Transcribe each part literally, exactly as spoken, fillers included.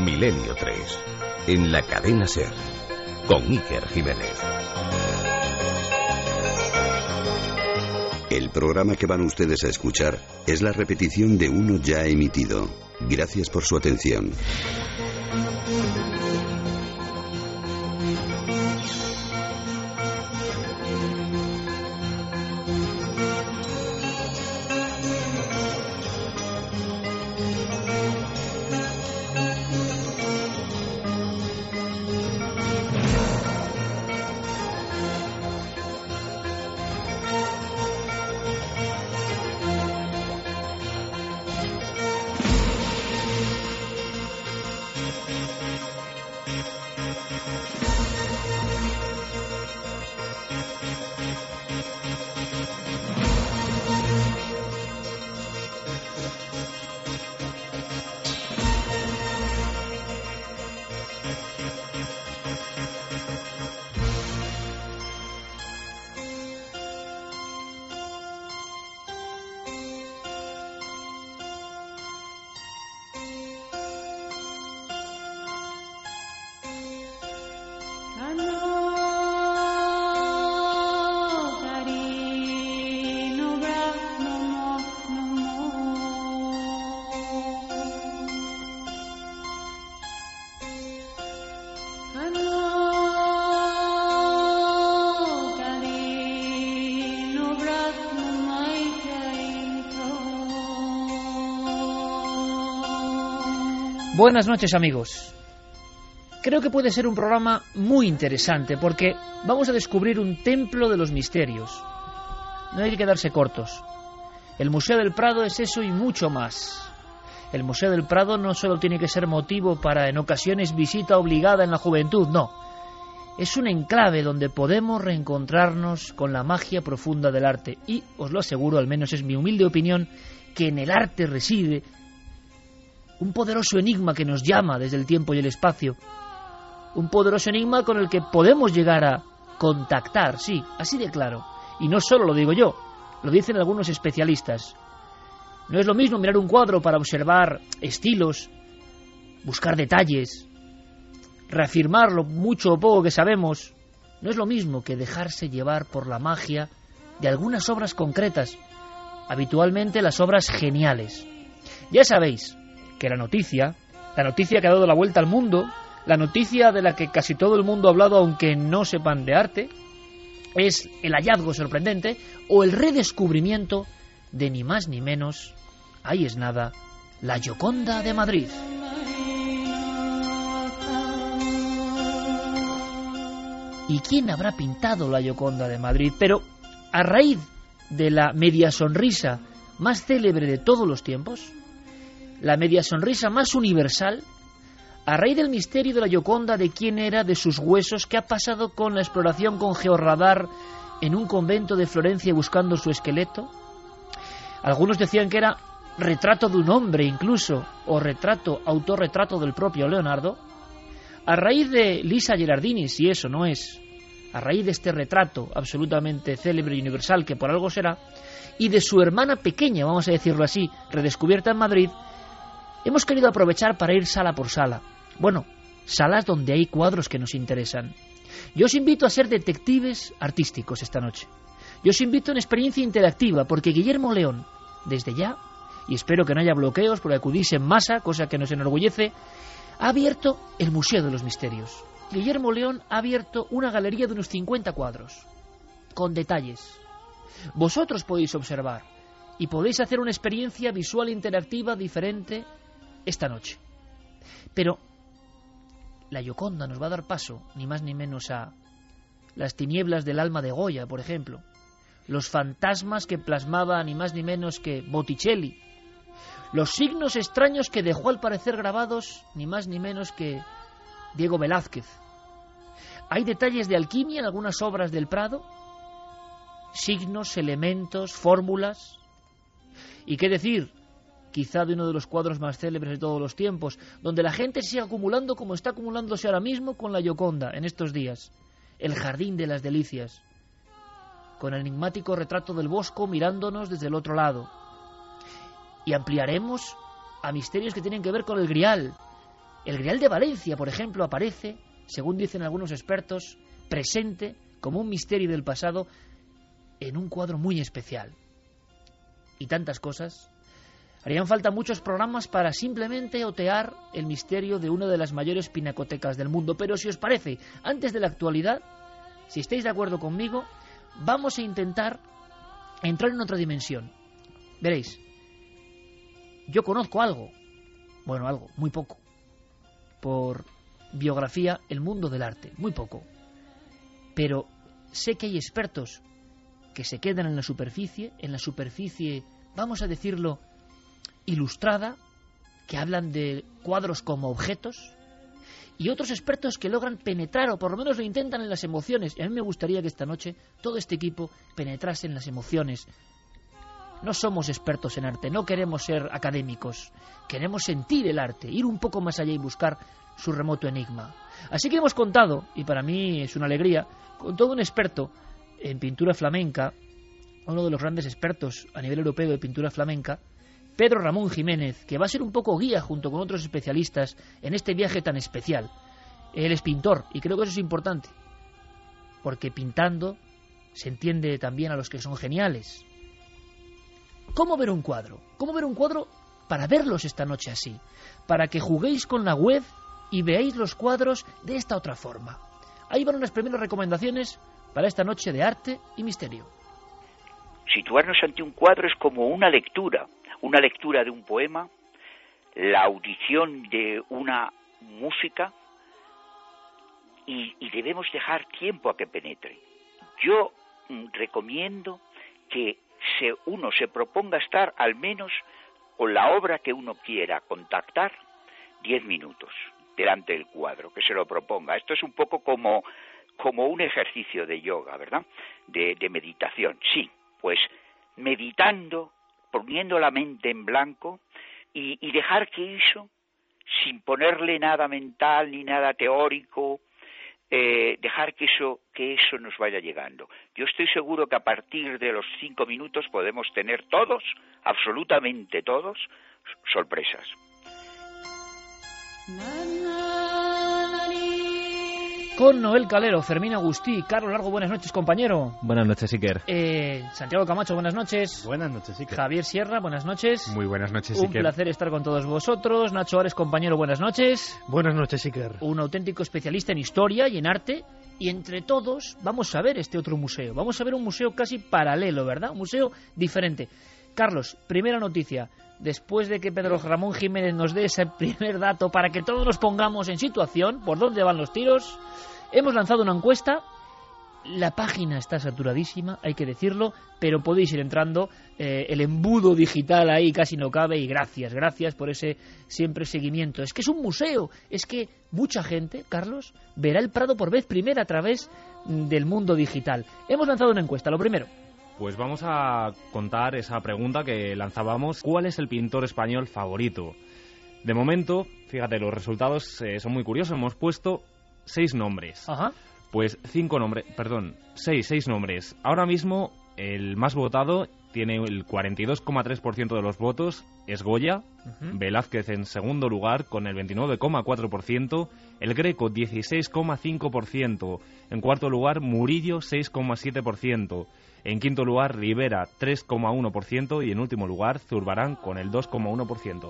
Milenio tres, en la cadena SER, con Iker Jiménez. El programa que van ustedes a escuchar es la repetición de uno ya emitido. Gracias por su atención. Buenas noches, amigos. Creo que puede ser un programa muy interesante porque vamos a descubrir un templo de los misterios. No hay que quedarse cortos. El Museo del Prado es eso y mucho más. El Museo del Prado no solo tiene que ser motivo para, en ocasiones, visita obligada en la juventud, no. Es un enclave donde podemos reencontrarnos con la magia profunda del arte. Y, os lo aseguro, al menos es mi humilde opinión, que en el arte reside un poderoso enigma que nos llama desde el tiempo y el espacio. Un poderoso enigma con el que podemos llegar a contactar, sí, así de claro. Y no solo lo digo yo, lo dicen algunos especialistas. No es lo mismo mirar un cuadro para observar estilos, buscar detalles, reafirmar lo mucho o poco que sabemos. No es lo mismo que dejarse llevar por la magia de algunas obras concretas, habitualmente las obras geniales. Ya sabéis que la noticia, la noticia que ha dado la vuelta al mundo, la noticia de la que casi todo el mundo ha hablado aunque no sepan de arte, es el hallazgo sorprendente o el redescubrimiento de ni más ni menos, ahí es nada, la Gioconda de Madrid. ¿Y quién habrá pintado la Gioconda de Madrid? Pero a raíz de la media sonrisa más célebre de todos los tiempos, la media sonrisa más universal, a raíz del misterio de la Gioconda, de quién era, de sus huesos, qué ha pasado con la exploración con georradar en un convento de Florencia buscando su esqueleto. Algunos decían que era retrato de un hombre incluso, o retrato, autorretrato del propio Leonardo. A raíz de Lisa Gherardini, si eso no es, a raíz de este retrato absolutamente célebre y universal, que por algo será, y de su hermana pequeña, vamos a decirlo así, redescubierta en Madrid, hemos querido aprovechar para ir sala por sala. Bueno, salas donde hay cuadros que nos interesan. Yo os invito a ser detectives artísticos esta noche. Yo os invito a una experiencia interactiva, porque Guillermo León, desde ya, y espero que no haya bloqueos porque acudís en masa, cosa que nos enorgullece, ha abierto el Museo de los Misterios. Guillermo León ha abierto una galería de unos cincuenta cuadros, con detalles. Vosotros podéis observar y podéis hacer una experiencia visual interactiva diferente esta noche. Pero la Gioconda nos va a dar paso, ni más ni menos, a las tinieblas del alma de Goya, por ejemplo, los fantasmas que plasmaba ni más ni menos que Botticelli, los signos extraños que dejó al parecer grabados ni más ni menos que Diego Velázquez. Hay detalles de alquimia en algunas obras del Prado, signos, elementos, fórmulas. ¿Y qué decir? Quizá de uno de los cuadros más célebres de todos los tiempos, donde la gente sigue acumulando como está acumulándose ahora mismo con la Gioconda en estos días, el Jardín de las Delicias, con el enigmático retrato del Bosco mirándonos desde el otro lado. Y ampliaremos a misterios que tienen que ver con el Grial, El Grial de Valencia, por ejemplo, aparece, según dicen algunos expertos, presente como un misterio del pasado en un cuadro muy especial. Y tantas cosas. Harían falta muchos programas para simplemente otear el misterio de una de las mayores pinacotecas del mundo. Pero si os parece, antes de la actualidad, si estáis de acuerdo conmigo, vamos a intentar entrar en otra dimensión. Veréis, yo conozco algo, bueno, algo, muy poco, por biografía, el mundo del arte, muy poco. Pero sé que hay expertos que se quedan en la superficie, en la superficie, vamos a decirlo, ilustrada, que hablan de cuadros como objetos, y otros expertos que logran penetrar, o por lo menos lo intentan, en las emociones. Y a mí me gustaría que esta noche todo este equipo penetrase en las emociones. No somos expertos en arte, no queremos ser académicos, queremos sentir el arte, ir un poco más allá y buscar su remoto enigma. Así que hemos contado, y para mí es una alegría, con todo un experto en pintura flamenca, uno de los grandes expertos a nivel europeo de pintura flamenca, Pedro Ramón Jiménez, que va a ser un poco guía junto con otros especialistas en este viaje tan especial. Él es pintor, y creo que eso es importante, porque pintando se entiende también a los que son geniales. ¿Cómo ver un cuadro? ¿Cómo ver un cuadro para verlos esta noche así? Para que juguéis con la web y veáis los cuadros de esta otra forma. Ahí van unas primeras recomendaciones para esta noche de arte y misterio. Situarnos ante un cuadro es como una lectura, una lectura de un poema, la audición de una música, y, y debemos dejar tiempo a que penetre. Yo mm, recomiendo que se, uno se proponga estar al menos con la obra que uno quiera contactar diez minutos delante del cuadro, que se lo proponga. Esto es un poco como, como un ejercicio de yoga, ¿verdad? De, de meditación. Sí, pues meditando, poniendo la mente en blanco y, y dejar que eso, sin ponerle nada mental ni nada teórico, eh, dejar que eso, que eso nos vaya llegando. Yo estoy seguro que a partir de los cinco minutos podemos tener todos, absolutamente todos, sorpresas. Con Noel Calero, Fermín Agustí, Carlos Largo, buenas noches, compañero. Buenas noches, Iker. Eh, Santiago Camacho, buenas noches. Buenas noches, Iker. Javier Sierra, buenas noches. Muy buenas noches, Un Iker. placer estar con todos vosotros. Nacho Ares, compañero, buenas noches. Buenas noches, Iker. Un auténtico especialista en historia y en arte. Y entre todos vamos a ver este otro museo. Vamos a ver un museo casi paralelo, ¿verdad? Un museo diferente. Carlos, primera noticia. Después de que Pedro Ramón Jiménez nos dé ese primer dato para que todos nos pongamos en situación, por dónde van los tiros, hemos lanzado una encuesta. La página está saturadísima, hay que decirlo, pero podéis ir entrando. Eh, el embudo digital ahí casi no cabe, y gracias, gracias por ese siempre seguimiento. Es que es un museo, es que mucha gente, Carlos, verá el Prado por vez primera a través del mundo digital. Hemos lanzado una encuesta, lo primero. Pues vamos a contar esa pregunta que lanzábamos. ¿Cuál es el pintor español favorito? De momento, fíjate, los resultados eh, son muy curiosos. Hemos puesto seis nombres. Ajá. Pues cinco nombres, perdón, seis, seis nombres. Ahora mismo el más votado tiene el cuarenta y dos coma tres por ciento de los votos, es Goya. Uh-huh. Velázquez en segundo lugar con el veintinueve coma cuatro por ciento, el Greco dieciséis coma cinco por ciento, en cuarto lugar Murillo seis coma siete por ciento, en quinto lugar Rivera tres coma uno por ciento y en último lugar Zurbarán con el dos coma uno por ciento.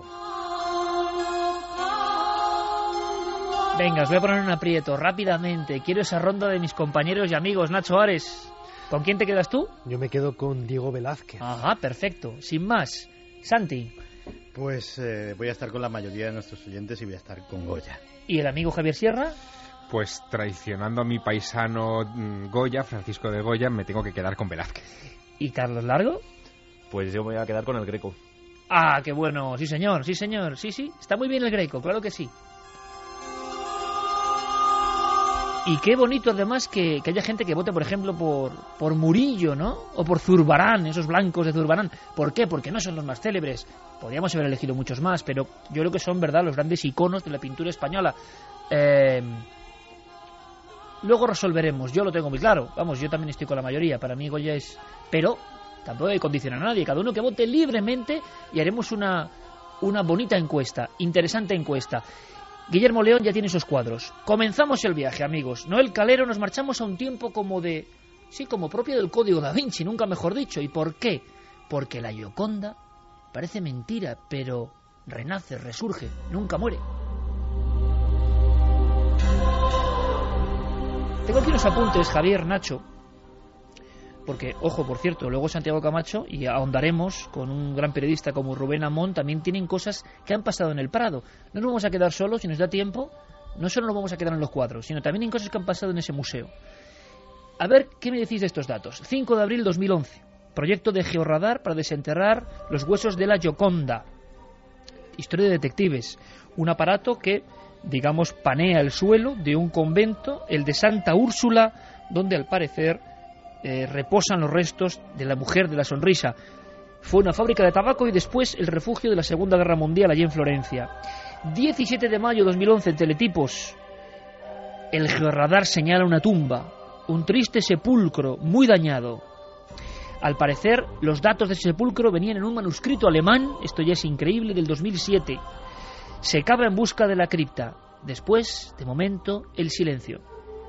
Venga, os voy a poner un aprieto rápidamente. Quiero esa ronda de mis compañeros y amigos. Nacho Ares, ¿con quién te quedas tú? Yo me quedo con Diego Velázquez. Ajá, perfecto. Sin más. Santi. Pues eh, voy a estar con la mayoría de nuestros oyentes y voy a estar con Goya. ¿Y el amigo Javier Sierra? Pues traicionando a mi paisano Goya, Francisco de Goya, me tengo que quedar con Velázquez. ¿Y Carlos Largo? Pues yo me voy a quedar con el Greco. Ah, qué bueno. Sí, señor, sí, señor. Sí, sí. Está muy bien el Greco, claro que sí. Y qué bonito además que, que haya gente que vote, por ejemplo, por, por Murillo, ¿no? O por Zurbarán, esos blancos de Zurbarán. ¿Por qué? Porque no son los más célebres. Podríamos haber elegido muchos más, pero yo creo que son, ¿verdad?, los grandes iconos de la pintura española. Eh, luego resolveremos, yo lo tengo muy claro. Vamos, yo también estoy con la mayoría. Para mí Goya es... Pero tampoco hay que condicionar a nadie. Cada uno que vote libremente y haremos una, una bonita encuesta, interesante encuesta. Guillermo León ya tiene esos cuadros. Comenzamos el viaje, amigos. Noel Calero, nos marchamos a un tiempo como de... Sí, como propio del Código Da Vinci, nunca mejor dicho. ¿Y por qué? Porque la Gioconda parece mentira, pero renace, resurge, nunca muere. Tengo aquí unos apuntes, Javier, Nacho, porque, ojo, por cierto, luego Santiago Camacho, y ahondaremos con un gran periodista como Rubén Amón, también tienen cosas que han pasado en el Prado. No nos vamos a quedar solos, si nos da tiempo, no solo nos vamos a quedar en los cuadros, sino también en cosas que han pasado en ese museo. A ver, ¿qué me decís de estos datos? cinco de abril de dos mil once, proyecto de Georradar para desenterrar los huesos de la Gioconda. Historia de detectives, un aparato que, digamos, panea el suelo de un convento, el de Santa Úrsula, donde al parecer eh, reposan los restos de la mujer de la sonrisa. Fue una fábrica de tabaco y después el refugio de la Segunda Guerra Mundial allí en Florencia. diecisiete de mayo de dos mil once, en Teletipos, el Georradar señala una tumba, un triste sepulcro muy dañado. Al parecer, los datos de ese sepulcro venían en un manuscrito alemán, esto ya es increíble, del dos mil siete. Se cava en busca de la cripta. Después, de momento, el silencio.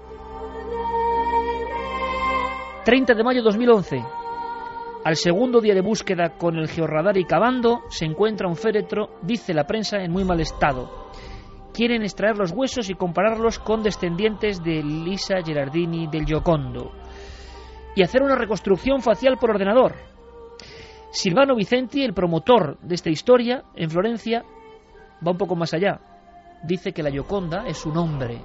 treinta de mayo de dos mil once. Al segundo día de búsqueda con el Georradar y cavando, se encuentra un féretro, dice la prensa, en muy mal estado. Quieren extraer los huesos y compararlos con descendientes de Lisa Gerardini del Giocondo y hacer una reconstrucción facial por ordenador. Silvano Vicenti, el promotor de esta historia en Florencia, va un poco más allá. Dice que la Gioconda es un hombre.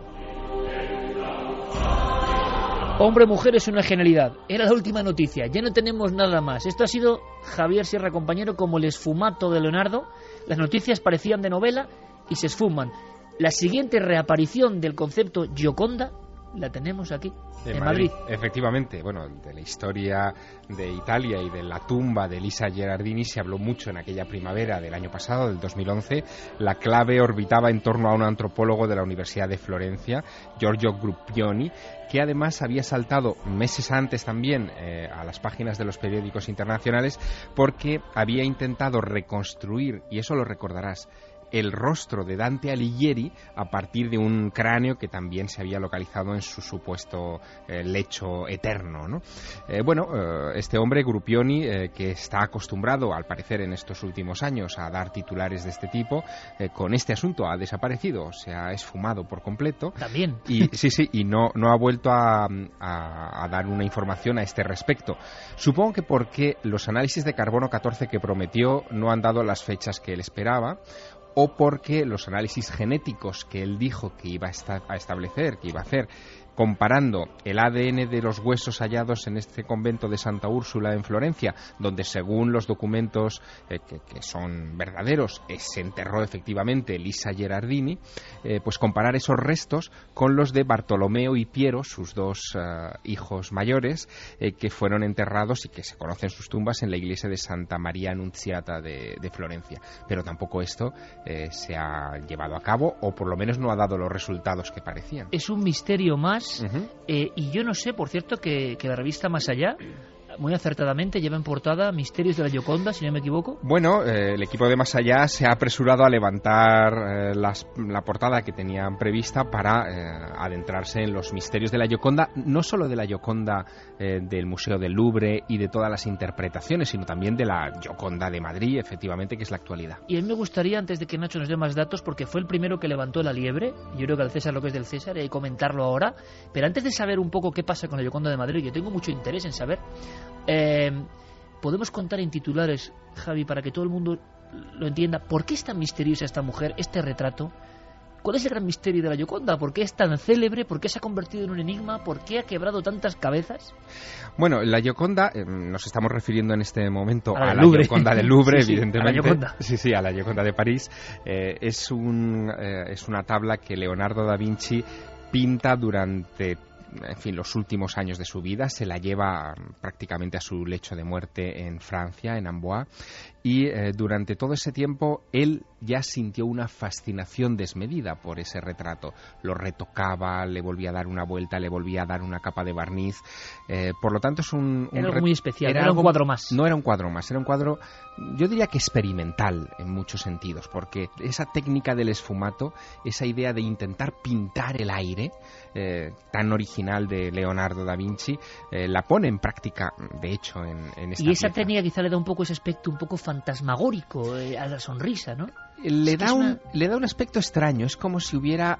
Hombre-mujer es una genialidad. Era la última noticia. Ya no tenemos nada más. Esto ha sido, Javier Sierra, compañero, como el esfumato de Leonardo. Las noticias parecían de novela y se esfuman. La siguiente reaparición del concepto Gioconda la tenemos aquí, en Madrid. Madrid. Efectivamente, bueno, de la historia de Italia y de la tumba de Lisa Gerardini se habló mucho en aquella primavera del año pasado, del dos mil once. La clave orbitaba en torno a un antropólogo de la Universidad de Florencia, Giorgio Gruppioni, que además había saltado meses antes también eh, a las páginas de los periódicos internacionales porque había intentado reconstruir, y eso lo recordarás, el rostro de Dante Alighieri a partir de un cráneo que también se había localizado en su supuesto eh, lecho eterno, ¿no? Eh, bueno, eh, este hombre, Gruppioni, eh, que está acostumbrado, al parecer en estos últimos años, a dar titulares de este tipo, eh, con este asunto ha desaparecido, se ha esfumado por completo. También. Y, sí, sí, y no, no ha vuelto a, a, a dar una información a este respecto. Supongo que porque los análisis de carbono catorce que prometió no han dado las fechas que él esperaba, o porque los análisis genéticos que él dijo que iba a, esta- a establecer, que iba a hacer, comparando el A D N de los huesos hallados en este convento de Santa Úrsula en Florencia, donde según los documentos eh, que, que son verdaderos, eh, se enterró efectivamente Lisa Gerardini, eh, pues comparar esos restos con los de Bartolomeo y Piero, sus dos uh, hijos mayores, eh, que fueron enterrados y que se conocen sus tumbas en la iglesia de Santa María Annunziata de, de Florencia. Pero tampoco esto eh, se ha llevado a cabo, o por lo menos no ha dado los resultados que parecían. Es un misterio más. Uh-huh. Eh, y yo no sé, por cierto, que, que la revista Más Allá, muy acertadamente, lleva en portada Misterios de la Gioconda, si no me equivoco. Bueno, eh, el equipo de Más Allá se ha apresurado a levantar eh, las, la portada que tenían prevista para eh, adentrarse en los misterios de la Gioconda, no solo de la Gioconda eh, del Museo del Louvre y de todas las interpretaciones, sino también de la Gioconda de Madrid, efectivamente, que es la actualidad. Y a mí me gustaría, antes de que Nacho nos dé más datos, porque fue el primero que levantó la liebre, yo creo que al César lo que es del César, y hay que comentarlo ahora, pero antes de saber un poco qué pasa con la Gioconda de Madrid, yo tengo mucho interés en saber, eh, podemos contar en titulares, Javi, para que todo el mundo lo entienda, ¿por qué es tan misteriosa esta mujer, este retrato? ¿Cuál es el gran misterio de la Gioconda? ¿Por qué es tan célebre? ¿Por qué se ha convertido en un enigma? ¿Por qué ha quebrado tantas cabezas? Bueno, la Gioconda, eh, nos estamos refiriendo en este momento a la, a la Louvre. Gioconda del Louvre, sí, sí, evidentemente. A la Gioconda. Sí, sí, a la Gioconda de París. Eh, es, un, eh, es una tabla que Leonardo da Vinci pinta durante, en fin, los últimos años de su vida. Se la lleva prácticamente a su lecho de muerte en Francia, en Amboise. y eh, durante todo ese tiempo él ya sintió una fascinación desmedida por ese retrato. Lo retocaba, le volvía a dar una vuelta, le volvía a dar una capa de barniz. Eh, por lo tanto, es un... un era algo ret- muy especial, era, era algo, un cuadro más. No era un cuadro más, era un cuadro, yo diría que experimental en muchos sentidos, porque esa técnica del esfumato, esa idea de intentar pintar el aire, eh, tan original de Leonardo da Vinci, eh, la pone en práctica, de hecho, en, en esta Y esa pieza. técnica quizá le da un poco ese aspecto un poco fantasmagórico eh, a la sonrisa, ¿no? Le Es que da, es un, una- le da un aspecto extraño, es como si hubiera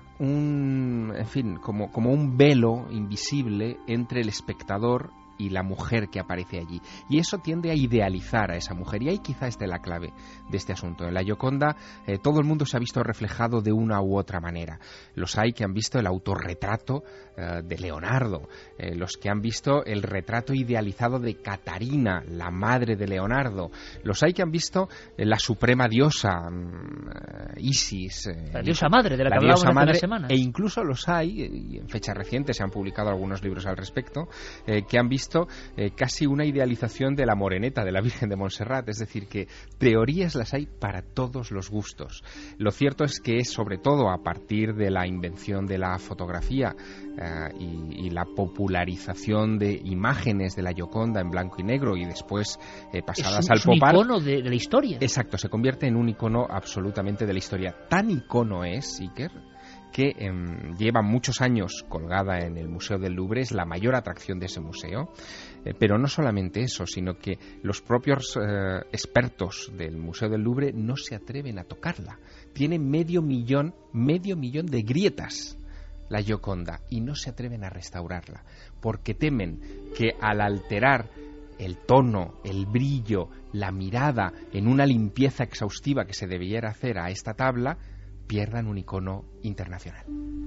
un, en fin, como, como un velo invisible entre el espectador y la mujer que aparece allí. Y eso tiende a idealizar a esa mujer. Y ahí quizá esté la clave de este asunto. En la Gioconda eh, todo el mundo se ha visto reflejado de una u otra manera. Los hay que han visto el autorretrato eh, de Leonardo, eh, los que han visto el retrato idealizado de Catarina, la madre de Leonardo, los hay que han visto eh, la suprema diosa mm, eh, Isis, eh, La diosa madre de la que la hablábamos diosa hace madre, unas semanas. e incluso los hay, y en fechas recientes se han publicado algunos libros al respecto, eh, que han visto eh, casi una idealización de la moreneta, de la Virgen de Montserrat. Es decir, que teorías las hay para todos los gustos. Lo cierto es que es sobre todo a partir de la invención de la fotografía eh, y, y la popularización de imágenes de la Gioconda en blanco y negro y después eh, pasadas es un, al es un pop art. icono de, de la historia. Exacto, se convierte en un icono absolutamente de la historia. Tan icono es, Iker, que eh, lleva muchos años colgada en el Museo del Louvre, es la mayor atracción de ese museo, eh, pero no solamente eso, sino que los propios eh, expertos del Museo del Louvre no se atreven a tocarla. Tiene medio millón, medio millón de grietas la Gioconda y no se atreven a restaurarla, porque temen que al alterar el tono, el brillo, la mirada en una limpieza exhaustiva que se debiera hacer a esta tabla, pierdan un icono internacional.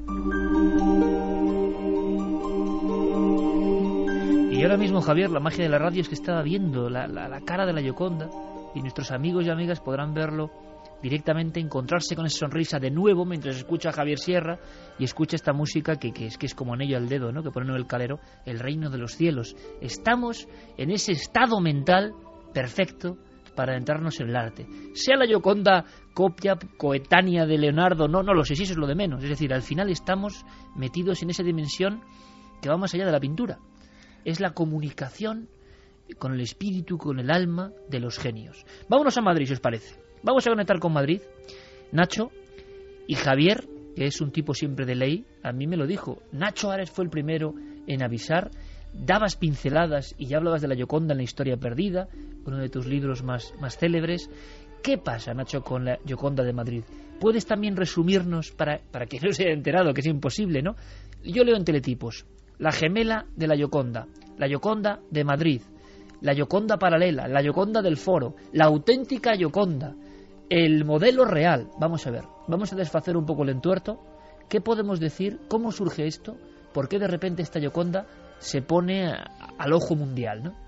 Y ahora mismo, Javier, la magia de la radio es que estaba viendo la, la, la cara de la Gioconda y nuestros amigos y amigas podrán verlo directamente, encontrarse con esa sonrisa de nuevo mientras escucha a Javier Sierra y escucha esta música que, que, es, que es como anillo al dedo, ¿no? Que pone en el calero, el reino de los cielos. Estamos en ese estado mental perfecto para adentrarnos en el arte. Sea la Gioconda copia, coetánea de Leonardo, no, no lo sé, si eso es lo de menos. Es decir, al final estamos metidos en esa dimensión que va más allá de la pintura. Es la comunicación con el espíritu, con el alma de los genios. Vámonos a Madrid, si os parece. Vamos a conectar con Madrid. Nacho y Javier, que es un tipo siempre de ley, a mí me lo dijo. Nacho Ares fue el primero en avisar. Dabas pinceladas y ya hablabas de la Gioconda en la historia perdida, uno de tus libros más, más célebres. ¿Qué pasa, Nacho, con la Gioconda de Madrid? ¿Puedes también resumirnos, para, para que no se haya enterado, que es imposible, ¿no? Yo leo en teletipos: la gemela de la Gioconda, la Gioconda de Madrid, la Gioconda paralela, la Gioconda del Foro, la auténtica Gioconda, el modelo real. Vamos a ver, vamos a desfacer un poco el entuerto. ¿Qué podemos decir? ¿Cómo surge esto? ¿Por qué de repente esta Gioconda se pone a, al ojo mundial, ¿no?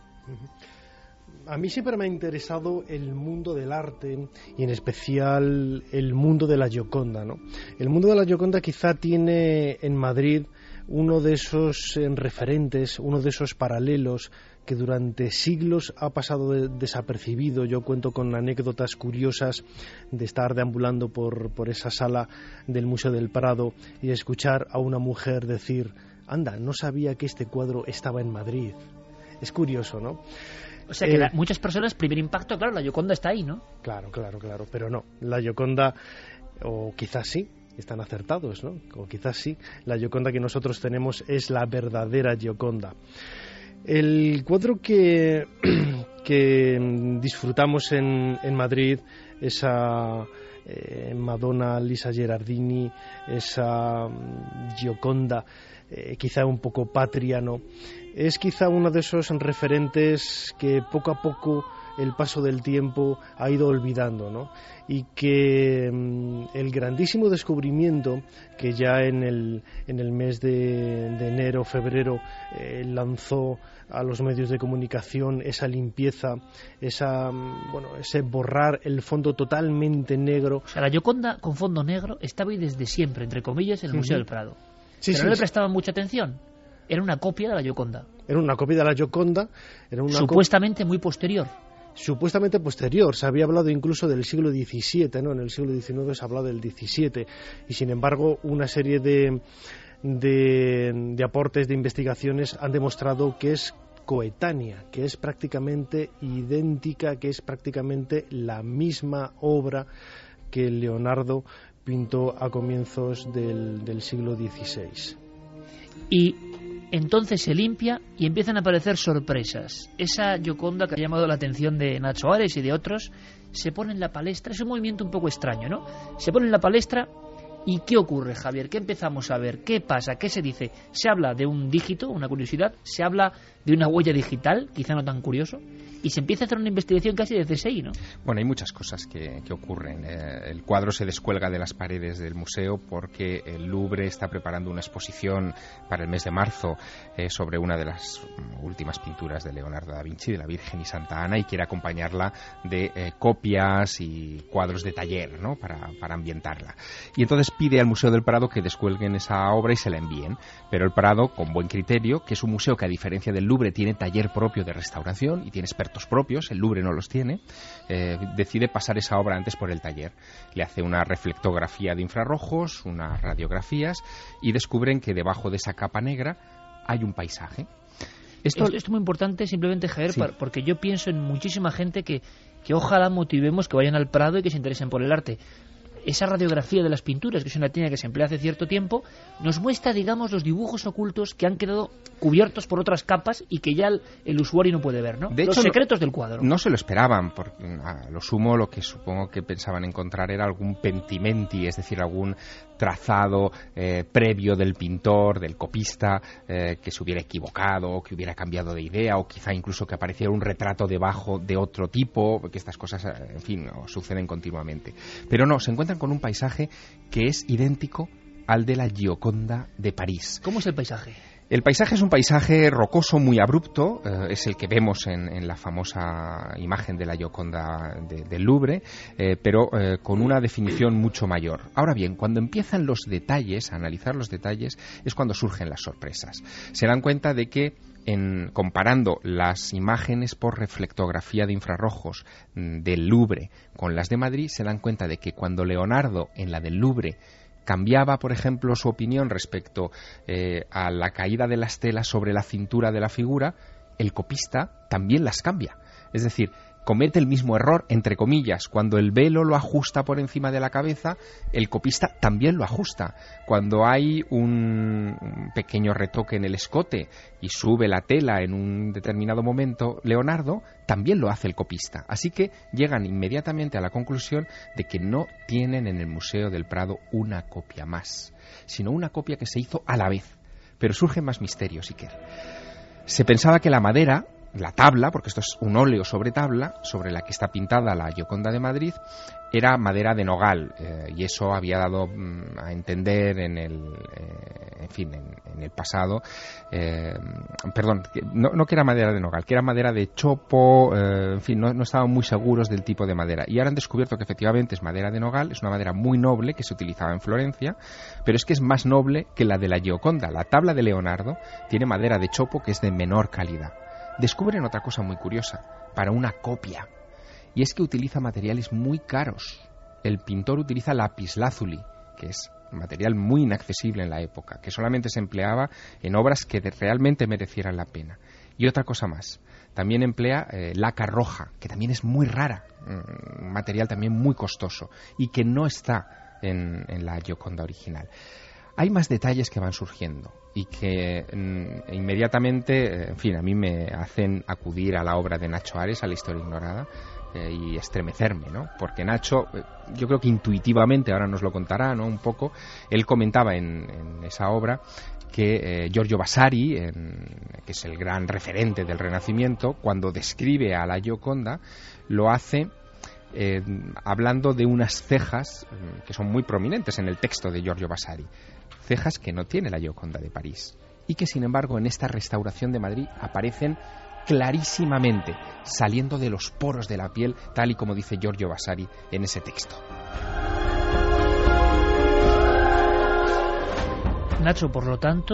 A mí siempre me ha interesado el mundo del arte y en especial el mundo de la Gioconda, ¿no? El mundo de la Gioconda quizá tiene en Madrid uno de esos eh, referentes, uno de esos paralelos que durante siglos ha pasado de, desapercibido. Yo cuento con anécdotas curiosas de estar deambulando por, por esa sala del Museo del Prado y escuchar a una mujer decir: anda, no sabía que este cuadro estaba en Madrid. Es curioso, ¿no? O sea que Eh, la, muchas personas, primer impacto, claro, la Gioconda está ahí, ¿no? Claro, claro, claro, pero no. La Gioconda, o quizás sí, están acertados, ¿no? O quizás sí, la Gioconda que nosotros tenemos es la verdadera Gioconda. El cuadro que, que disfrutamos en, en Madrid, esa eh, Madonna Lisa Gerardini, esa mm, Gioconda, eh, quizá un poco patria, ¿no? Es quizá uno de esos referentes que poco a poco el paso del tiempo ha ido olvidando, ¿no? Y que mmm, el grandísimo descubrimiento que ya en el, en el mes de, de enero, febrero, eh, lanzó a los medios de comunicación esa limpieza, esa, bueno, ese borrar el fondo totalmente negro. O sea, la Gioconda con fondo negro estaba ahí desde siempre, entre comillas, en el Sí, Museo sí. del Prado. Sí, Pero sí, no le sí. prestaban mucha atención. Era una copia de la Gioconda, Era una copia de la Gioconda, era una supuestamente muy posterior. supuestamente posterior. Se había hablado incluso del siglo diecisiete, ¿no? En el siglo diecinueve se ha hablado del diecisiete, y sin embargo una serie de, de, de aportes, de investigaciones han demostrado que es coetánea, que es prácticamente idéntica, que es prácticamente la misma obra que Leonardo pintó a comienzos del, del siglo dieciséis. Y entonces se limpia y empiezan a aparecer sorpresas. Esa Gioconda que ha llamado la atención de Nacho Ares y de otros se pone en la palestra. Es un movimiento un poco extraño, ¿no? Se pone en la palestra y ¿qué ocurre, Javier? ¿Qué empezamos a ver? ¿Qué pasa? ¿Qué se dice? Se habla de un dígito, una curiosidad. Se habla de una huella digital, quizá no tan curioso. Y se empieza a hacer una investigación casi de C S I, ¿no? Bueno, hay muchas cosas que, que ocurren. Eh, el cuadro se descuelga de las paredes del museo porque el Louvre está preparando una exposición para el mes de marzo eh, sobre una de las últimas pinturas de Leonardo da Vinci, de la Virgen y Santa Ana, y quiere acompañarla de eh, copias y cuadros de taller, ¿no? Para, para ambientarla. Y entonces pide al Museo del Prado que descuelguen esa obra y se la envíen. Pero el Prado, con buen criterio, que es un museo que a diferencia del Louvre tiene taller propio de restauración y tiene expertos propios, el Louvre no los tiene, eh, decide pasar esa obra antes por el taller. Le hace una reflectografía de infrarrojos, unas radiografías, y descubren que debajo de esa capa negra hay un paisaje. Esto, esto, esto es muy importante, simplemente, Javier, sí. porque yo pienso en muchísima gente que, que ojalá motivemos que vayan al Prado y que se interesen por el arte. Esa radiografía de las pinturas, que es una técnica que se emplea hace cierto tiempo, nos muestra, digamos, los dibujos ocultos que han quedado cubiertos por otras capas y que ya el, el usuario no puede ver, ¿no? De los hecho, secretos del cuadro. No se lo esperaban, porque a lo sumo lo que supongo que pensaban encontrar era algún pentimenti, es decir, algún trazado eh, previo del pintor, del copista, eh, que se hubiera equivocado, que hubiera cambiado de idea, o quizá incluso que apareciera un retrato debajo de otro tipo, porque estas cosas, en fin, no, suceden continuamente. Pero no, se encuentran con un paisaje que es idéntico al de la Gioconda de París. ¿Cómo es el paisaje? El paisaje es un paisaje rocoso muy abrupto, eh, es el que vemos en, en la famosa imagen de la Gioconda de, del Louvre, eh, pero eh, con una definición mucho mayor. Ahora bien, cuando empiezan los detalles, a analizar los detalles, es cuando surgen las sorpresas. Se dan cuenta de que, en, comparando las imágenes por reflectografía de infrarrojos del Louvre con las de Madrid, se dan cuenta de que cuando Leonardo, en la del Louvre, cambiaba, por ejemplo, su opinión respecto eh, a la caída de las telas sobre la cintura de la figura, el copista también las cambia. Es decir, comete el mismo error, entre comillas. Cuando el velo lo ajusta por encima de la cabeza, el copista también lo ajusta. Cuando hay un, un pequeño retoque en el escote y sube la tela en un determinado momento, Leonardo también lo hace el copista. Así que llegan inmediatamente a la conclusión de que no tienen en el Museo del Prado una copia más, sino una copia que se hizo a la vez. Pero surgen más misterios, Iker. Se pensaba que la madera, la tabla, porque esto es un óleo sobre tabla, sobre la que está pintada la Gioconda de Madrid, era madera de nogal, eh, y eso había dado mm, a entender en el, eh, en fin, en, en el pasado, eh, perdón, que no, no que era madera de nogal, que era madera de chopo, eh, en fin, no, no estaban muy seguros del tipo de madera, y ahora han descubierto que efectivamente es madera de nogal, es una madera muy noble que se utilizaba en Florencia, pero es que es más noble que la de la Gioconda. La tabla de Leonardo tiene madera de chopo que es de menor calidad. Descubren otra cosa muy curiosa para una copia, y es que utiliza materiales muy caros. El pintor utiliza lapislázuli, que es material muy inaccesible en la época, que solamente se empleaba en obras que de, realmente merecieran la pena. Y otra cosa más, también emplea eh, laca roja, que también es muy rara, un material también muy costoso, y que no está en, en la Gioconda original. Hay más detalles que van surgiendo y que mm, inmediatamente, en fin, a mí me hacen acudir a la obra de Nacho Ares, a La historia ignorada, eh, y estremecerme, ¿no? Porque Nacho, eh, yo creo que intuitivamente, ahora nos lo contará, ¿no? Un poco, él comentaba en, en esa obra que eh, Giorgio Vasari, en, que es el gran referente del Renacimiento, cuando describe a la Gioconda, lo hace eh, hablando de unas cejas eh, que son muy prominentes en el texto de Giorgio Vasari. Cejas que no tiene la Gioconda de París y que sin embargo en esta restauración de Madrid aparecen clarísimamente, saliendo de los poros de la piel, tal y como dice Giorgio Vasari en ese texto. Nacho, por lo tanto,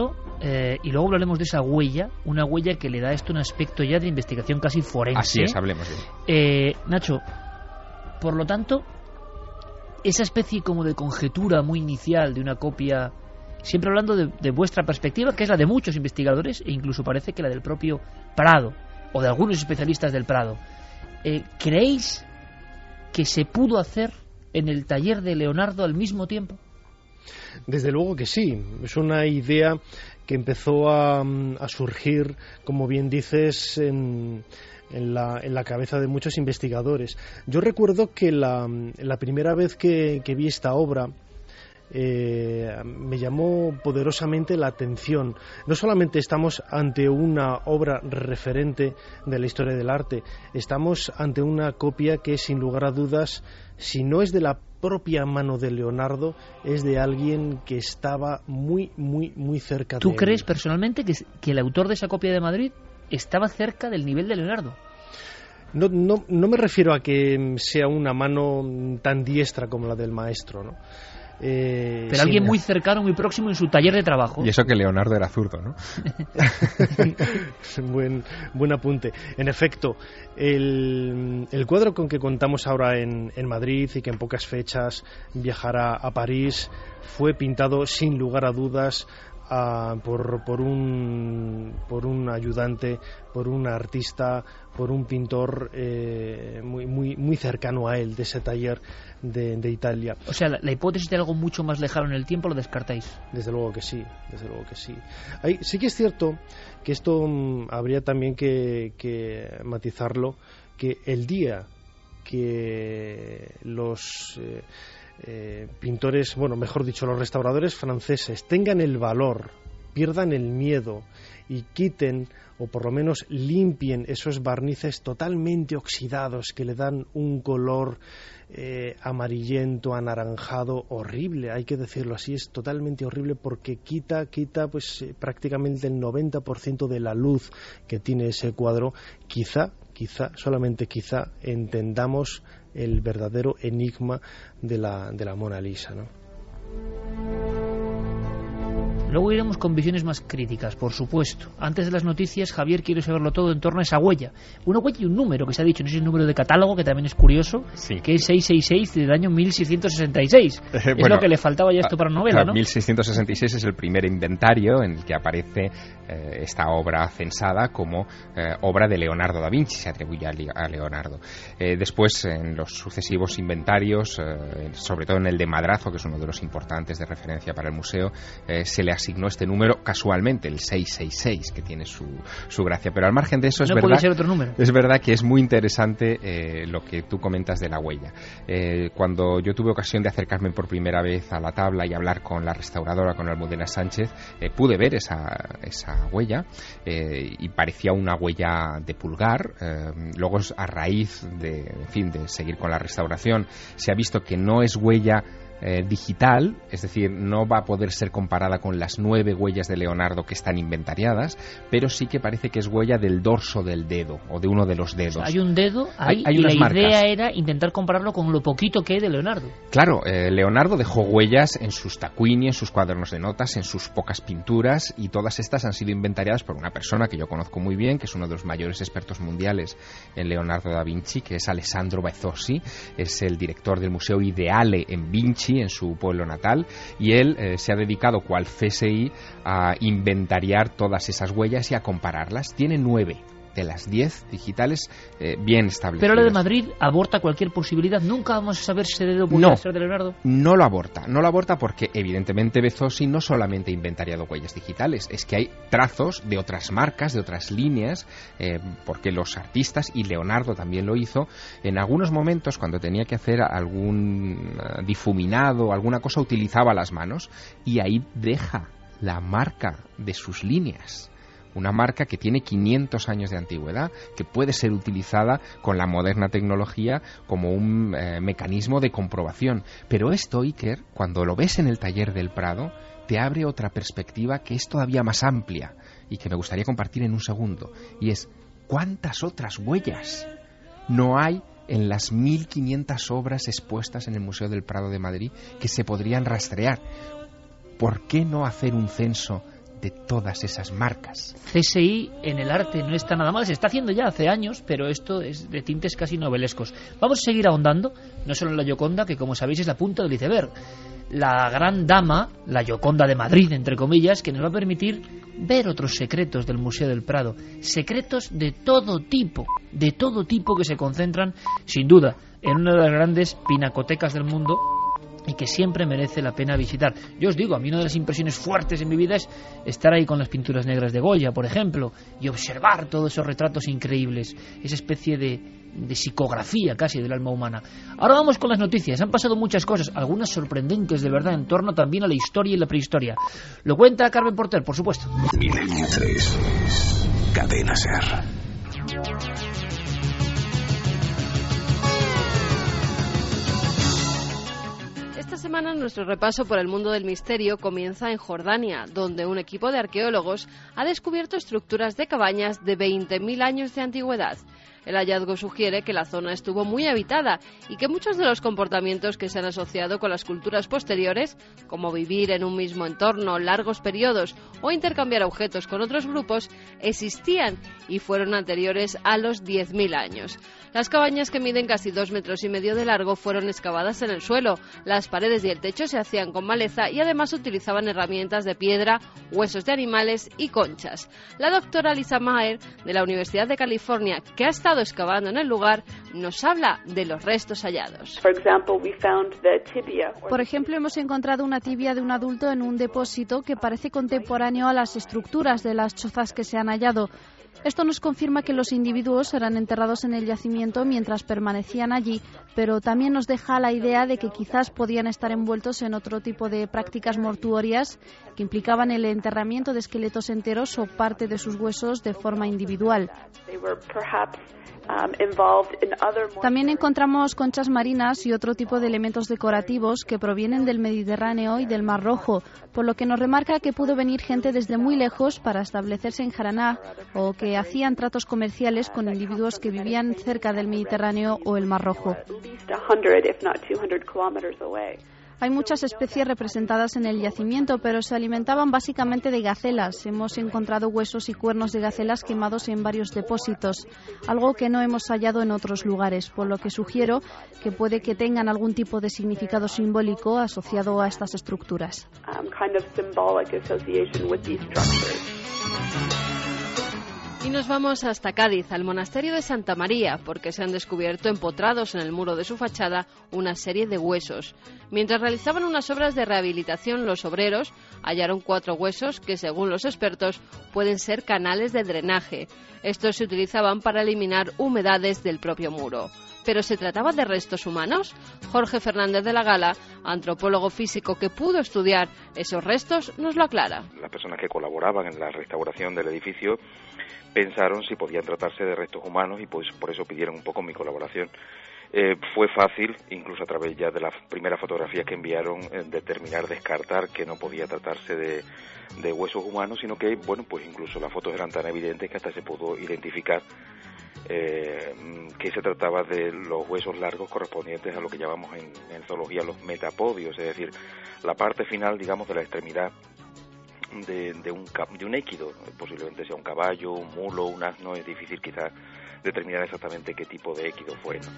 eh, y luego hablaremos de esa huella, una huella que le da a esto un aspecto ya de investigación casi forense. Así es, hablemos de eso. Eh, Nacho, por lo tanto, esa especie como de conjetura muy inicial de una copia, siempre hablando de, de vuestra perspectiva, que es la de muchos investigadores, e incluso parece que la del propio Prado, o de algunos especialistas del Prado, eh, ¿creéis que se pudo hacer en el taller de Leonardo al mismo tiempo? Desde luego que sí. Es una idea que empezó a, a surgir, como bien dices, en, en, la, en la cabeza de muchos investigadores. Yo recuerdo que la, la primera vez que, que vi esta obra, Eh, me llamó poderosamente la atención. No solamente estamos ante una obra referente de la historia del arte, estamos ante una copia que, sin lugar a dudas, si no es de la propia mano de Leonardo, es de alguien que estaba muy, muy, muy cerca de él. ¿Tú crees personalmente que, que el autor de esa copia de Madrid estaba cerca del nivel de Leonardo? No, no, no me refiero a que sea una mano tan diestra como la del maestro, ¿no? Eh, Pero alguien muy cercano, muy próximo en su taller de trabajo. Y eso que Leonardo era zurdo, ¿no? buen, buen apunte. En efecto, el, el cuadro con que contamos ahora en, en Madrid y que en pocas fechas viajará a París fue pintado sin lugar a dudas a, por, por, un, por un ayudante, por un artista, por un pintor eh, muy, muy, muy cercano a él, de ese taller de, de Italia. O sea, la, la hipótesis de algo mucho más lejano en el tiempo lo descartáis. Desde luego que sí, desde luego que sí. Hay, sí que es cierto que esto um, habría también que, que matizarlo, que el día que los eh, eh, pintores, bueno, mejor dicho, los restauradores franceses tengan el valor, pierdan el miedo y quiten o por lo menos limpien esos barnices totalmente oxidados que le dan un color eh, amarillento, anaranjado, horrible, hay que decirlo así, es totalmente horrible porque quita, quita pues eh, prácticamente el noventa por ciento de la luz que tiene ese cuadro. Quizá, quizá, solamente quizá entendamos el verdadero enigma de la, de la Mona Lisa, ¿no? Luego iremos con visiones más críticas, por supuesto. Antes de las noticias, Javier quiere saberlo todo en torno a esa huella. Una huella y un número que se ha dicho, no sé si es el número de catálogo, que también es curioso, sí, que es seiscientos sesenta y seis del año mil seiscientos sesenta y seis. Eh, es bueno, lo que le faltaba ya esto para novela, claro, ¿no? mil seiscientos sesenta y seis es el primer inventario en el que aparece eh, esta obra censada como eh, obra de Leonardo da Vinci, se atribuye a Leonardo. Eh, después, en los sucesivos inventarios, eh, sobre todo en el de Madrazo, que es uno de los importantes de referencia para el museo, eh, se le asignó este número casualmente, el seiscientos sesenta y seis, que tiene su, su gracia. Pero al margen de eso, es no verdad, puede ser otro número. Es verdad que es muy interesante eh, lo que tú comentas de la huella. Eh, cuando yo tuve ocasión de acercarme por primera vez a la tabla y hablar con la restauradora, con Almudena Sánchez, eh, pude ver esa, esa huella eh, y parecía una huella de pulgar. Eh, luego, a raíz de, en fin, de seguir con la restauración, se ha visto que no es huella Eh, digital, es decir, no va a poder ser comparada con las nueve huellas de Leonardo que están inventariadas, pero sí que parece que es huella del dorso del dedo o de uno de los dedos. O sea, hay un dedo ahí, hay, hay y la marcas. idea era intentar compararlo con lo poquito que hay de Leonardo. Claro, eh, Leonardo dejó huellas en sus tacuini, en sus cuadernos de notas, en sus pocas pinturas, y todas estas han sido inventariadas por una persona que yo conozco muy bien, que es uno de los mayores expertos mundiales en Leonardo da Vinci, que es Alessandro Bazzossi, es el director del Museo Ideale en Vinci, en su pueblo natal, y él eh, se ha dedicado, cual C S I, a inventariar todas esas huellas y a compararlas. Tiene nueve de las diez digitales eh, bien establecidas. Pero la de Madrid aborta cualquier posibilidad. Nunca vamos a saber si ese dedo puede no, ser de Leonardo. No lo aborta, no lo aborta porque evidentemente Bazzossi no solamente ha inventariado huellas digitales, es que hay trazos de otras marcas, de otras líneas, eh, porque los artistas, y Leonardo también lo hizo, en algunos momentos cuando tenía que hacer algún uh, difuminado, alguna cosa, utilizaba las manos y ahí deja la marca de sus líneas. Una marca que tiene quinientos años de antigüedad, que puede ser utilizada con la moderna tecnología como un eh, mecanismo de comprobación. Pero esto, Iker, cuando lo ves en el taller del Prado, te abre otra perspectiva que es todavía más amplia y que me gustaría compartir en un segundo. Y es, ¿cuántas otras huellas no hay en las mil quinientas obras expuestas en el Museo del Prado de Madrid que se podrían rastrear? ¿Por qué no hacer un censo de todas esas marcas. C S I en el arte no está nada mal, se está haciendo ya hace años, pero esto es de tintes casi novelescos. Vamos a seguir ahondando, no solo en la Gioconda, que como sabéis es la punta del iceberg, la gran dama, la Gioconda de Madrid, entre comillas, que nos va a permitir ver otros secretos del Museo del Prado, secretos de todo tipo, de todo tipo que se concentran, sin duda, en una de las grandes pinacotecas del mundo y que siempre merece la pena visitar. Yo os digo, a mí una de las impresiones fuertes en mi vida es estar ahí con las pinturas negras de Goya, por ejemplo, y observar todos esos retratos increíbles, esa especie de, de psicografía casi del alma humana. Ahora vamos con las noticias. Han pasado muchas cosas, algunas sorprendentes de verdad, en torno también a la historia y la prehistoria. Lo cuenta Carmen Porter, por supuesto. Milenio tres. Cadena Ser. Esta semana nuestro repaso por el mundo del misterio comienza en Jordania, donde un equipo de arqueólogos ha descubierto estructuras de cabañas de veinte mil años de antigüedad. El hallazgo sugiere que la zona estuvo muy habitada y que muchos de los comportamientos que se han asociado con las culturas posteriores, como vivir en un mismo entorno largos periodos o intercambiar objetos con otros grupos, existían y fueron anteriores a los diez mil años. Las cabañas, que miden casi dos metros y medio de largo, fueron excavadas en el suelo. Las paredes y el techo se hacían con maleza y además utilizaban herramientas de piedra, huesos de animales y conchas. La doctora Lisa Maher, de la Universidad de California, que ha estado excavando en el lugar, nos habla de los restos hallados. Por ejemplo, hemos encontrado una tibia de un adulto en un depósito que parece contemporáneo a las estructuras de las chozas que se han hallado. Esto nos confirma que los individuos eran enterrados en el yacimiento mientras permanecían allí, pero también nos deja la idea de que quizás podían estar envueltos en otro tipo de prácticas mortuorias que implicaban el enterramiento de esqueletos enteros o parte de sus huesos de forma individual. También encontramos conchas marinas y otro tipo de elementos decorativos que provienen del Mediterráneo y del Mar Rojo, por lo que nos remarca que pudo venir gente desde muy lejos para establecerse en Jaraná o que hacían tratos comerciales con individuos que vivían cerca del Mediterráneo o el Mar Rojo. Hay muchas especies representadas en el yacimiento, pero se alimentaban básicamente de gacelas. Hemos encontrado huesos y cuernos de gacelas quemados en varios depósitos, algo que no hemos hallado en otros lugares, por lo que sugiero que puede que tengan algún tipo de significado simbólico asociado a estas estructuras. Y nos vamos hasta Cádiz, al monasterio de Santa María, porque se han descubierto empotrados en el muro de su fachada una serie de huesos. Mientras realizaban unas obras de rehabilitación, los obreros hallaron cuatro huesos que, según los expertos, pueden ser canales de drenaje. Estos se utilizaban para eliminar humedades del propio muro. ¿Pero se trataba de restos humanos? Jorge Fernández de la Gala, antropólogo físico que pudo estudiar esos restos, nos lo aclara. Las personas que colaboraban en la restauración del edificio pensaron si podían tratarse de restos humanos y pues por eso pidieron un poco mi colaboración. Eh, fue fácil, incluso a través ya de las primeras fotografías que enviaron, eh, determinar, descartar que no podía tratarse de, de huesos humanos, sino que, bueno, pues incluso las fotos eran tan evidentes que hasta se pudo identificar eh, que se trataba de los huesos largos correspondientes a lo que llamamos en, en zoología los metapodios, es decir, la parte final, digamos, de la extremidad De, de, un, de un équido, posiblemente sea un caballo, un mulo, un asno. Es difícil quizás determinar exactamente qué tipo de équido fue, ¿no?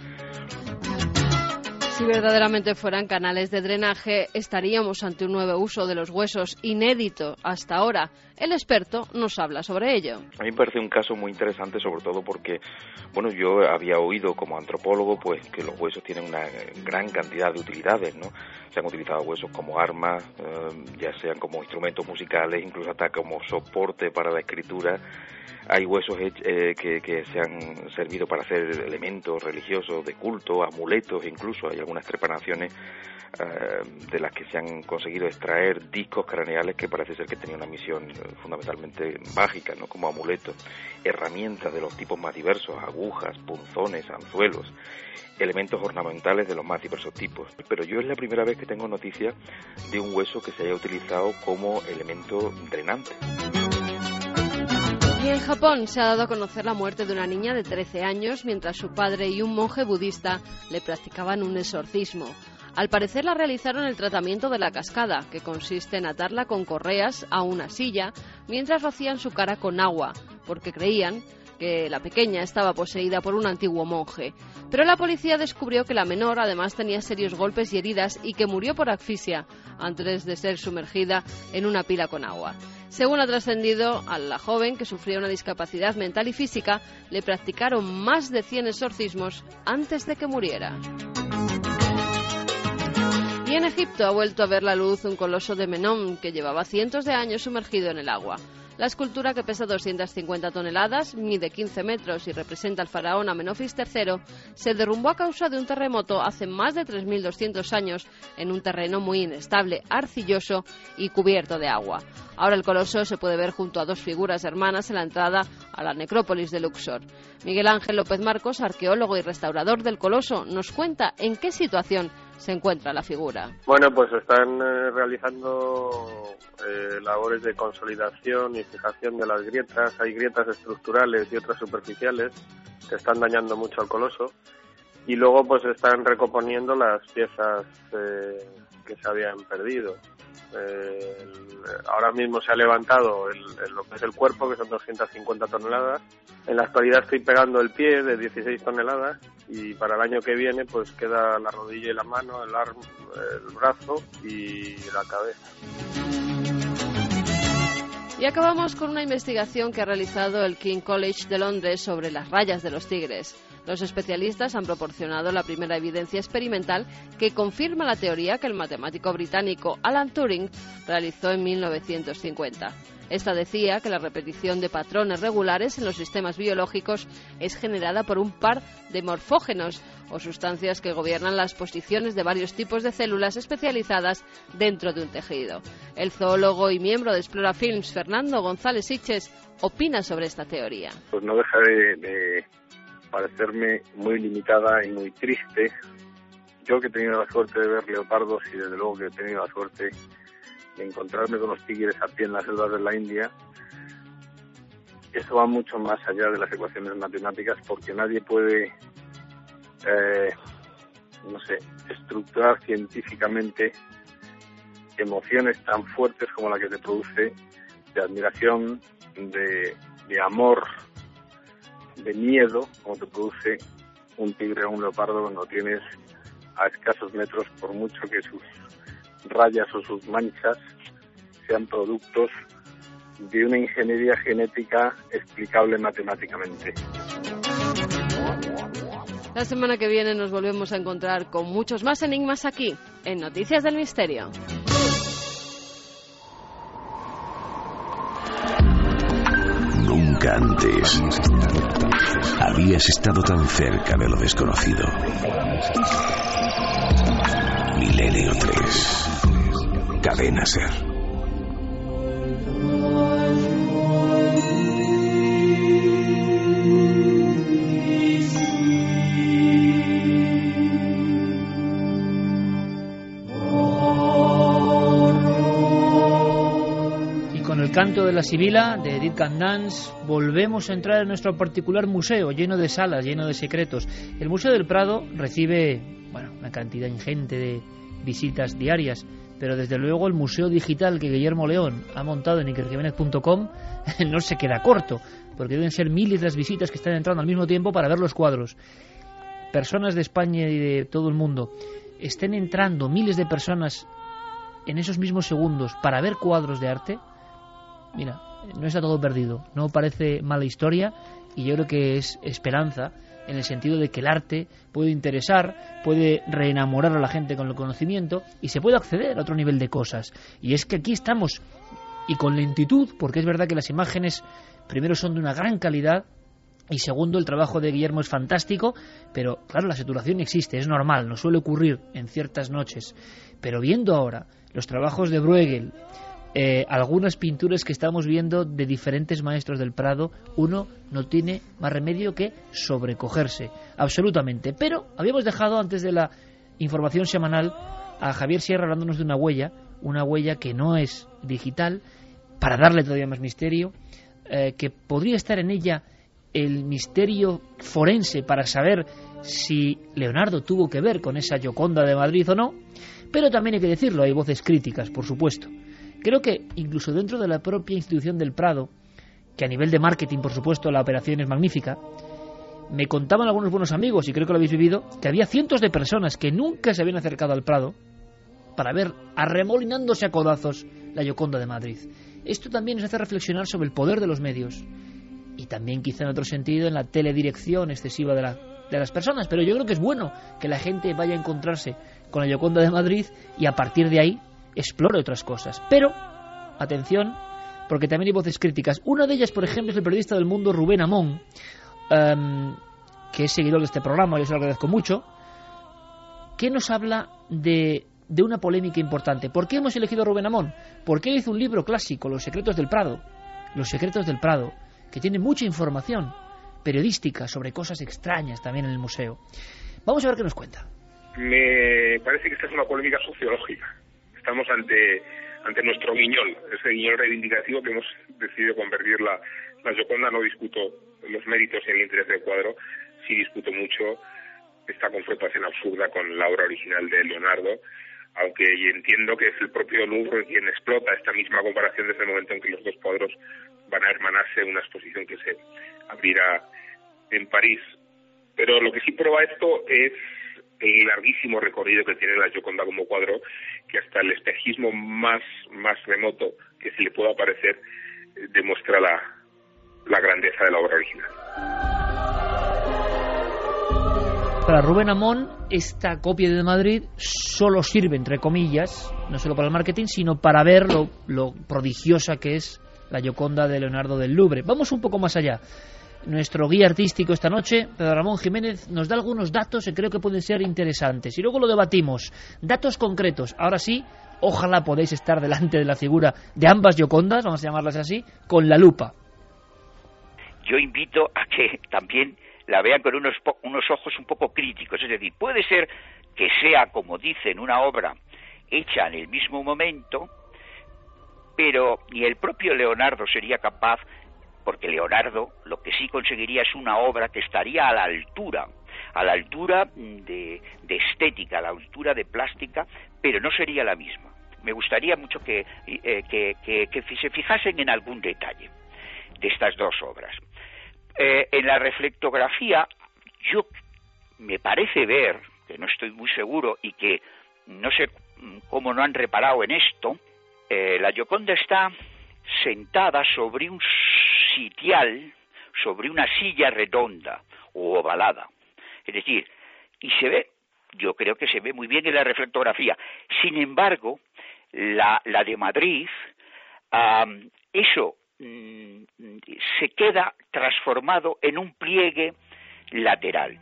Si verdaderamente fueran canales de drenaje, estaríamos ante un nuevo uso de los huesos inédito hasta ahora. El experto nos habla sobre ello. A mí me parece un caso muy interesante, sobre todo porque, bueno, yo había oído como antropólogo pues que los huesos tienen una gran cantidad de utilidades, ¿no? Se han utilizado huesos como armas, eh, ya sean como instrumentos musicales, incluso hasta como soporte para la escritura. Hay huesos eh, que, que se han servido para hacer elementos religiosos de culto, amuletos, incluso hay algunas trepanaciones eh, de las que se han conseguido extraer discos craneales que parece ser que tenían una misión eh, fundamentalmente mágica, ¿no? Como amuletos, herramientas de los tipos más diversos, agujas, punzones, anzuelos, elementos ornamentales de los más diversos tipos. Pero yo es la primera vez que tengo noticia de un hueso que se haya utilizado como elemento drenante. Y en Japón se ha dado a conocer la muerte de una niña de trece años mientras su padre y un monje budista le practicaban un exorcismo. Al parecer la realizaron el tratamiento de la cascada, que consiste en atarla con correas a una silla mientras rocían su cara con agua, porque creían que la pequeña estaba poseída por un antiguo monje. Pero la policía descubrió que la menor además tenía serios golpes y heridas y que murió por asfixia antes de ser sumergida en una pila con agua. Según ha trascendido, a la joven, que sufría una discapacidad mental y física, le practicaron más de cien exorcismos antes de que muriera. Y en Egipto ha vuelto a ver la luz un coloso de Menón que llevaba cientos de años sumergido en el agua. La escultura, que pesa doscientas cincuenta toneladas, mide quince metros y representa al faraón Amenofis tercero, se derrumbó a causa de un terremoto hace más de tres mil doscientos años en un terreno muy inestable, arcilloso y cubierto de agua. Ahora el coloso se puede ver junto a dos figuras hermanas en la entrada a la necrópolis de Luxor. Miguel Ángel López Marcos, arqueólogo y restaurador del coloso, nos cuenta en qué situación se encuentra la figura. Bueno, pues están eh, realizando eh, labores de consolidación y fijación de las grietas. Hay grietas estructurales y otras superficiales que están dañando mucho al coloso. Y luego pues están recomponiendo las piezas eh, que se habían perdido. Eh, el, ahora mismo se ha levantado el, el, lo que es el cuerpo, que son doscientas cincuenta toneladas. En la actualidad estoy pegando el pie de dieciséis toneladas y para el año que viene pues queda la rodilla y la mano, el, arm, el brazo y la cabeza. Y acabamos con una investigación que ha realizado el King College de Londres sobre las rayas de los tigres. Los especialistas han proporcionado la primera evidencia experimental que confirma la teoría que el matemático británico Alan Turing realizó en mil novecientos cincuenta. Esta decía que la repetición de patrones regulares en los sistemas biológicos es generada por un par de morfógenos o sustancias que gobiernan las posiciones de varios tipos de células especializadas dentro de un tejido. El zoólogo y miembro de Explora Films, Fernando González Siches, opina sobre esta teoría. Pues no deja de, de parecerme muy limitada y muy triste. Yo, que he tenido la suerte de ver leopardos y desde luego que he tenido la suerte de encontrarme con los tigres a pie en las selvas de la India, eso va mucho más allá de las ecuaciones matemáticas, porque nadie puede eh, no sé, estructurar científicamente emociones tan fuertes como la que te produce de admiración, de, de amor, de miedo, como te produce un tigre o un leopardo cuando tienes a escasos metros, por mucho que sus rayas o sus manchas sean productos de una ingeniería genética explicable matemáticamente. La semana que viene nos volvemos a encontrar con muchos más enigmas aquí, en Noticias del Misterio. Nunca antes habías estado tan cerca de lo desconocido. Milenio tres. Cadena Ser. Canto de la Sibila, de Edith Candans, volvemos a entrar en nuestro particular museo, lleno de salas, lleno de secretos. El Museo del Prado recibe, bueno, una cantidad ingente de visitas diarias, pero desde luego el museo digital que Guillermo León ha montado en iker jiménez punto com no se queda corto, porque deben ser miles las visitas que están entrando al mismo tiempo para ver los cuadros. Personas de España y de todo el mundo estén entrando, miles de personas en esos mismos segundos para ver cuadros de arte. Mira, no está todo perdido, no parece mala historia, y yo creo que es esperanza en el sentido de que el arte puede interesar, puede reenamorar a la gente con el conocimiento y se puede acceder a otro nivel de cosas. Y es que aquí estamos, y con lentitud, porque es verdad que las imágenes primero son de una gran calidad y segundo el trabajo de Guillermo es fantástico, pero claro, la saturación existe, es normal, nos suele ocurrir en ciertas noches. Pero viendo ahora los trabajos de Bruegel, Eh, algunas pinturas que estamos viendo de diferentes maestros del Prado, uno no tiene más remedio que sobrecogerse, absolutamente. Pero habíamos dejado antes de la información semanal a Javier Sierra hablándonos de una huella, una huella que no es digital, para darle todavía más misterio, eh, que podría estar en ella el misterio forense para saber si Leonardo tuvo que ver con esa Gioconda de Madrid o no, pero también hay que decirlo, hay voces críticas, por supuesto. Creo que incluso dentro de la propia institución del Prado, que a nivel de marketing, por supuesto, la operación es magnífica, me contaban algunos buenos amigos, y creo que lo habéis vivido, que había cientos de personas que nunca se habían acercado al Prado para ver, arremolinándose a codazos, la Gioconda de Madrid. Esto también nos hace reflexionar sobre el poder de los medios, y también quizá en otro sentido en la teledirección excesiva de, la, de las personas, pero yo creo que es bueno que la gente vaya a encontrarse con la Gioconda de Madrid y a partir de ahí explore otras cosas. Pero, atención, porque también hay voces críticas. Una de ellas, por ejemplo, es el periodista del Mundo Rubén Amón, um, que es seguidor de este programa, yo se lo agradezco mucho, que nos habla de, de una polémica importante. ¿Por qué hemos elegido a Rubén Amón? Porque él hizo un libro clásico, Los secretos del Prado, Los secretos del Prado, que tiene mucha información periodística sobre cosas extrañas también en el museo. Vamos a ver qué nos cuenta. Me parece que esta es una polémica sociológica. Estamos ante ante nuestro guiñol, ese guiñol reivindicativo que hemos decidido convertir la, la Gioconda. No discuto los méritos y el interés del cuadro, sí discuto mucho esta confrontación absurda con la obra original de Leonardo, aunque entiendo que es el propio Louvre quien explota esta misma comparación desde el momento en que los dos cuadros van a hermanarse en una exposición que se abrirá en París. Pero lo que sí prueba esto es el larguísimo recorrido que tiene la Gioconda como cuadro, que hasta el espejismo más más remoto que se le pueda parecer eh, demuestra la, la grandeza de la obra original. Para Rubén Amón, esta copia de Madrid solo sirve, entre comillas, no solo para el marketing, sino para ver lo, lo prodigiosa que es la Gioconda de Leonardo del Louvre. Vamos un poco más allá. Nuestro guía artístico esta noche, Pedro Ramón Jiménez, nos da algunos datos que creo que pueden ser interesantes. Y luego lo debatimos. Datos concretos. Ahora sí, ojalá podáis estar delante de la figura de ambas Giocondas, vamos a llamarlas así, con la lupa. Yo invito a que también la vean con unos, unos ojos un poco críticos. Es decir, puede ser que sea, como dicen, una obra hecha en el mismo momento, pero ni el propio Leonardo sería capaz, porque Leonardo lo que sí conseguiría es una obra que estaría a la altura, a la altura de, de estética, a la altura de plástica, pero no sería la misma. Me gustaría mucho que, eh, que, que, que se fijasen en algún detalle de estas dos obras. Eh, en la reflectografía, yo me parece ver, que no estoy muy seguro y que no sé cómo no han reparado en esto, eh, la Gioconda está sentada sobre un sitial, sobre una silla redonda o ovalada. Es decir, y se ve, yo creo que se ve muy bien en la reflectografía. Sin embargo, la, la de Madrid, um, eso um, se queda transformado en un pliegue lateral.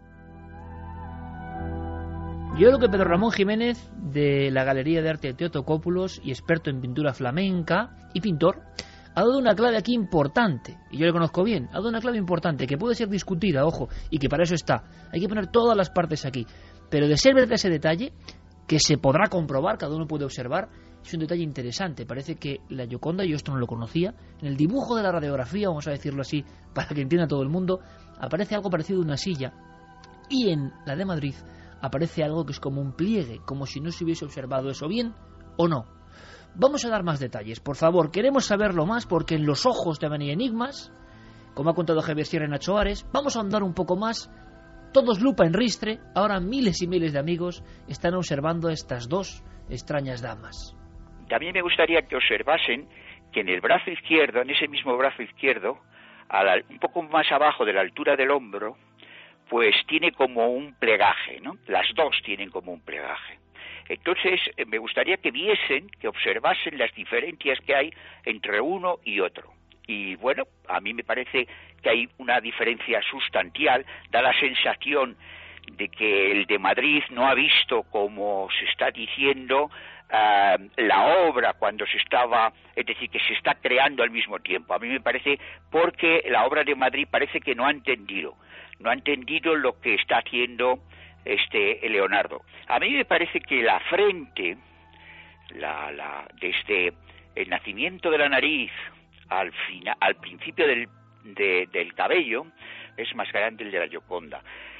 Yo creo que Pedro Ramón Jiménez, de la Galería de Arte de Teotocópulos y experto en pintura flamenca y pintor, ha dado una clave aquí importante, y yo le conozco bien, ha dado una clave importante que puede ser discutida, ojo, y que para eso está. Hay que poner todas las partes aquí. Pero de ser verdad ese detalle, que se podrá comprobar, cada uno puede observar, es un detalle interesante. Parece que la Gioconda, yo esto no lo conocía, en el dibujo de la radiografía, vamos a decirlo así, para que entienda todo el mundo, aparece algo parecido a una silla, y en la de Madrid aparece algo que es como un pliegue, como si no se hubiese observado eso bien o no. Vamos a dar más detalles, por favor, queremos saberlo más porque en los ojos también hay enigmas, como ha contado Javier Sierra y Nacho Ares. Vamos a andar un poco más, todos lupa en ristre, ahora miles y miles de amigos están observando a estas dos extrañas damas. También me gustaría que observasen que en el brazo izquierdo, en ese mismo brazo izquierdo, a la, un poco más abajo de la altura del hombro, pues tiene como un plegaje, ¿no? Las dos tienen como un plegaje. Entonces, eh, me gustaría que viesen, que observasen las diferencias que hay entre uno y otro. Y bueno, a mí me parece que hay una diferencia sustancial, da la sensación de que el de Madrid no ha visto, como se está diciendo, uh, la obra cuando se estaba, es decir, que se está creando al mismo tiempo. A mí me parece, porque la obra de Madrid parece que no ha entendido, no ha entendido lo que está haciendo este Leonardo. A mí me parece que la frente, la, la, desde el nacimiento de la nariz al final, al principio del, de, del cabello, es más grande el de la Gioconda.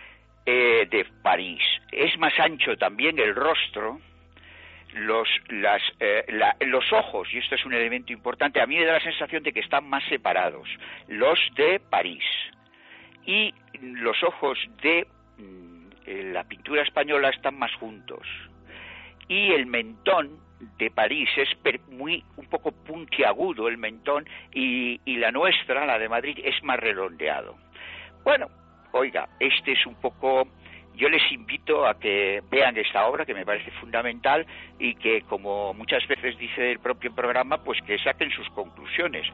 eh, de París. Es más ancho también el rostro, los, las, eh, la, los ojos, y esto es un elemento importante, a mí me da la sensación de que están más separados, los de París. Y los ojos de mm, la pintura española están más juntos. Y el mentón de París es per, muy un poco puntiagudo el mentón, y, y la nuestra, la de Madrid, es más redondeado. Bueno, oiga, este es un poco... Yo les invito a que vean esta obra, que me parece fundamental, y que, como muchas veces dice el propio programa, pues que saquen sus conclusiones.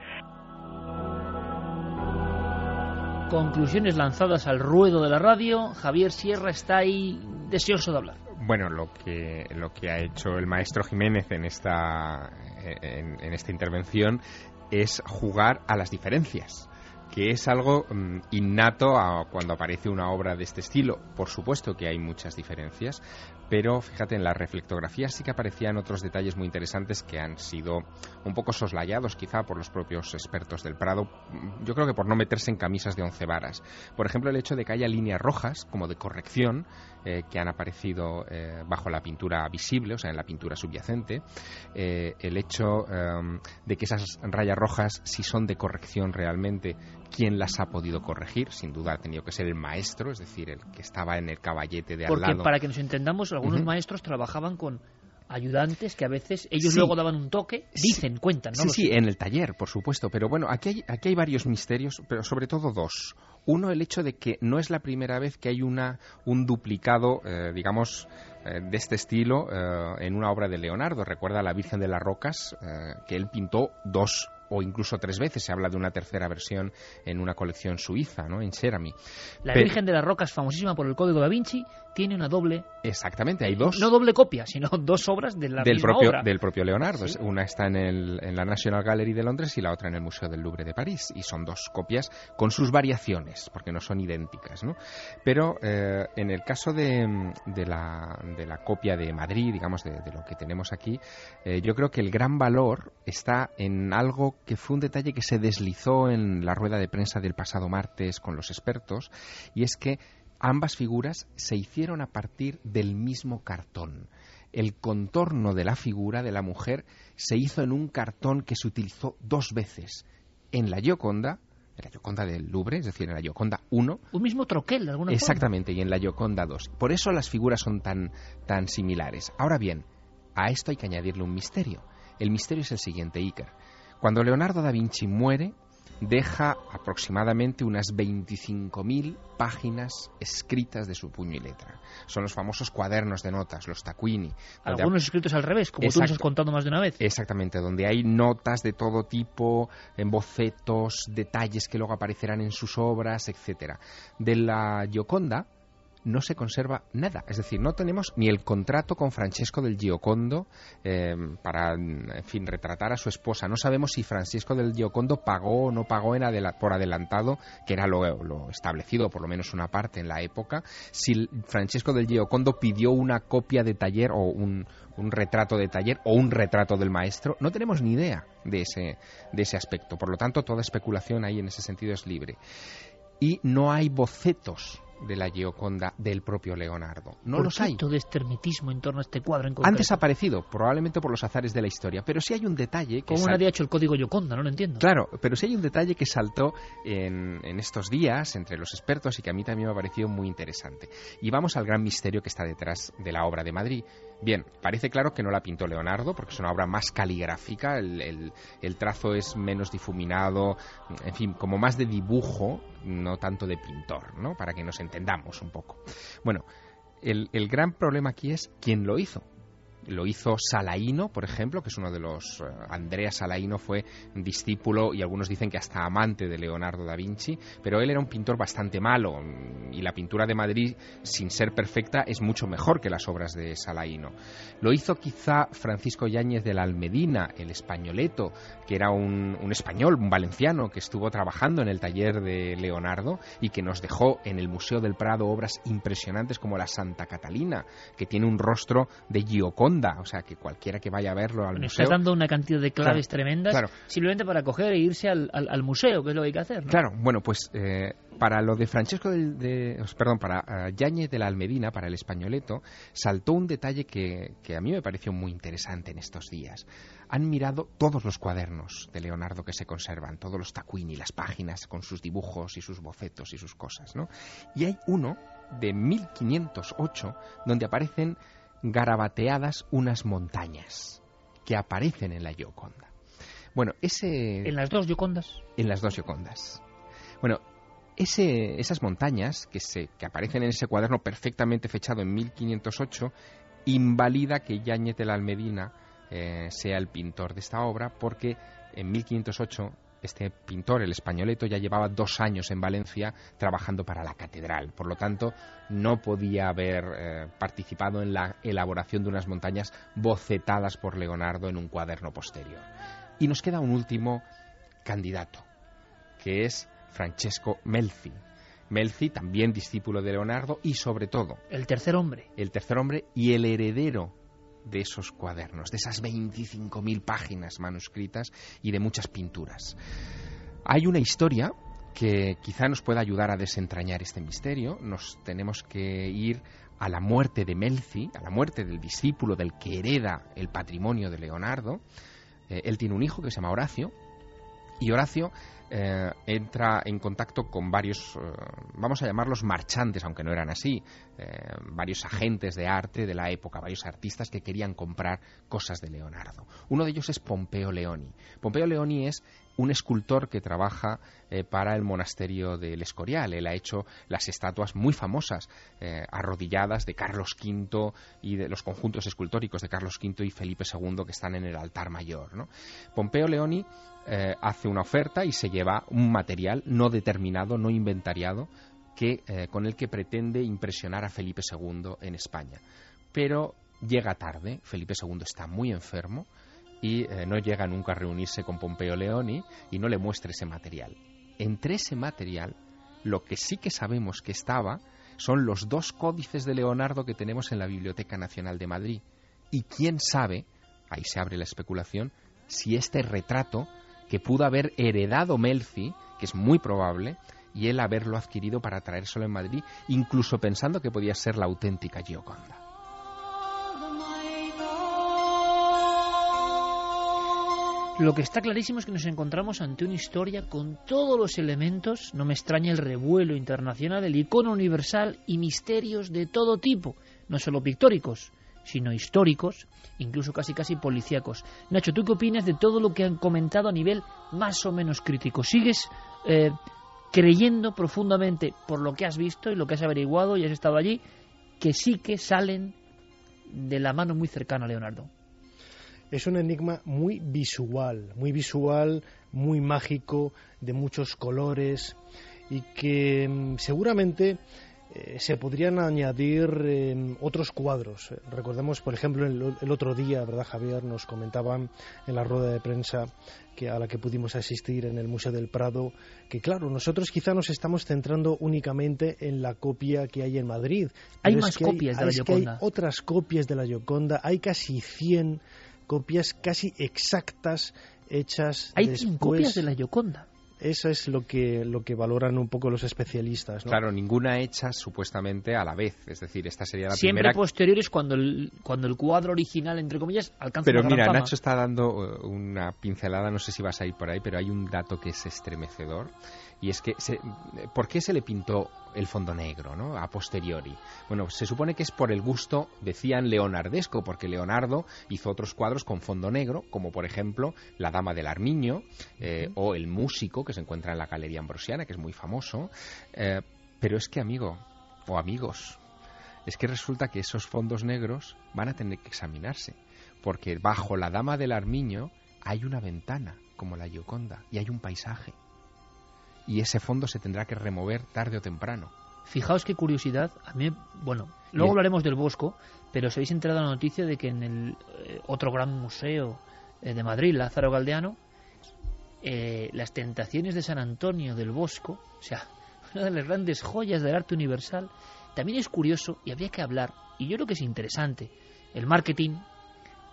Conclusiones lanzadas al ruedo de la radio. Javier Sierra está ahí deseoso de hablar. Bueno, lo que lo que ha hecho el maestro Jiménez en esta en, en esta intervención es jugar a las diferencias, que es algo um, innato a cuando aparece una obra de este estilo. Por supuesto que hay muchas diferencias, pero fíjate, en la reflectografía sí que aparecían otros detalles muy interesantes que han sido un poco soslayados quizá por los propios expertos del Prado, yo creo que por no meterse en camisas de once varas. Por ejemplo, el hecho de que haya líneas rojas como de corrección eh, que han aparecido eh, bajo la pintura visible, o sea, en la pintura subyacente, eh, el hecho eh, de que esas rayas rojas, si son de corrección realmente, ¿quién las ha podido corregir? Sin duda ha tenido que ser el maestro, es decir, el que estaba en el caballete de al Porque, lado. Porque, para que nos entendamos, algunos uh-huh. maestros trabajaban con ayudantes que a veces ellos sí. luego daban un toque, dicen, sí. cuentan, ¿no? Sí, sí, en el taller, por supuesto. Pero bueno, aquí hay, aquí hay varios misterios, pero sobre todo dos. Uno, el hecho de que no es la primera vez que hay una un duplicado, eh, digamos, eh, de este estilo eh, en una obra de Leonardo. Recuerda la Virgen de las Rocas, eh, que él pintó dos o incluso tres veces. Se habla de una tercera versión en una colección suiza, ¿no? En Cerami. La Pero, Virgen de las Rocas, famosísima por el Código da Vinci, tiene una doble... Exactamente, hay dos... No doble copia, sino dos obras de la del misma propio, obra. Del propio Leonardo. Sí. Una está en, el, en la National Gallery de Londres y la otra en el Museo del Louvre de París. Y son dos copias con sus variaciones, porque no son idénticas, ¿no? Pero eh, en el caso de, de, la, de la copia de Madrid, digamos, de, de lo que tenemos aquí, eh, yo creo que el gran valor está en algo que fue un detalle que se deslizó en la rueda de prensa del pasado martes con los expertos, y es que ambas figuras se hicieron a partir del mismo cartón. El contorno de la figura de la mujer se hizo en un cartón que se utilizó dos veces, en la Gioconda, en la Gioconda del Louvre, es decir, en la Gioconda uno. Un mismo troquel, de alguna Exactamente, forma. y en la Gioconda dos. Por eso las figuras son tan, tan similares. Ahora bien, a esto hay que añadirle un misterio. El misterio es el siguiente, Iker. Cuando Leonardo da Vinci muere, deja aproximadamente unas veinticinco mil páginas escritas de su puño y letra. Son los famosos cuadernos de notas, los taccuini. Algunos escritos al revés, como Exacto. tú nos has contado más de una vez. Exactamente, donde hay notas de todo tipo, en bocetos, detalles que luego aparecerán en sus obras, etcétera. De la Gioconda no se conserva nada, es decir, no tenemos ni el contrato con Francesco del Giocondo eh, para, en fin, retratar a su esposa. No sabemos si Francesco del Giocondo pagó o no pagó en adela- por adelantado, que era lo, lo establecido, por lo menos una parte en la época, si Francesco del Giocondo pidió una copia de taller o un, un retrato de taller o un retrato del maestro. No tenemos ni idea de ese, de ese aspecto, por lo tanto toda especulación ahí en ese sentido es libre. Y no hay bocetos de la Gioconda del propio Leonardo. No ¿Por los qué hay. todo este hermetismo en torno a este cuadro en concreto? Han desaparecido, probablemente por los azares de la historia, pero sí hay un detalle que... ¿Cómo sal... nadie ha hecho el código Gioconda? No lo entiendo. Claro, pero sí hay un detalle que saltó en, en estos días entre los expertos y que a mí también me ha parecido muy interesante. Y vamos al gran misterio que está detrás de la obra de Madrid. Bien, parece claro que no la pintó Leonardo, porque es una obra más caligráfica, el, el, el trazo es menos difuminado, en fin, como más de dibujo, no tanto de pintor, ¿no? Para que nos entendamos un poco. Bueno, el, el gran problema aquí es quién lo hizo. Lo hizo Salaíno, por ejemplo, que es uno de los... Uh, Andrea Salaíno fue discípulo y algunos dicen que hasta amante de Leonardo da Vinci, pero él era un pintor bastante malo y la pintura de Madrid, sin ser perfecta, es mucho mejor que las obras de Salaíno. Lo hizo quizá Francisco Yáñez de la Almedina, el españoleto, que era un, un español, un valenciano, que estuvo trabajando en el taller de Leonardo y que nos dejó en el Museo del Prado obras impresionantes como la Santa Catalina, que tiene un rostro de Gioconda, Gioconda, o sea, que cualquiera que vaya a verlo al bueno, museo... Estás dando una cantidad de claves claro, tremendas, claro. simplemente para coger e irse al, al, al museo, que es lo que hay que hacer, ¿no? Claro, bueno, pues eh, para lo de Francesco del, de, perdón, para uh, Yáñez de la Almedina, para el Españoleto, saltó un detalle que, que a mí me pareció muy interesante en estos días. Han mirado todos los cuadernos de Leonardo que se conservan, todos los tacuini, las páginas con sus dibujos y sus bocetos y sus cosas, ¿no? Y hay uno de mil quinientos ocho donde aparecen garabateadas unas montañas que aparecen en la Gioconda. Bueno, ese... ¿En las dos Giocondas? En las dos Giocondas. Bueno, ese, esas montañas que, se, que aparecen en ese cuaderno perfectamente fechado en mil quinientos ocho invalida que Yáñez de la Almedina eh, sea el pintor de esta obra, porque en mil quinientos ocho este pintor, el Españoleto, ya llevaba dos años en Valencia trabajando para la catedral. Por lo tanto, no podía haber eh, participado en la elaboración de unas montañas bocetadas por Leonardo en un cuaderno posterior. Y nos queda un último candidato, que es Francesco Melzi. Melzi, también discípulo de Leonardo y, sobre todo... El tercer hombre. El tercer hombre y el heredero de esos cuadernos, de esas veinticinco mil páginas manuscritas y de muchas pinturas. Hay una historia que quizá nos pueda ayudar a desentrañar este misterio. Nos tenemos que ir a la muerte de Melzi, a la muerte del discípulo del que hereda el patrimonio de Leonardo. Eh, él tiene un hijo que se llama Horacio, y Horacio eh, entra en contacto con varios, eh, vamos a llamarlos marchantes, aunque no eran así, eh, varios agentes de arte de la época, varios artistas que querían comprar cosas de Leonardo. Uno de ellos es Pompeo Leoni. Pompeo Leoni es un escultor que trabaja eh, para el monasterio del Escorial. Él ha hecho las estatuas muy famosas, eh, arrodilladas, de Carlos quinto y de los conjuntos escultóricos de Carlos quinto y Felipe segundo que están en el altar mayor, ¿no? Pompeo Leoni eh, hace una oferta y se lleva un material no determinado, no inventariado, que, eh, con el que pretende impresionar a Felipe segundo en España. Pero llega tarde, Felipe segundo está muy enfermo, y eh, no llega nunca a reunirse con Pompeo Leoni y no le muestra ese material. Entre ese material, lo que sí que sabemos que estaba son los dos códices de Leonardo que tenemos en la Biblioteca Nacional de Madrid. Y quién sabe, ahí se abre la especulación, si este retrato que pudo haber heredado Melzi, que es muy probable, y él haberlo adquirido para traérselo en Madrid, incluso pensando que podía ser la auténtica Gioconda. Lo que está clarísimo es que nos encontramos ante una historia con todos los elementos, no me extraña el revuelo internacional, el icono universal y misterios de todo tipo, no solo pictóricos, sino históricos, incluso casi casi policíacos. Nacho, ¿tú qué opinas de todo lo que han comentado a nivel más o menos crítico? ¿Sigues eh, creyendo profundamente, por lo que has visto y lo que has averiguado y has estado allí, que sí que salen de la mano muy cercana a Leonardo? Es un enigma muy visual, muy visual, muy mágico, de muchos colores, y que mm, seguramente eh, se podrían añadir eh, otros cuadros. Recordemos, por ejemplo, el, el otro día, ¿verdad, Javier? Nos comentaban en la rueda de prensa que a la que pudimos asistir en el Museo del Prado, que claro, nosotros quizá nos estamos centrando únicamente en la copia que hay en Madrid. Hay más copias hay, de la es Gioconda. Que hay otras copias de la Gioconda, hay casi cien copias casi exactas hechas hay después. cien copias de la Gioconda. Eso es lo que lo que valoran un poco los especialistas, ¿no? Claro, ninguna hecha supuestamente a la vez, es decir, esta sería la siempre primera. Posteriores cuando el cuando el cuadro original, entre comillas, alcanza pero una gran mira, fama. Nacho está dando una pincelada, no sé si vas a ir por ahí, pero hay un dato que es estremecedor, y es que se, ¿por qué se le pintó el fondo negro, ¿no?, a posteriori? Bueno, se supone que es por el gusto, decían, leonardesco, porque Leonardo hizo otros cuadros con fondo negro, como por ejemplo La Dama del Armiño, eh, uh-huh. o El Músico, que se encuentra en la Galería Ambrosiana, que es muy famoso, eh, pero es que, amigo, o amigos, es que resulta que esos fondos negros van a tener que examinarse, porque bajo La Dama del Armiño hay una ventana, como la Gioconda, y hay un paisaje. Y ese fondo se tendrá que remover tarde o temprano. Fijaos qué curiosidad. A mí, bueno, luego Bien. hablaremos del Bosco, pero os habéis enterado de la noticia de que en el eh, otro gran museo eh, de Madrid, Lázaro Galdeano, eh, las Tentaciones de San Antonio del Bosco, o sea, una de las grandes joyas del arte universal, también es curioso y habría que hablar, y yo creo que es interesante, el marketing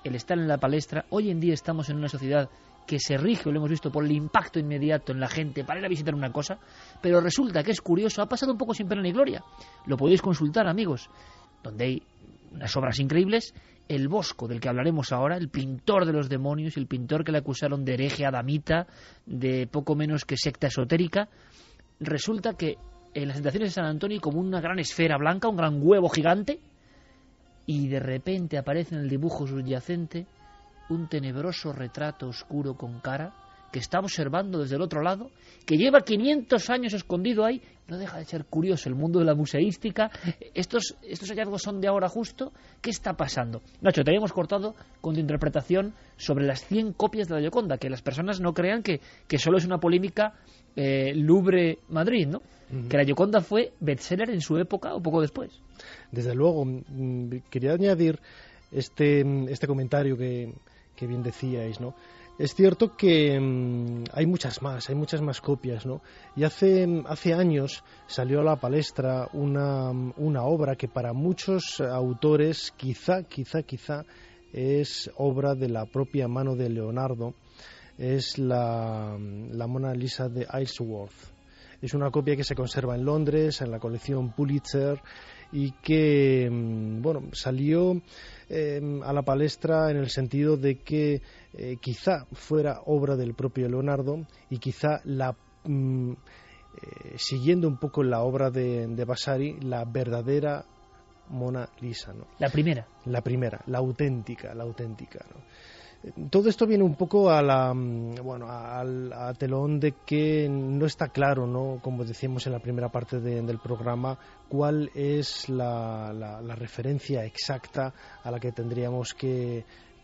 el estar en la palestra. Hoy en día estamos en una sociedad que se rige, lo hemos visto, por el impacto inmediato en la gente para ir a visitar una cosa, pero resulta que es curioso, ha pasado un poco sin pena ni gloria. Lo podéis consultar, amigos, donde hay unas obras increíbles. El Bosco, del que hablaremos ahora, el pintor de los demonios, el pintor que le acusaron de hereje adamita, de poco menos que secta esotérica, resulta que en las tentaciones de San Antonio hay como una gran esfera blanca, un gran huevo gigante, y de repente aparece en el dibujo subyacente un tenebroso retrato oscuro con cara que está observando desde el otro lado, que lleva quinientos años escondido ahí. No deja de ser curioso el mundo de la museística. Estos, estos hallazgos son de ahora justo. ¿Qué está pasando? Nacho, te habíamos cortado con tu interpretación sobre las cien copias de la Gioconda, que las personas no crean que, que solo es una polémica eh, Louvre-Madrid, ¿no? Uh-huh. Que la Gioconda fue bestseller en su época o poco después. Desde luego. Quería añadir este, este comentario que, que bien decíais, ¿no? Es cierto que mmm, hay muchas más, hay muchas más copias, ¿no? Y hace, hace años salió a la palestra una, una obra que para muchos autores quizá, quizá, quizá es obra de la propia mano de Leonardo. Es la, la Mona Lisa de Isleworth. Es una copia que se conserva en Londres, en la colección Pulitzer, y que, bueno, salió eh, a la palestra en el sentido de que eh, quizá fuera obra del propio Leonardo y quizá la mm, eh, siguiendo un poco la obra de, de Vasari, la verdadera Mona Lisa, ¿no? La primera. La primera, la auténtica, la auténtica, ¿no? Todo esto viene un poco a la, bueno, al a telón de que no está claro, ¿no? Como decíamos en la primera parte de, del programa, cuál es la, la, la referencia exacta a la que tendríamos que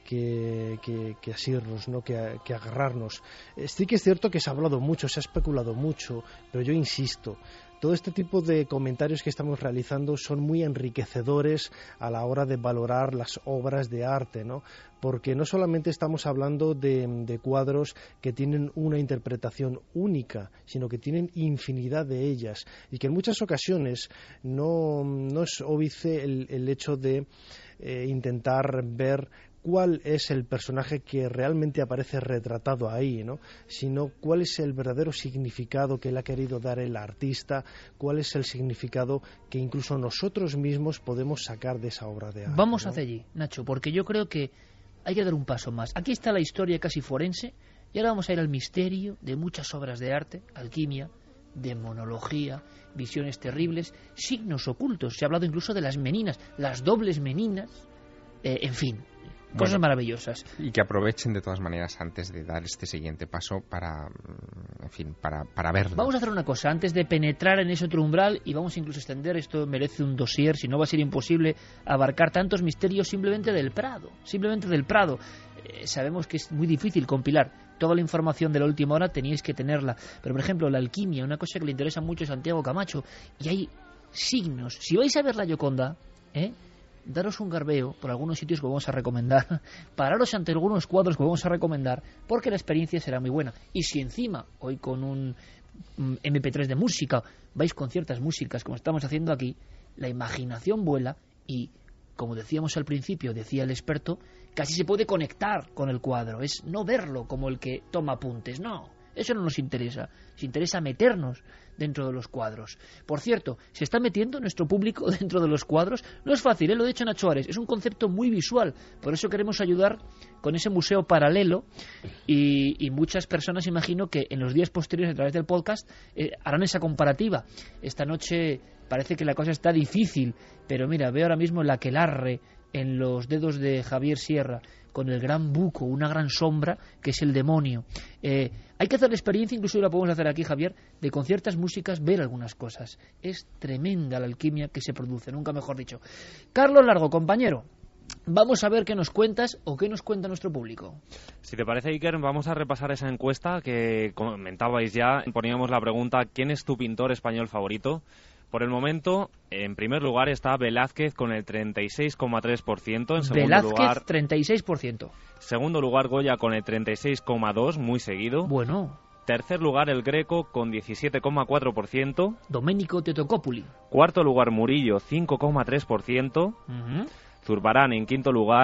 que, que, que asirnos, ¿no? que, que agarrarnos. Sí que es cierto que se ha hablado mucho, se ha especulado mucho, pero yo insisto, todo este tipo de comentarios que estamos realizando son muy enriquecedores a la hora de valorar las obras de arte, ¿no? Porque no solamente estamos hablando de, de cuadros que tienen una interpretación única, sino que tienen infinidad de ellas, y que en muchas ocasiones no, no es óbice el, el hecho de eh, intentar ver cuál es el personaje que realmente aparece retratado ahí, ¿no? Sino cuál es el verdadero significado que le ha querido dar el artista, cuál es el significado que incluso nosotros mismos podemos sacar de esa obra de arte. Vamos ¿no? hacia allí, Nacho, porque yo creo que hay que dar un paso más. Aquí está la historia casi forense, y ahora vamos a ir al misterio de muchas obras de arte, alquimia, demonología, visiones terribles, signos ocultos. Se ha hablado incluso de las meninas, las dobles meninas, eh, en fin, cosas bueno, maravillosas. Y que aprovechen de todas maneras antes de dar este siguiente paso para, en fin, para, para verlo. Vamos a hacer una cosa, antes de penetrar en ese otro umbral, y vamos incluso a extender, esto merece un dossier, si no va a ser imposible abarcar tantos misterios simplemente del Prado, simplemente del Prado. Eh, sabemos que es muy difícil compilar toda la información de la última hora, teníais que tenerla. Pero, por ejemplo, la alquimia, una cosa que le interesa mucho a Santiago Camacho, y hay signos. Si vais a ver la Gioconda, ¿eh? daros un garbeo por algunos sitios que vamos a recomendar, pararos ante algunos cuadros que vamos a recomendar, porque la experiencia será muy buena. Y si encima, hoy con un eme pe tres de música, vais con ciertas músicas como estamos haciendo aquí, la imaginación vuela y, como decíamos al principio, decía el experto, casi se puede conectar con el cuadro. Es no verlo como el que toma apuntes, no. Eso no nos interesa, nos interesa meternos dentro de los cuadros. Por cierto, se está metiendo nuestro público dentro de los cuadros. No es fácil, ¿eh? Lo ha dicho Nacho Ares, es un concepto muy visual, por eso queremos ayudar con ese museo paralelo, y, y muchas personas, imagino, que en los días posteriores a través del podcast eh, harán esa comparativa. Esta noche parece que la cosa está difícil, pero mira, veo ahora mismo el aquelarre en los dedos de Javier Sierra, con el gran buco, una gran sombra, que es el demonio. Eh, hay que hacer la experiencia, incluso la podemos hacer aquí, Javier, de con ciertas músicas ver algunas cosas. Es tremenda la alquimia que se produce, nunca mejor dicho. Carlos Largo, compañero, vamos a ver qué nos cuentas o qué nos cuenta nuestro público. Si te parece, Iker, vamos a repasar esa encuesta que comentabais ya. Poníamos la pregunta, ¿quién es tu pintor español favorito? Por el momento, en primer lugar está Velázquez con el treinta y seis coma tres por ciento. En segundo Velázquez, lugar, treinta y seis por ciento. Segundo lugar, Goya con el treinta y seis coma dos por ciento, muy seguido. Bueno. Tercer lugar, el Greco con diecisiete coma cuatro por ciento. Domenico Totocopuli. Cuarto lugar, Murillo, cinco coma tres por ciento. Uh-huh. Zurbarán en quinto lugar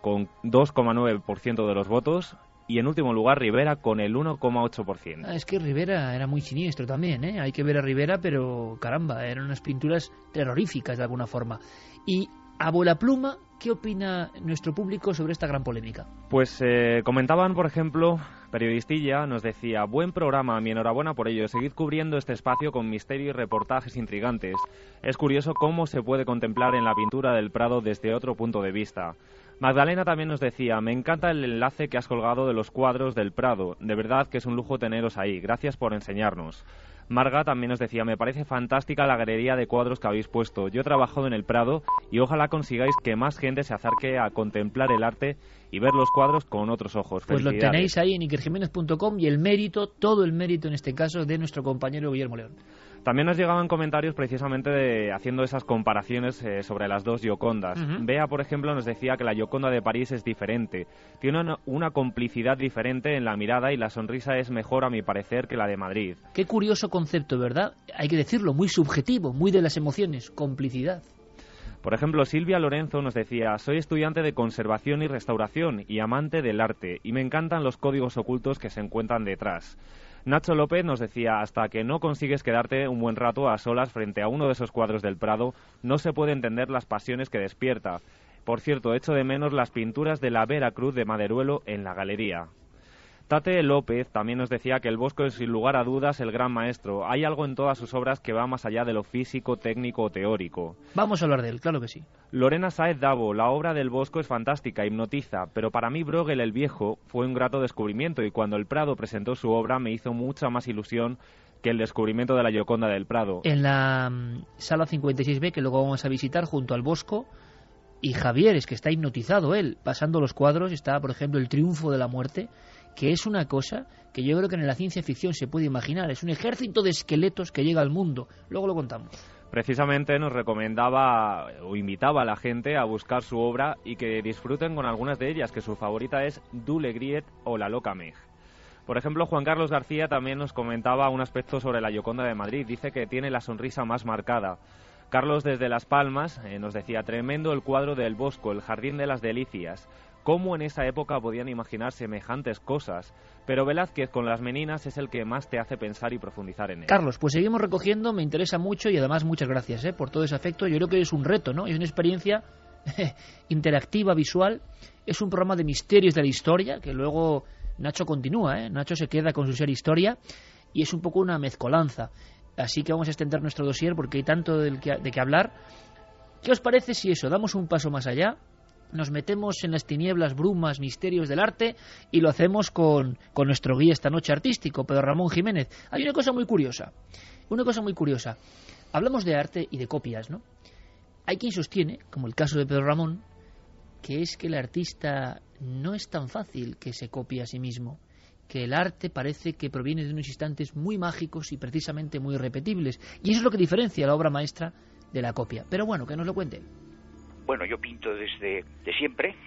con dos coma nueve por ciento de los votos. Y en último lugar, Rivera con el uno coma ocho por ciento. Ah, es que Rivera era muy siniestro también, ¿eh? Hay que ver a Rivera, pero caramba, eran unas pinturas terroríficas de alguna forma. Y Abuela Pluma, ¿qué opina nuestro público sobre esta gran polémica? Pues eh, comentaban, por ejemplo, Periodistilla nos decía: buen programa, mi enhorabuena por ello, seguid cubriendo este espacio con misterio y reportajes intrigantes. Es curioso cómo se puede contemplar en la pintura del Prado desde otro punto de vista. Magdalena también nos decía: me encanta el enlace que has colgado de los cuadros del Prado, de verdad que es un lujo teneros ahí, gracias por enseñarnos. Marga también nos decía: me parece fantástica la galería de cuadros que habéis puesto, yo he trabajado en el Prado y ojalá consigáis que más gente se acerque a contemplar el arte y ver los cuadros con otros ojos. Pues lo tenéis ahí en iker jiménez punto com y el mérito, todo el mérito en este caso, de nuestro compañero Guillermo León. También nos llegaban comentarios precisamente de, haciendo esas comparaciones eh, sobre las dos Giocondas. Uh-huh. Bea, por ejemplo, nos decía que la Gioconda de París es diferente. Tiene una, una complicidad diferente en la mirada y la sonrisa es mejor, a mi parecer, que la de Madrid. Qué curioso concepto, ¿verdad? Hay que decirlo, muy subjetivo, muy de las emociones, complicidad. Por ejemplo, Silvia Lorenzo nos decía: soy estudiante de conservación y restauración y amante del arte, y me encantan los códigos ocultos que se encuentran detrás. Nacho López nos decía: hasta que no consigues quedarte un buen rato a solas frente a uno de esos cuadros del Prado, no se puede entender las pasiones que despierta. Por cierto, echo de menos las pinturas de la Vera Cruz de Maderuelo en la galería. Tate López también nos decía que el Bosco es sin lugar a dudas el gran maestro. Hay algo en todas sus obras que va más allá de lo físico, técnico o teórico. Vamos a hablar de él, claro que sí. Lorena Sáez Davo: la obra del Bosco es fantástica, hipnotiza, pero para mí Bruegel el Viejo fue un grato descubrimiento y cuando el Prado presentó su obra me hizo mucha más ilusión que el descubrimiento de la Gioconda del Prado. En la um, sala cincuenta y seis B, que luego vamos a visitar junto al Bosco, y Javier es que está hipnotizado él, pasando los cuadros, está por ejemplo el Triunfo de la Muerte, que es una cosa que yo creo que en la ciencia ficción se puede imaginar. Es un ejército de esqueletos que llega al mundo. Luego lo contamos. Precisamente nos recomendaba o invitaba a la gente a buscar su obra y que disfruten con algunas de ellas, que su favorita es Dule Griet o La Loca Meg. Por ejemplo, Juan Carlos García también nos comentaba un aspecto sobre la Gioconda de Madrid. Dice que tiene la sonrisa más marcada. Carlos desde Las Palmas eh, nos decía: tremendo el cuadro del Bosco, el Jardín de las Delicias. ¿Cómo en esa época podían imaginar semejantes cosas? Pero Velázquez con las Meninas es el que más te hace pensar y profundizar en él. Carlos, pues seguimos recogiendo, me interesa mucho y además muchas gracias ¿eh? por todo ese afecto. Yo creo que es un reto, ¿no? Es una experiencia interactiva, visual. Es un programa de misterios de la historia, que luego Nacho continúa, ¿eh? Nacho se queda con su ser historia y es un poco una mezcolanza. Así que vamos a extender nuestro dossier porque hay tanto de que, de que hablar. ¿Qué os parece si eso, damos un paso más allá? Nos metemos en las tinieblas, brumas, misterios del arte y lo hacemos con, con nuestro guía esta noche artístico, Pedro Ramón Jiménez. Hay una cosa muy curiosa, una cosa muy curiosa. Hablamos de arte y de copias, ¿no? Hay quien sostiene, como el caso de Pedro Ramón, que es que el artista no es tan fácil que se copie a sí mismo, que el arte parece que proviene de unos instantes muy mágicos y precisamente muy repetibles. Y eso es lo que diferencia la obra maestra de la copia. Pero bueno, que nos lo cuente. Bueno, yo pinto desde de siempre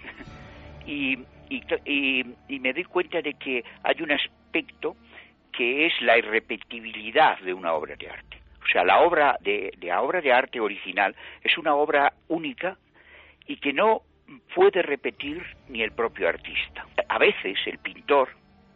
y, y, y, y me doy cuenta de que hay un aspecto que es la irrepetibilidad de una obra de arte. O sea, la obra de, de la obra de arte original es una obra única y que no puede repetir ni el propio artista. A veces el pintor,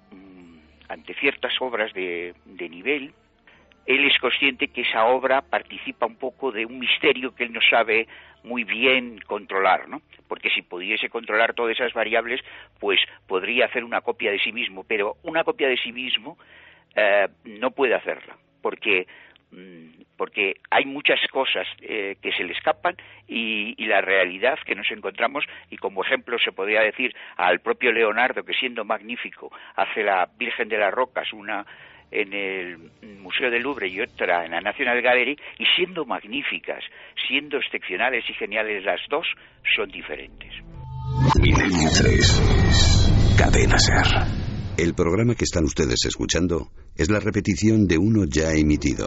ante ciertas obras de, de nivel, él es consciente que esa obra participa un poco de un misterio que él no sabe muy bien controlar, ¿no? Porque si pudiese controlar todas esas variables, pues podría hacer una copia de sí mismo, pero una copia de sí mismo eh, no puede hacerla, porque porque hay muchas cosas eh, que se le escapan y, y la realidad que nos encontramos, y como ejemplo se podría decir al propio Leonardo, que siendo magnífico hace la Virgen de las Rocas, una en el Museo del Louvre y otra en la National Gallery, y siendo magníficas, siendo excepcionales y geniales las dos, son diferentes. Milenio tres. Cadena SER. El programa que están ustedes escuchando es la repetición de uno ya emitido.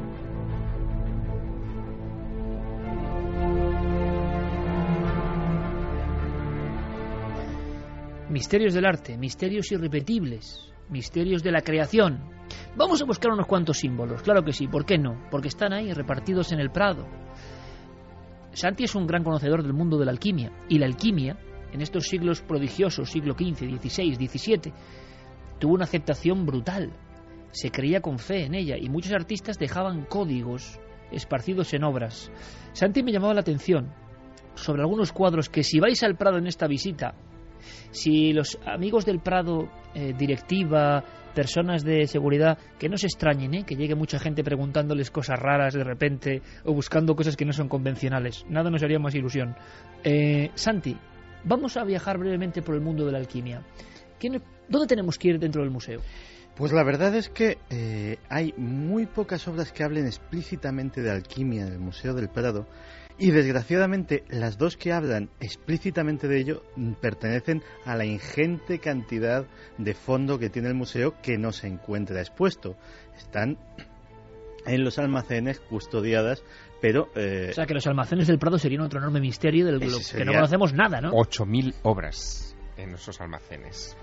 Misterios del arte, misterios irrepetibles, misterios de la creación. Vamos a buscar unos cuantos símbolos, claro que sí, ¿por qué no? Porque están ahí repartidos en el Prado. Santi es un gran conocedor del mundo de la alquimia, y la alquimia en estos siglos prodigiosos, siglo quince, dieciséis, diecisiete, tuvo una aceptación brutal. Se creía con fe en ella y muchos artistas dejaban códigos esparcidos en obras. Santi me llamaba la atención sobre algunos cuadros que, si vais al Prado en esta visita, si los amigos del Prado, eh, directiva, personas de seguridad, que no se extrañen, ¿eh? que llegue mucha gente preguntándoles cosas raras de repente o buscando cosas que no son convencionales. Nada nos haría más ilusión. Eh, Santi, vamos a viajar brevemente por el mundo de la alquimia. ¿Quién, ¿Dónde tenemos que ir dentro del museo? Pues la verdad es que eh, hay muy pocas obras que hablen explícitamente de alquimia en el Museo del Prado, y desgraciadamente las dos que hablan explícitamente de ello pertenecen a la ingente cantidad de fondo que tiene el museo, que no se encuentra expuesto. Están en los almacenes custodiadas, pero... Eh, o sea, que los almacenes del Prado serían otro enorme misterio del sería que no conocemos nada, ¿no? ocho mil obras en nuestros almacenes.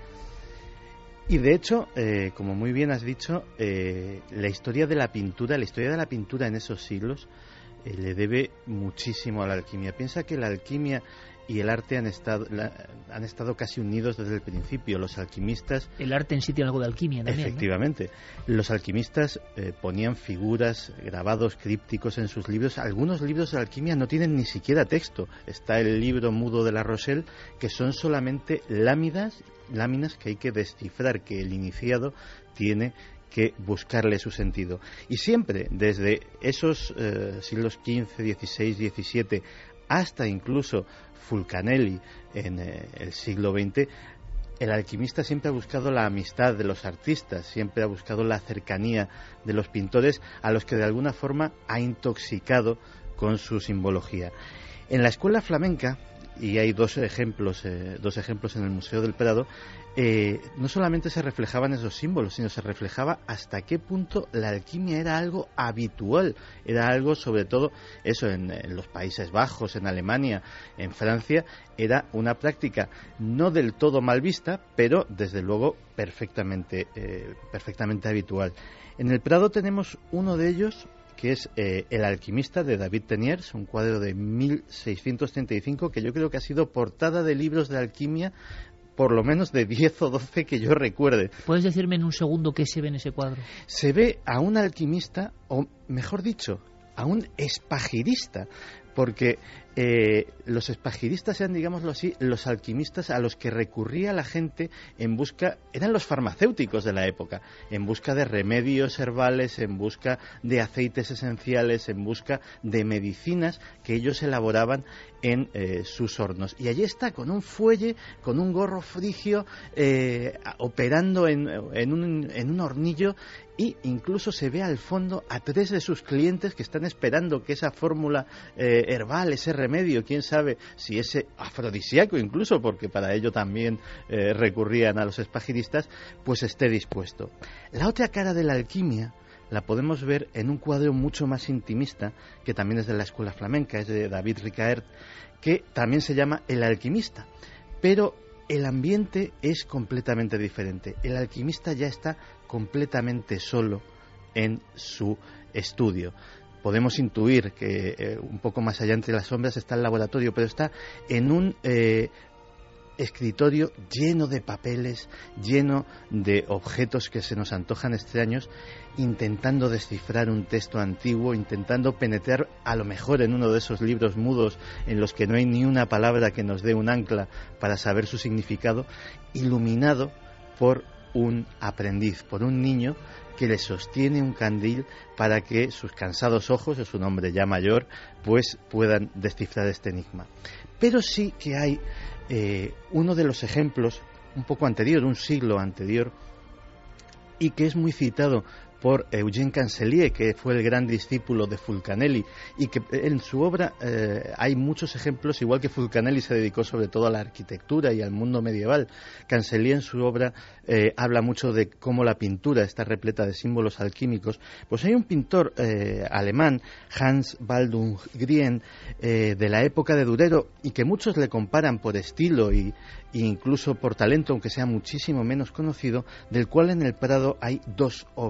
Y de hecho, eh, como muy bien has dicho, eh, la historia de la pintura, la historia de la pintura en esos siglos eh, le debe muchísimo a la alquimia. Piensa que la alquimia y el arte han estado, la, han estado casi unidos desde el principio. Los alquimistas... El arte en sí tiene algo de alquimia también, efectivamente. ¿No? Los alquimistas eh, ponían figuras, grabados crípticos en sus libros. Algunos libros de alquimia no tienen ni siquiera texto. Está el libro mudo de La Rochelle, que son solamente láminas láminas que hay que descifrar, que el iniciado tiene que buscarle su sentido. Y siempre, desde esos eh, siglos quince, dieciséis, diecisiete, hasta incluso Fulcanelli en eh, el siglo veinte, el alquimista siempre ha buscado la amistad de los artistas, siempre ha buscado la cercanía de los pintores, a los que de alguna forma ha intoxicado con su simbología. En la escuela flamenca, y hay dos ejemplos, eh, dos ejemplos en el Museo del Prado, eh, no solamente se reflejaban esos símbolos, sino se reflejaba hasta qué punto la alquimia era algo habitual, era algo, sobre todo, eso en, en los Países Bajos, en Alemania, en Francia, era una práctica no del todo mal vista, pero desde luego perfectamente, eh, perfectamente habitual. En el Prado tenemos uno de ellos, que es eh, El alquimista, de David Teniers, un cuadro de mil seiscientos treinta y cinco, que yo creo que ha sido portada de libros de alquimia por lo menos de diez o doce que yo recuerde. ¿Puedes decirme en un segundo qué se ve en ese cuadro? Se ve a un alquimista, o mejor dicho, a un espagirista, porque eh, los espagiristas eran, digámoslo así, los alquimistas a los que recurría la gente en busca, eran los farmacéuticos de la época, en busca de remedios herbales, en busca de aceites esenciales, en busca de medicinas que ellos elaboraban en eh, sus hornos. Y allí está, con un fuelle, con un gorro frigio, eh, operando en, en, un, en un hornillo, y incluso se ve al fondo a tres de sus clientes que están esperando que esa fórmula eh, herbal, ese remedio, quién sabe si ese afrodisíaco incluso, porque para ello también eh, recurrían a los espagiristas, pues esté dispuesto. La otra cara de la alquimia la podemos ver en un cuadro mucho más intimista, que también es de la escuela flamenca, es de David Ricaert, que también se llama El alquimista, pero el ambiente es completamente diferente. El alquimista ya está completamente solo en su estudio. Podemos intuir que eh, un poco más allá entre las sombras está el laboratorio, pero está en un eh, escritorio lleno de papeles, lleno de objetos que se nos antojan extraños, intentando descifrar un texto antiguo, intentando penetrar a lo mejor en uno de esos libros mudos en los que no hay ni una palabra que nos dé un ancla para saber su significado, iluminado por un aprendiz, por un niño que le sostiene un candil para que sus cansados ojos, es un hombre ya mayor, pues puedan descifrar este enigma. Pero sí que hay eh, uno de los ejemplos un poco anterior, un siglo anterior, y que es muy citado por Eugène Cancelier, que fue el gran discípulo de Fulcanelli, y que en su obra eh, hay muchos ejemplos, igual que Fulcanelli se dedicó sobre todo a la arquitectura y al mundo medieval. Cancelier en su obra eh, habla mucho de cómo la pintura está repleta de símbolos alquímicos. Pues hay un pintor eh, alemán, Hans Baldung Grien, eh, de la época de Durero, y que muchos le comparan por estilo y, e incluso por talento, aunque sea muchísimo menos conocido, del cual en el Prado hay dos obras.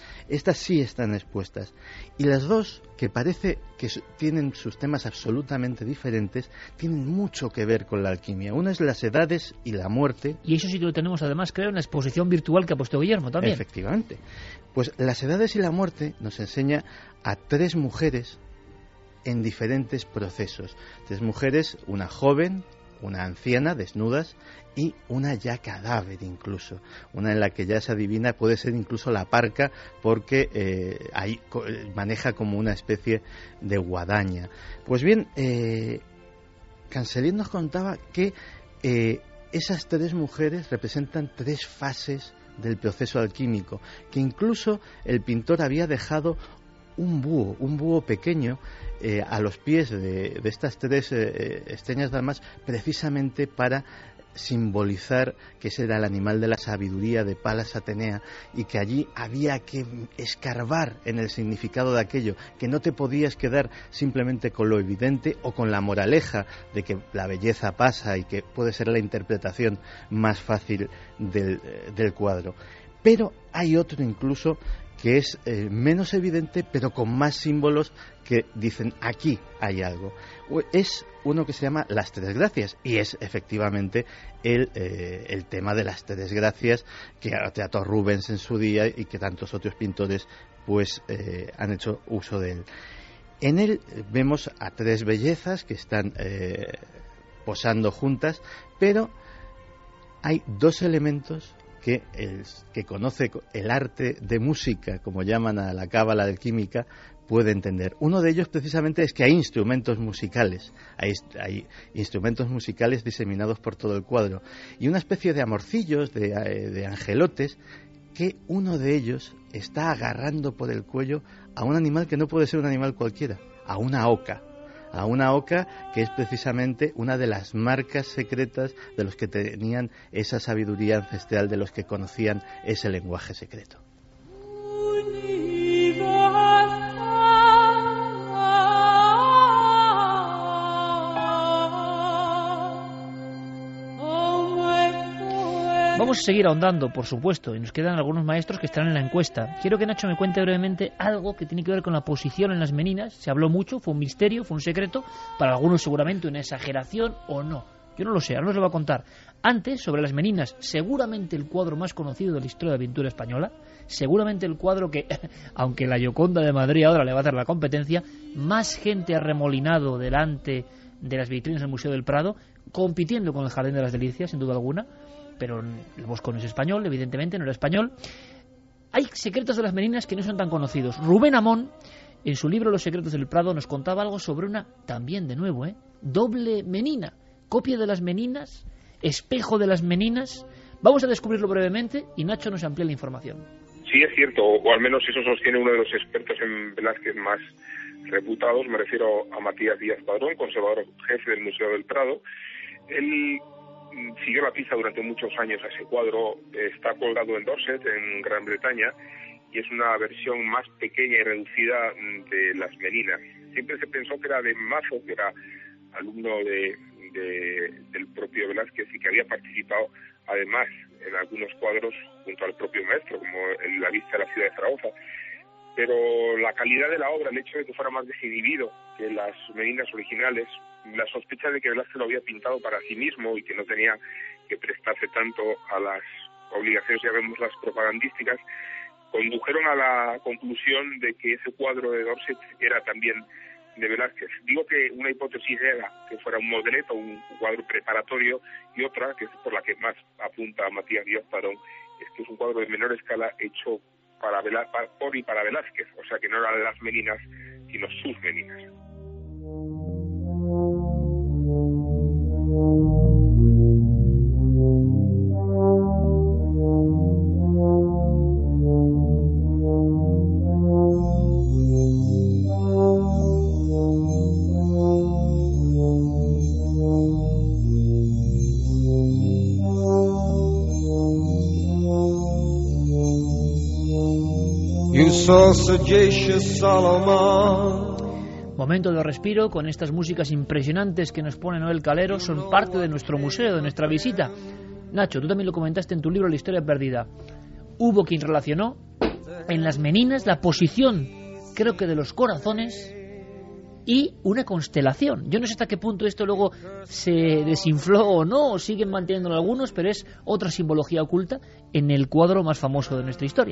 Estas sí están expuestas. Y las dos, que parece que tienen sus temas absolutamente diferentes, tienen mucho que ver con la alquimia. Una es las edades y la muerte. Y eso sí lo tenemos además, creo, en la exposición virtual que ha puesto Guillermo también. Efectivamente. Pues las edades y la muerte nos enseña a tres mujeres en diferentes procesos. Tres mujeres, una joven, una anciana, desnudas, y una ya cadáver incluso. Una en la que ya se adivina, puede ser incluso la parca, porque eh, ahí maneja como una especie de guadaña. Pues bien, eh, Cancelliere nos contaba que eh, esas tres mujeres representan tres fases del proceso alquímico, que incluso el pintor había dejado un búho, un búho pequeño eh, a los pies de, de estas tres eh, estrellas dalmas, precisamente para simbolizar que ese era el animal de la sabiduría de Palas Atenea, y que allí había que escarbar en el significado de aquello, que no te podías quedar simplemente con lo evidente o con la moraleja de que la belleza pasa y que puede ser la interpretación más fácil del, del cuadro. Pero hay otro incluso que es eh, menos evidente, pero con más símbolos que dicen aquí hay algo. Es uno que se llama Las Tres Gracias, y es efectivamente el, eh, el tema de las Tres Gracias que trató Rubens en su día y que tantos otros pintores pues eh, han hecho uso de él. En él vemos a tres bellezas que están eh, posando juntas, pero hay dos elementos que el que conoce el arte de música, como llaman a la cábala alquímica, puede entender. Uno de ellos precisamente es que hay instrumentos musicales, hay, hay instrumentos musicales diseminados por todo el cuadro, y una especie de amorcillos, de, de angelotes, que uno de ellos está agarrando por el cuello a un animal que no puede ser un animal cualquiera, a una oca. A una oca que es precisamente una de las marcas secretas de los que tenían esa sabiduría ancestral, de los que conocían ese lenguaje secreto. Vamos a seguir ahondando, por supuesto, y nos quedan algunos maestros que están en la encuesta. Quiero que Nacho me cuente brevemente algo que tiene que ver con la posición en las meninas. Se habló mucho, fue un misterio, fue un secreto, para algunos seguramente una exageración o no. Yo no lo sé, ahora nos lo va a contar. Antes, sobre las meninas, seguramente el cuadro más conocido de la historia de la pintura española, seguramente el cuadro que, aunque la Gioconda de Madrid ahora le va a hacer la competencia, más gente ha remolinado delante de las vitrinas del Museo del Prado, compitiendo con el Jardín de las Delicias, sin duda alguna. Pero el Bosco no es español, evidentemente, no era español. Hay secretos de las meninas que no son tan conocidos. Rubén Amón, en su libro Los secretos del Prado, nos contaba algo sobre una, también de nuevo, ¿eh? doble menina, copia de las meninas, espejo de las meninas. Vamos a descubrirlo brevemente y Nacho nos amplía la información. Sí, es cierto, o al menos eso sostiene uno de los expertos en Velázquez más reputados. Me refiero a Matías Díaz Padrón, conservador jefe del Museo del Prado. Él siguió la pista durante muchos años a ese cuadro. Está colgado en Dorset, en Gran Bretaña, y es una versión más pequeña y reducida de las meninas. Siempre se pensó que era de Mazo, que era alumno de, de, del propio Velázquez y que había participado además en algunos cuadros junto al propio maestro, como en La vista de la ciudad de Zaragoza. Pero la calidad de la obra, el hecho de que fuera más desinhibido que las meninas originales, la sospecha de que Velázquez lo había pintado para sí mismo y que no tenía que prestarse tanto a las obligaciones, ya vemos, las propagandísticas, condujeron a la conclusión de que ese cuadro de Dorset era también de Velázquez. Digo que una hipótesis era que fuera un modelet o un cuadro preparatorio, y otra, que es por la que más apunta a Matías Díaz Padrón, es que es un cuadro de menor escala hecho para Velá- por y para Velázquez, o sea que no era de las meninas, sino sus meninas. Momento de respiro con estas músicas impresionantes que nos pone Noel Calero. Son parte de nuestro museo, de nuestra visita. Nacho, tú también lo comentaste en tu libro La historia perdida. Hubo quien relacionó en las meninas la posición, creo que de los corazones, y una constelación. Yo no sé hasta qué punto esto luego se desinfló o no, o siguen manteniéndolo algunos, pero es otra simbología oculta en el cuadro más famoso de nuestra historia.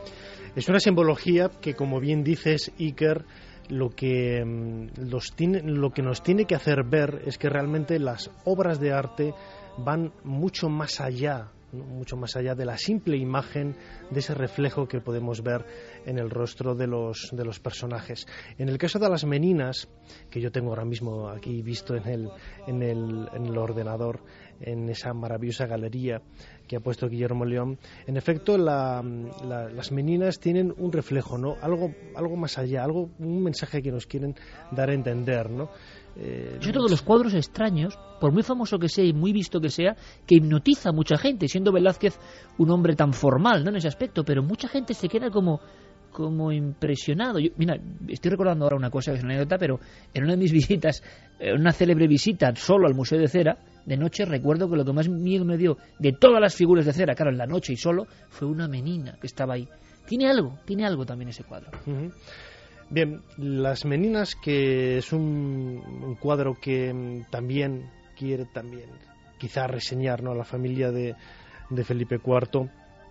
Es una simbología que, como bien dices, Iker, lo que, los tiene, lo que nos tiene que hacer ver es que realmente las obras de arte van mucho más allá, ¿no? mucho más allá de la simple imagen, de ese reflejo que podemos ver en el rostro de los, de los personajes. En el caso de las meninas, que yo tengo ahora mismo aquí visto en el, en el, en el ordenador, en esa maravillosa galería que ha puesto Guillermo León, en efecto la, la, las meninas tienen un reflejo, ¿no? Algo, algo más allá, algo, un mensaje que nos quieren dar a entender, ¿no? Eh, Yo creo que los cuadros extraños, por muy famoso que sea y muy visto que sea, que hipnotiza a mucha gente, siendo Velázquez un hombre tan formal, ¿no?, en ese aspecto, pero mucha gente se queda como como impresionado. Yo, mira, estoy recordando ahora una cosa que es una anécdota, pero en una de mis visitas, en una célebre visita solo al Museo de Cera, de noche recuerdo que lo que más miedo me dio de todas las figuras de cera, claro, en la noche y solo, fue una menina que estaba ahí. Tiene algo, tiene algo también ese cuadro. Uh-huh. Bien, Las Meninas, que es un, un cuadro que también quiere también quizá reseñar, ¿no?, a la familia de, de Felipe cuarto,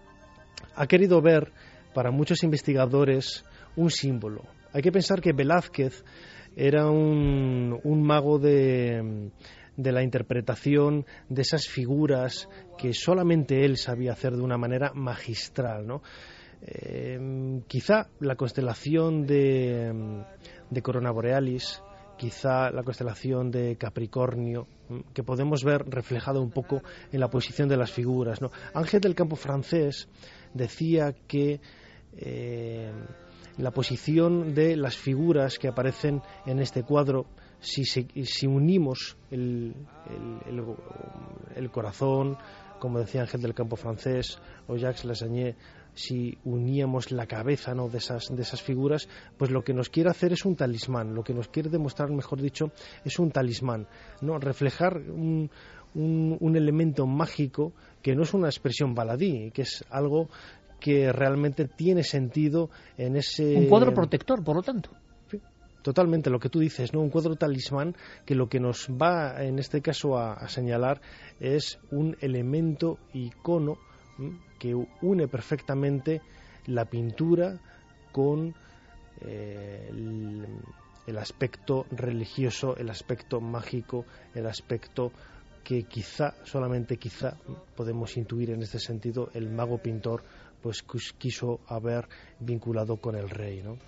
ha querido ver para muchos investigadores un símbolo. Hay que pensar que Velázquez era un, un mago de, de la interpretación de esas figuras que solamente él sabía hacer de una manera magistral, ¿no? Eh, quizá la constelación de, de Corona Borealis, quizá la constelación de Capricornio, que podemos ver reflejado un poco en la posición de las figuras, ¿no? Ángel del Campo Francés decía que eh, la posición de las figuras que aparecen en este cuadro, si, se, si unimos el, el, el, el corazón, como decía Ángel del Campo Francés o Jacques Lassagne, si uníamos la cabeza, ¿no?, de esas, de esas figuras, pues lo que nos quiere hacer es un talismán, lo que nos quiere demostrar, mejor dicho, es un talismán, ¿no?, reflejar un, un, un elemento mágico que no es una expresión baladí, que es algo que realmente tiene sentido en ese... Un cuadro protector, por lo tanto. Sí, totalmente, lo que tú dices, ¿no?, un cuadro talismán que lo que nos va, en este caso, a, a señalar es un elemento icono que une perfectamente la pintura con eh, el, el aspecto religioso, el aspecto mágico, el aspecto que quizá, solamente quizá, podemos intuir en este sentido, el mago pintor pues quiso haber vinculado con el rey, ¿no?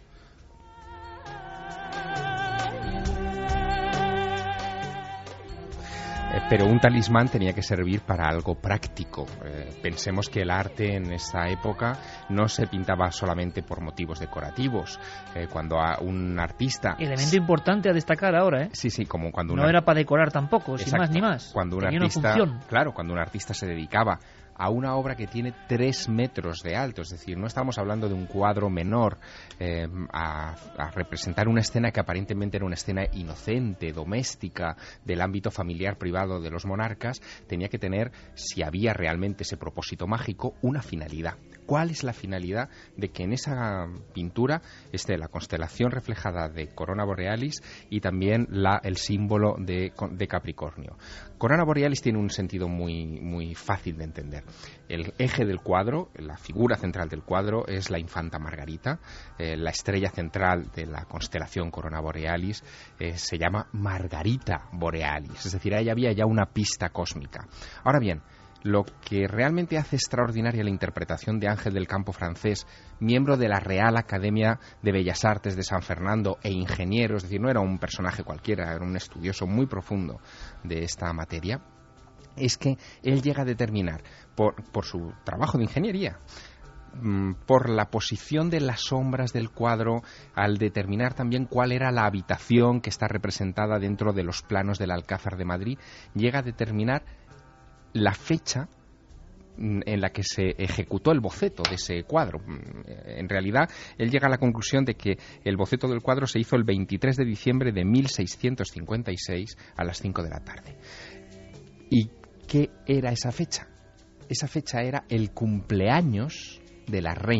Pero un talismán tenía que servir para algo práctico. Eh, pensemos que el arte en esa época no se pintaba solamente por motivos decorativos. Eh, cuando a un artista... Elemento importante a destacar ahora, ¿eh? Sí, sí, como cuando... No una... era para decorar tampoco, Exacto. sin más ni más. Cuando un Tenía artista... una función. Claro, cuando un artista se dedicaba a una obra que tiene tres metros de alto, es decir, no estamos hablando de un cuadro menor, eh, a, a representar una escena que aparentemente era una escena inocente, doméstica, del ámbito familiar privado de los monarcas, tenía que tener, si había realmente ese propósito mágico, una finalidad. ¿Cuál es la finalidad de que en esa pintura esté la constelación reflejada de Corona Borealis y también la, el símbolo de, de Capricornio? Corona Borealis tiene un sentido muy, muy fácil de entender. El eje del cuadro, la figura central del cuadro, es la infanta Margarita. Eh, la estrella central de la constelación Corona Borealis eh, se llama Margarita Borealis, es decir, ahí había ya una pista cósmica. Ahora bien, lo que realmente hace extraordinaria la interpretación de Ángel del Campo Francés, miembro de la Real Academia de Bellas Artes de San Fernando e ingeniero, es decir, no era un personaje cualquiera, era un estudioso muy profundo de esta materia, es que él llega a determinar, por, por su trabajo de ingeniería, por la posición de las sombras del cuadro, al determinar también cuál era la habitación que está representada dentro de los planos del Alcázar de Madrid, llega a determinar la fecha en la que se ejecutó el boceto de ese cuadro. En realidad, él llega a la conclusión de que el boceto del cuadro se hizo el veintitrés de diciembre de mil seiscientos cincuenta y seis a las cinco de la tarde. ¿Y qué era esa fecha? Esa fecha era el cumpleaños de la reina,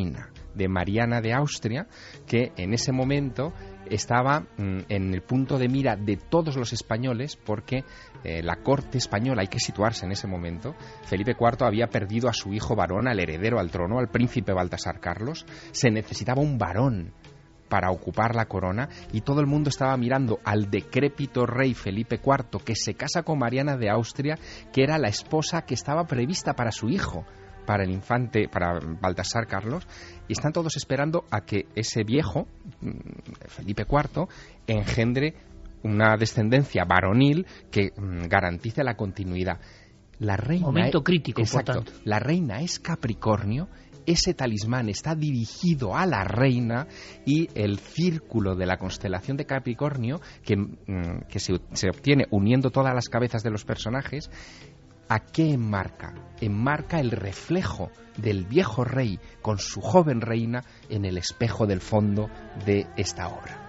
de Mariana de Austria, que en ese momento estaba mm, en el punto de mira de todos los españoles, porque eh, la corte española, hay que situarse en ese momento, Felipe cuarto había perdido a su hijo varón, al heredero al trono, al príncipe Baltasar Carlos. Se necesitaba un varón para ocupar la corona, y todo el mundo estaba mirando al decrépito rey Felipe cuarto, que se casa con Mariana de Austria, que era la esposa que estaba prevista para su hijo, para el infante, para Baltasar Carlos, y están todos esperando a que ese viejo, Felipe cuarto, engendre una descendencia varonil que mm, garantice la continuidad. La reina Momento crítico, exacto, por tanto. La reina es Capricornio. Ese talismán está dirigido a la reina, y el círculo de la constelación de Capricornio, que, mm, que se, se obtiene uniendo todas las cabezas de los personajes, ¿a qué enmarca? Enmarca el reflejo del viejo rey con su joven reina en el espejo del fondo de esta obra.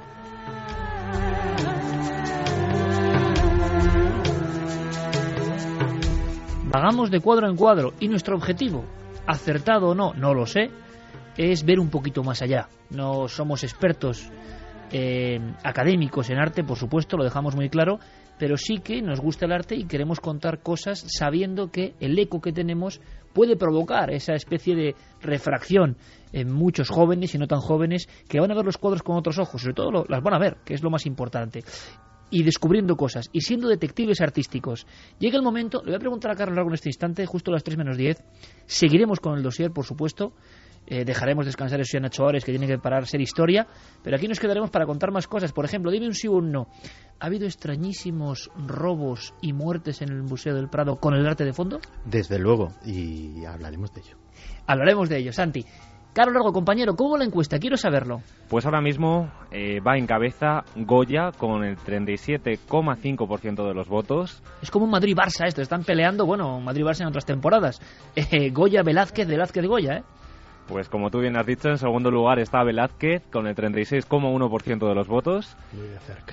Vagamos de cuadro en cuadro, y nuestro objetivo, acertado o no, no lo sé, es ver un poquito más allá. No somos expertos eh, académicos en arte, por supuesto, lo dejamos muy claro, pero sí que nos gusta el arte y queremos contar cosas sabiendo que el eco que tenemos puede provocar esa especie de refracción en muchos jóvenes y no tan jóvenes, que van a ver los cuadros con otros ojos, sobre todo lo, las van a ver, que es lo más importante, y descubriendo cosas, y siendo detectives artísticos. Llega el momento, le voy a preguntar a Carlos Largo en este instante, justo a las tres menos diez, seguiremos con el dossier, por supuesto, eh, dejaremos descansar eso a Nacho Ares, que tiene que parar ser historia, pero aquí nos quedaremos para contar más cosas. Por ejemplo, dime un sí o un no. ¿Ha habido extrañísimos robos y muertes en el Museo del Prado con el arte de fondo? Desde luego, y hablaremos de ello. Hablaremos de ello, Santi. Carlos Largo, compañero, ¿cómo va la encuesta? Quiero saberlo. Pues ahora mismo eh, va en cabeza Goya con el treinta y siete coma cinco por ciento de los votos. Es como un Madrid-Barça esto, están peleando, bueno, Madrid-Barça en otras temporadas. Eh, Goya, Velázquez, Velázquez, Goya, ¿eh? Pues como tú bien has dicho, en segundo lugar está Velázquez con el treinta y seis coma uno por ciento de los votos. Muy de cerca.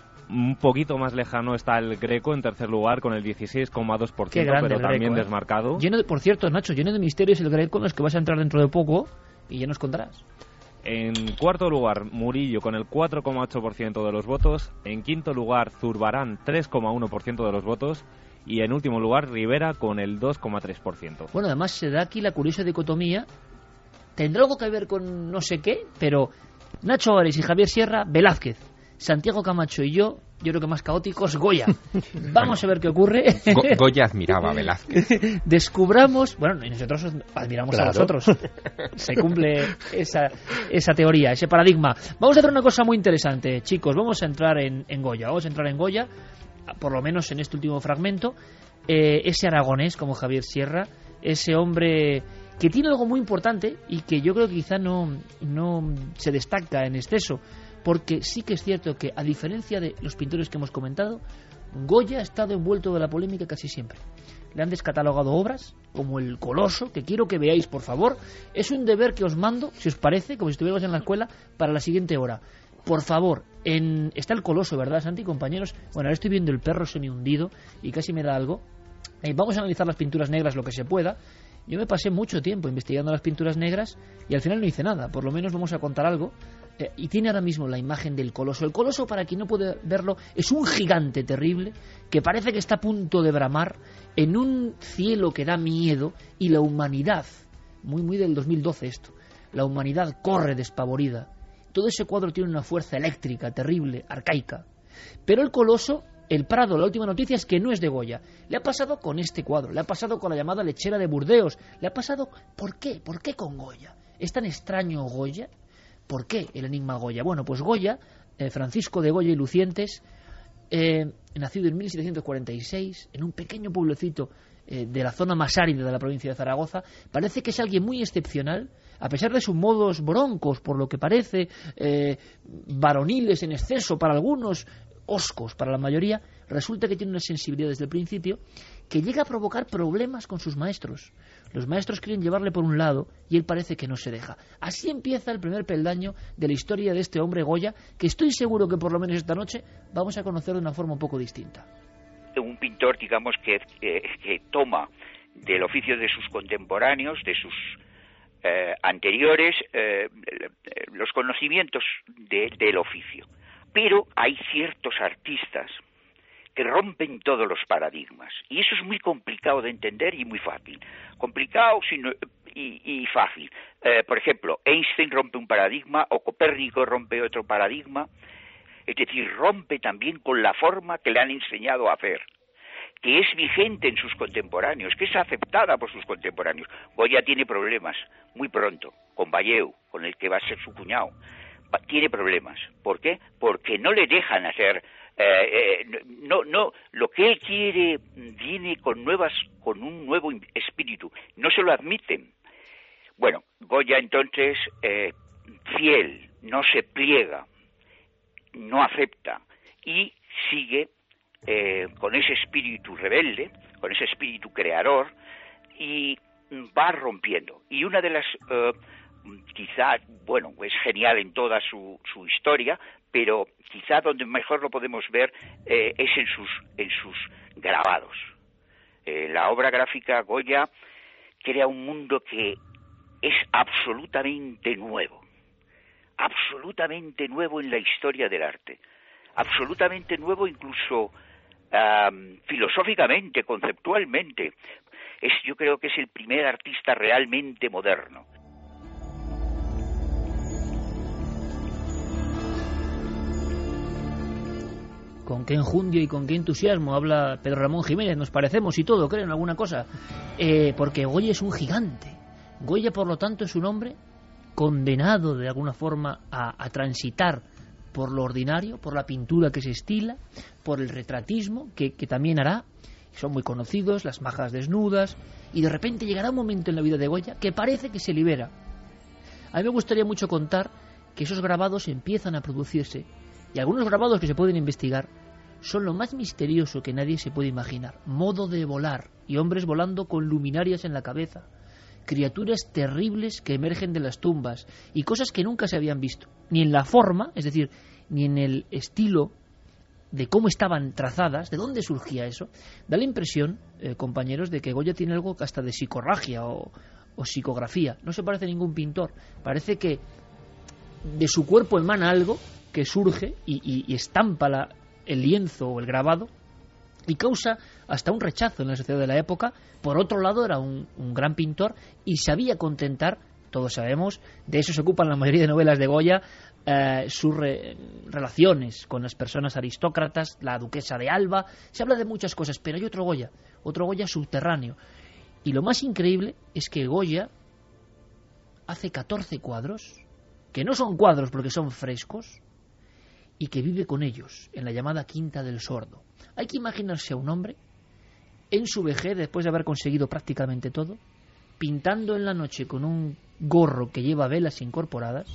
Un poquito más lejano está el Greco en tercer lugar con el dieciséis coma dos por ciento, pero también Greco, ¿eh? desmarcado. Lleno de, por cierto, Nacho, lleno de misterios el Greco en los que vas a entrar dentro de poco y ya nos contarás. En cuarto lugar, Murillo con el cuatro coma ocho por ciento de los votos. En quinto lugar, Zurbarán, tres coma uno por ciento de los votos. Y en último lugar, Rivera con el dos coma tres por ciento. Bueno, además se da aquí la curiosa dicotomía. Tendrá algo que ver con no sé qué, pero Nacho Ares y Javier Sierra, Velázquez. Santiago Camacho y yo, yo creo que más caóticos, Goya. Vamos a ver qué ocurre. Go Goya admiraba a Velázquez. Descubramos, bueno, y nosotros admiramos claro. a vosotros. Se cumple esa, esa teoría, ese paradigma. Vamos a hacer una cosa muy interesante, chicos. Vamos a entrar en, en Goya. Vamos a entrar en Goya, por lo menos en este último fragmento. Eh, ese aragonés como Javier Sierra, ese hombre que tiene algo muy importante y que yo creo que quizá no, no se destaca en exceso, porque sí que es cierto que, a diferencia de los pintores que hemos comentado, Goya ha estado envuelto de la polémica casi siempre. Le han descatalogado obras como El Coloso, que quiero que veáis, por favor. Es un deber que os mando, si os parece, como si estuviéramos en la escuela, para la siguiente hora. Por favor, en... está El Coloso, ¿verdad, Santi, compañeros? Bueno, ahora estoy viendo El perro semi-hundido y casi me da algo. Eh, vamos a analizar las pinturas negras lo que se pueda. Yo me pasé mucho tiempo investigando las pinturas negras y al final no hice nada. Por lo menos vamos a contar algo. Eh, y tiene ahora mismo la imagen del Coloso. El Coloso, para quien no puede verlo, es un gigante terrible que parece que está a punto de bramar en un cielo que da miedo, y la humanidad, muy muy del dos mil doce esto, la humanidad corre despavorida. Todo ese cuadro tiene una fuerza eléctrica terrible, arcaica. Pero el Coloso, el Prado, la última noticia es que no es de Goya. Le ha pasado con este cuadro, le ha pasado con la llamada lechera de Burdeos, le ha pasado... ¿Por qué? ¿Por qué con Goya? ¿Es tan extraño Goya? ¿Por qué el enigma Goya? Bueno, pues Goya, eh, Francisco de Goya y Lucientes, eh, nacido en mil setecientos cuarenta y seis, en un pequeño pueblecito eh, de la zona más árida de la provincia de Zaragoza, parece que es alguien muy excepcional, a pesar de sus modos broncos, por lo que parece, eh, varoniles en exceso para algunos, hoscos para la mayoría. Resulta que tiene una sensibilidad desde el principio que llega a provocar problemas con sus maestros. Los maestros quieren llevarle por un lado y él parece que no se deja. Así empieza el primer peldaño de la historia de este hombre Goya, que estoy seguro que por lo menos esta noche vamos a conocer de una forma un poco distinta. Un pintor, digamos, que, que, que toma del oficio de sus contemporáneos, de sus eh, anteriores, eh, los conocimientos de, del oficio. Pero hay ciertos artistas que rompen todos los paradigmas, y eso es muy complicado de entender y muy fácil. Complicado sino, y, y fácil. Eh, por ejemplo, Einstein rompe un paradigma, o Copérnico rompe otro paradigma, es decir, rompe también con la forma que le han enseñado a hacer, que es vigente en sus contemporáneos, que es aceptada por sus contemporáneos. Goya tiene problemas muy pronto, con Valleu, con el que va a ser su cuñado. Tiene problemas. ¿Por qué? Porque no le dejan hacer... Eh, eh, no, no, lo que él quiere viene con nuevas, con un nuevo espíritu. No se lo admiten. Bueno, Goya entonces, eh, fiel, no se pliega, no acepta y sigue eh, con ese espíritu rebelde, con ese espíritu creador, y va rompiendo. Y una de las, eh, quizá, bueno, es genial en toda su, su historia, pero quizá donde mejor lo podemos ver eh, es en sus, en sus grabados. Eh, la obra gráfica Goya crea un mundo que es absolutamente nuevo, absolutamente nuevo en la historia del arte, absolutamente nuevo incluso um, filosóficamente, conceptualmente. Es, yo creo que es el primer artista realmente moderno. Con qué enjundia y con qué entusiasmo habla Pedro Ramón Jiménez, nos parecemos y todo, creen alguna cosa, eh, porque Goya es un gigante. Goya, por lo tanto, es un hombre condenado de alguna forma a, a transitar por lo ordinario, por la pintura que se estila, por el retratismo que, que también hará, son muy conocidos, las majas desnudas, y de repente llegará un momento en la vida de Goya que parece que se libera. A mí me gustaría mucho contar que esos grabados empiezan a producirse, y algunos grabados que se pueden investigar son lo más misterioso que nadie se puede imaginar. Modo de volar, y hombres volando con luminarias en la cabeza, criaturas terribles que emergen de las tumbas, y cosas que nunca se habían visto, ni en la forma, es decir, ni en el estilo de cómo estaban trazadas, de dónde surgía eso. Da la impresión, eh, compañeros, de que Goya tiene algo hasta de psicorragia o, o psicografía. No se parece a ningún pintor, parece que de su cuerpo emana algo que surge y, y, y estampa la, el lienzo o el grabado y causa hasta un rechazo en la sociedad de la época. Por otro lado, era un, un gran pintor y sabía contentar, todos sabemos, de eso se ocupan la mayoría de novelas de Goya, eh, sus re, relaciones con las personas aristócratas, la duquesa de Alba. Se habla de muchas cosas, pero hay otro Goya, otro Goya subterráneo. Y lo más increíble es que Goya hace catorce cuadros, que no son cuadros porque son frescos, y que vive con ellos en la llamada Quinta del Sordo. Hay que imaginarse a un hombre en su vejez, después de haber conseguido prácticamente todo, pintando en la noche con un gorro que lleva velas incorporadas,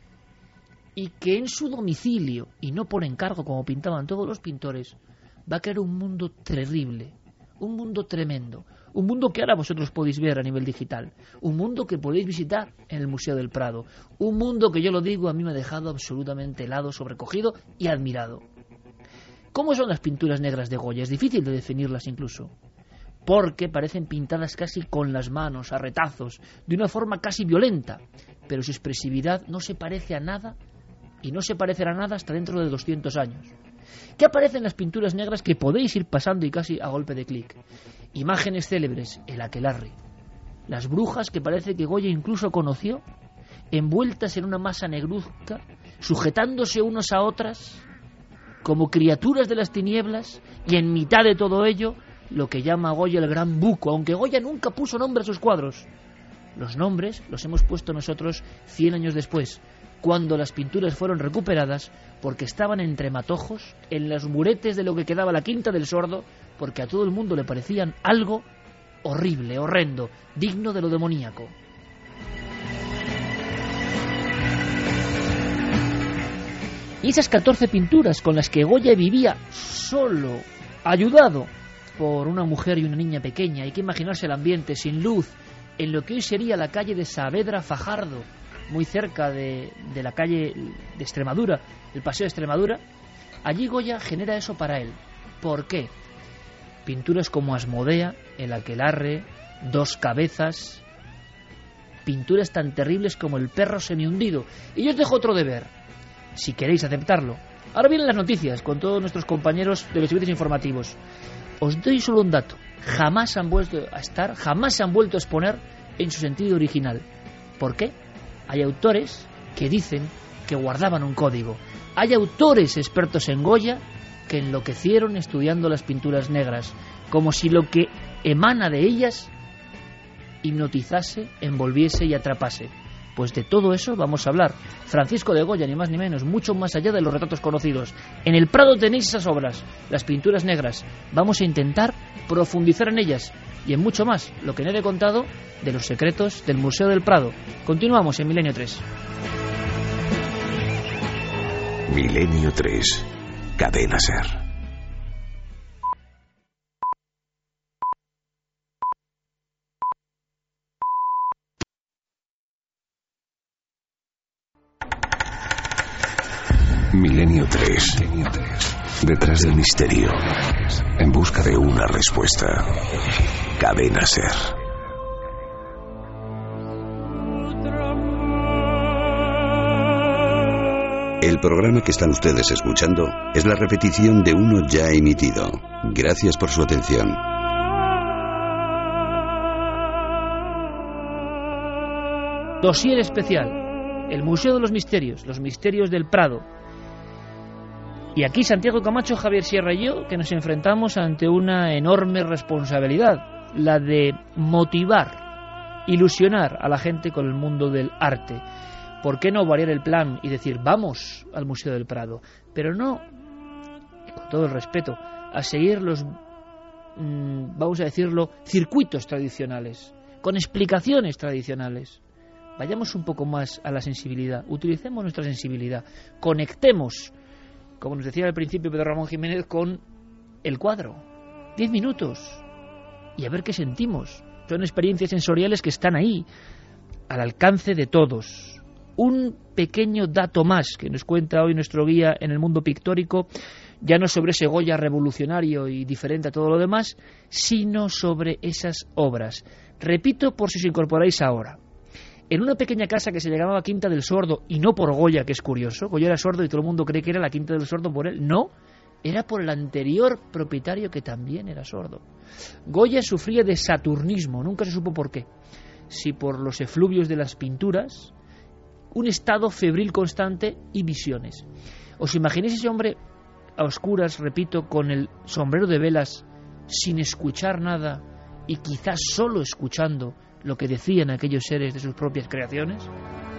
y que en su domicilio, y no por encargo como pintaban todos los pintores, va a crear un mundo terrible, un mundo tremendo, un mundo que ahora vosotros podéis ver a nivel digital, un mundo que podéis visitar en el Museo del Prado, un mundo que, yo lo digo, a mí me ha dejado absolutamente helado, sobrecogido y admirado. ¿Cómo son las pinturas negras de Goya? Es difícil de definirlas incluso, porque parecen pintadas casi con las manos, a retazos, de una forma casi violenta, pero su expresividad no se parece a nada, y no se parecerá a nada hasta dentro de doscientos años. ¿Qué aparece en las pinturas negras que podéis ir pasando y casi a golpe de clic? Imágenes célebres, el aquelarre, las brujas que parece que Goya incluso conoció, envueltas en una masa negruzca, sujetándose unos a otras como criaturas de las tinieblas, y en mitad de todo ello lo que llama Goya el gran buco, aunque Goya nunca puso nombre a sus cuadros. Los nombres los hemos puesto nosotros cien años después, cuando las pinturas fueron recuperadas, porque estaban entre matojos en los muretes de lo que quedaba la Quinta del Sordo, porque a todo el mundo le parecían algo horrible, horrendo, digno de lo demoníaco. Y esas catorce pinturas con las que Goya vivía solo, ayudado por una mujer y una niña pequeña, hay que imaginarse el ambiente sin luz, en lo que hoy sería la calle de Saavedra Fajardo, muy cerca de, de la calle de Extremadura, el Paseo de Extremadura. Allí Goya genera eso para él. ¿Por qué? Pinturas como Asmodea, el aquelarre, Dos cabezas, pinturas tan terribles como El perro semihundido. Y yo os dejo otro deber, si queréis aceptarlo. Ahora vienen las noticias con todos nuestros compañeros de los servicios informativos. Os doy solo un dato. Jamás han vuelto a estar, jamás se han vuelto a exponer en su sentido original. ¿Por qué? Hay autores que dicen que guardaban un código. Hay autores expertos en Goya que enloquecieron estudiando las pinturas negras, como si lo que emana de ellas hipnotizase, envolviese y atrapase. Pues de todo eso vamos a hablar. Francisco de Goya, ni más ni menos, mucho más allá de los retratos conocidos. En el Prado tenéis esas obras, las pinturas negras. Vamos a intentar profundizar en ellas y en mucho más, lo que no he contado de los secretos del Museo del Prado. Continuamos en Milenio tres. Milenio tres. Cadena SER. Milenio tres. Detrás del misterio. En busca de una respuesta. Cadena SER. El programa que están ustedes escuchando es la repetición de uno ya emitido. Gracias por su atención. Dossier especial. El Museo de los Misterios, los misterios del Prado. Y aquí Santiago Camacho, Javier Sierra y yo, que nos enfrentamos ante una enorme responsabilidad, la de motivar, ilusionar a la gente con el mundo del arte. ¿Por qué no variar el plan y decir, vamos al Museo del Prado? Pero no, con todo el respeto, a seguir los, mmm, vamos a decirlo, circuitos tradicionales, con explicaciones tradicionales. Vayamos un poco más a la sensibilidad, utilicemos nuestra sensibilidad, conectemos, como nos decía al principio Pedro Ramón Jiménez, con el cuadro. Diez minutos y a ver qué sentimos. Son experiencias sensoriales que están ahí, al alcance de todos. Un pequeño dato más que nos cuenta hoy nuestro guía en el mundo pictórico, ya no sobre ese Goya revolucionario y diferente a todo lo demás, sino sobre esas obras. Repito por si os incorporáis ahora. En una pequeña casa que se llamaba Quinta del Sordo, y no por Goya, que es curioso, Goya era sordo y todo el mundo cree que era la Quinta del Sordo por él, no, era por el anterior propietario que también era sordo. Goya sufría de saturnismo, nunca se supo por qué, si por los efluvios de las pinturas, un estado febril constante y visiones. ¿Os imagináis ese hombre a oscuras, repito, con el sombrero de velas, sin escuchar nada y quizás solo escuchando lo que decían aquellos seres de sus propias creaciones?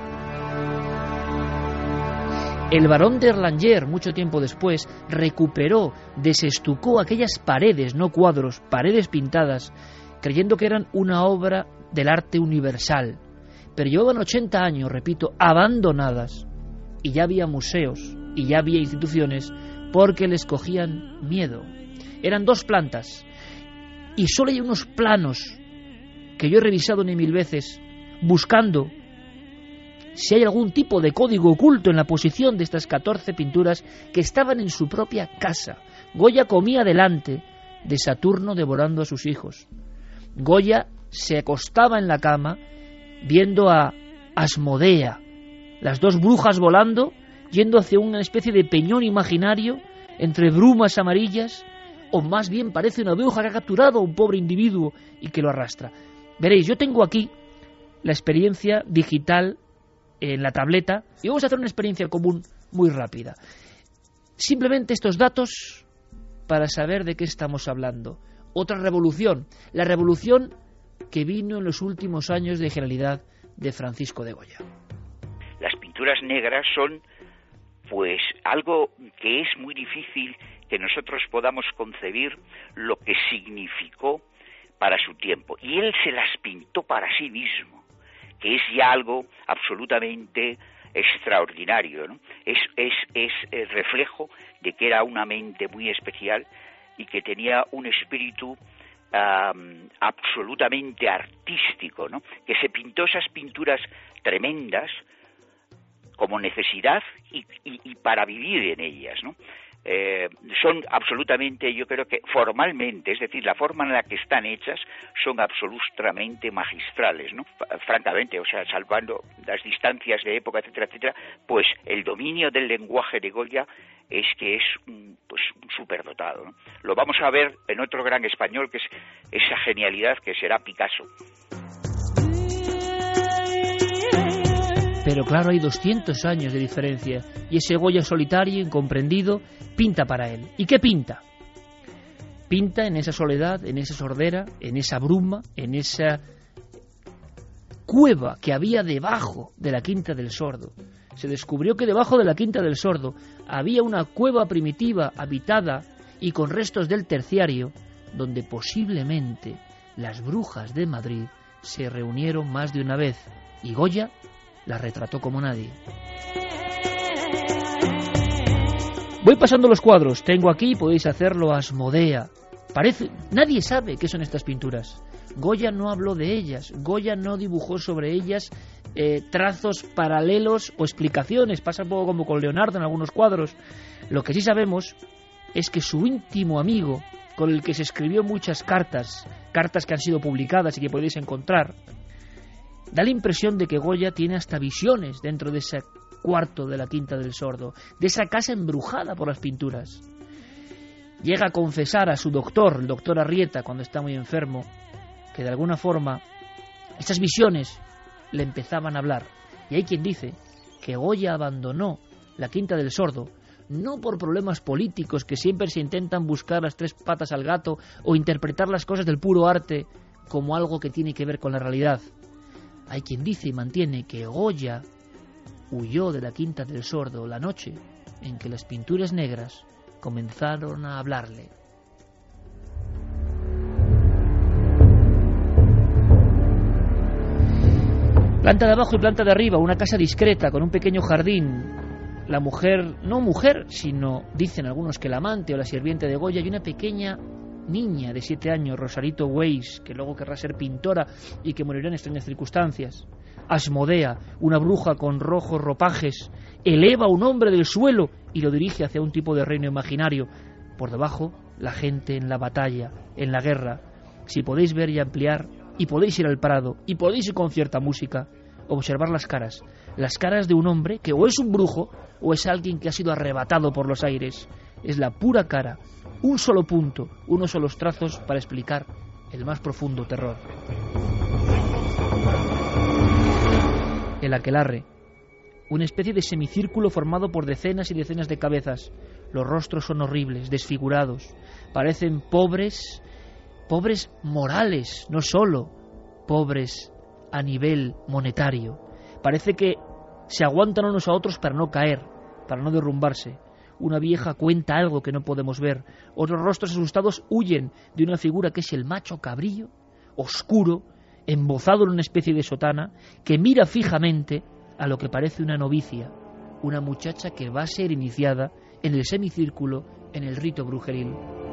El barón de Erlanger, mucho tiempo después, recuperó, desestucó aquellas paredes, no cuadros, paredes pintadas, creyendo que eran una obra del arte universal. Pero llevaban ochenta años, repito, abandonadas, y ya había museos, y ya había instituciones, porque les cogían miedo. Eran dos plantas, y solo hay unos planos que yo he revisado ni mil veces, buscando si hay algún tipo de código oculto en la posición de estas catorce pinturas que estaban en su propia casa. Goya comía delante de Saturno devorando a sus hijos. Goya se acostaba en la cama viendo a Asmodea, las dos brujas volando, yendo hacia una especie de peñón imaginario entre brumas amarillas, o más bien parece una bruja que ha capturado a un pobre individuo y que lo arrastra. Veréis, yo tengo aquí la experiencia digital en la tableta y vamos a hacer una experiencia común muy rápida. Simplemente estos datos para saber de qué estamos hablando. Otra revolución, la revolución que vino en los últimos años de genialidad de Francisco de Goya. Las pinturas negras son pues algo que es muy difícil que nosotros podamos concebir lo que significó para su tiempo, y él se las pintó para sí mismo, que es ya algo absolutamente extraordinario, ¿no? Es, es, es el reflejo de que era una mente muy especial y que tenía un espíritu um, absolutamente artístico, ¿no? Que se pintó esas pinturas tremendas como necesidad y, y, y para vivir en ellas, ¿no? eh, son absolutamente, yo creo que formalmente, es decir, la forma en la que están hechas son absolutamente magistrales, ¿no? Francamente, o sea, salvando las distancias de época, etcétera, etcétera, pues el dominio del lenguaje de Goya es que es un, pues, un superdotado, ¿no? Lo vamos a ver en otro gran español, que es esa genialidad que será Picasso. Pero claro, hay doscientos años de diferencia, y ese Goya solitario, incomprendido, pinta para él. ¿Y qué pinta? Pinta en esa soledad, en esa sordera, en esa bruma, en esa cueva que había debajo de la Quinta del Sordo. Se descubrió que debajo de la Quinta del Sordo había una cueva primitiva habitada y con restos del Terciario, donde posiblemente las brujas de Madrid se reunieron más de una vez, y Goya la retrató como nadie. Voy pasando los cuadros. Tengo aquí, podéis hacerlo, Asmodea. Parece, nadie sabe qué son estas pinturas. Goya no habló de ellas. Goya no dibujó sobre ellas eh, trazos paralelos o explicaciones. Pasa un poco como con Leonardo en algunos cuadros. Lo que sí sabemos es que su íntimo amigo, con el que se escribió muchas cartas, cartas que han sido publicadas y que podéis encontrar, da la impresión de que Goya tiene hasta visiones dentro de ese cuarto de la Quinta del Sordo, de esa casa embrujada por las pinturas. Llega a confesar a su doctor, el doctor Arrieta, cuando está muy enfermo, que de alguna forma estas visiones le empezaban a hablar. Y hay quien dice que Goya abandonó la Quinta del Sordo no por problemas políticos que siempre se intentan buscar las tres patas al gato o interpretar las cosas del puro arte como algo que tiene que ver con la realidad. Hay quien dice y mantiene que Goya huyó de la Quinta del Sordo la noche en que las pinturas negras comenzaron a hablarle. Planta de abajo y planta de arriba, una casa discreta con un pequeño jardín. La mujer, no mujer, sino dicen algunos que la amante o la sirviente de Goya, y una pequeña niña de siete años, Rosarito Weiss, que luego querrá ser pintora y que morirá en extrañas circunstancias. Asmodea, una bruja con rojos ropajes, eleva a un hombre del suelo y lo dirige hacia un tipo de reino imaginario. Por debajo, la gente en la batalla, en la guerra. Si podéis ver y ampliar, y podéis ir al Prado, y podéis ir con cierta música, observar las caras, las caras de un hombre que o es un brujo o es alguien que ha sido arrebatado por los aires. Es la pura cara, un solo punto, unos solos trazos para explicar el más profundo terror. El aquelarre, una especie de semicírculo formado por decenas y decenas de cabezas. Los rostros son horribles, desfigurados, parecen pobres, pobres morales, no solo pobres a nivel monetario. Parece que se aguantan unos a otros para no caer, para no derrumbarse. Una vieja cuenta algo que no podemos ver. Otros rostros asustados huyen de una figura que es el macho cabrío, oscuro, embozado en una especie de sotana, que mira fijamente a lo que parece una novicia, una muchacha que va a ser iniciada en el semicírculo, en el rito brujeril.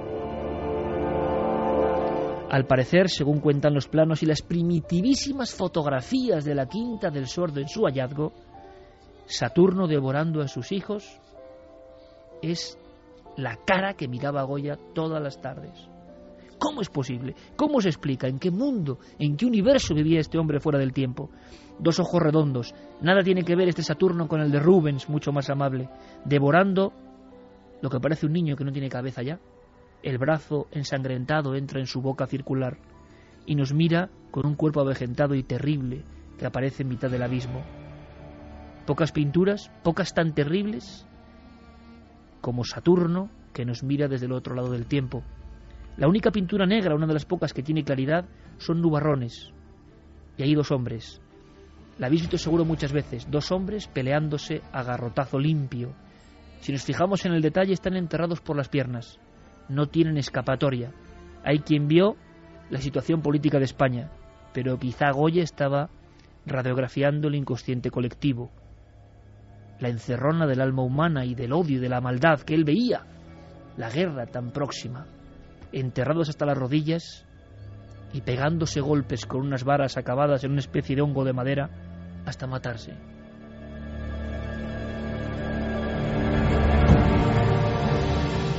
Al parecer, según cuentan los planos y las primitivísimas fotografías de la Quinta del Sordo en su hallazgo, Saturno devorando a sus hijos es la cara que miraba a Goya todas las tardes. ¿Cómo es posible? ¿Cómo se explica? ¿En qué mundo, en qué universo vivía este hombre fuera del tiempo? Dos ojos redondos. Nada tiene que ver este Saturno con el de Rubens, mucho más amable. Devorando lo que parece un niño que no tiene cabeza ya. El brazo ensangrentado entra en su boca circular y nos mira con un cuerpo avejentado y terrible que aparece en mitad del abismo. Pocas pinturas, pocas tan terribles como Saturno, que nos mira desde el otro lado del tiempo. La única pintura negra, una de las pocas que tiene claridad, son nubarrones. Y hay dos hombres. La habéis visto seguro muchas veces, dos hombres peleándose a garrotazo limpio. Si nos fijamos en el detalle, están enterrados por las piernas. No tienen escapatoria. Hay quien vio la situación política de España, pero quizá Goya estaba radiografiando el inconsciente colectivo, la encerrona del alma humana y del odio y de la maldad que él veía, la guerra tan próxima, enterrados hasta las rodillas y pegándose golpes con unas varas acabadas en una especie de hongo de madera hasta matarse.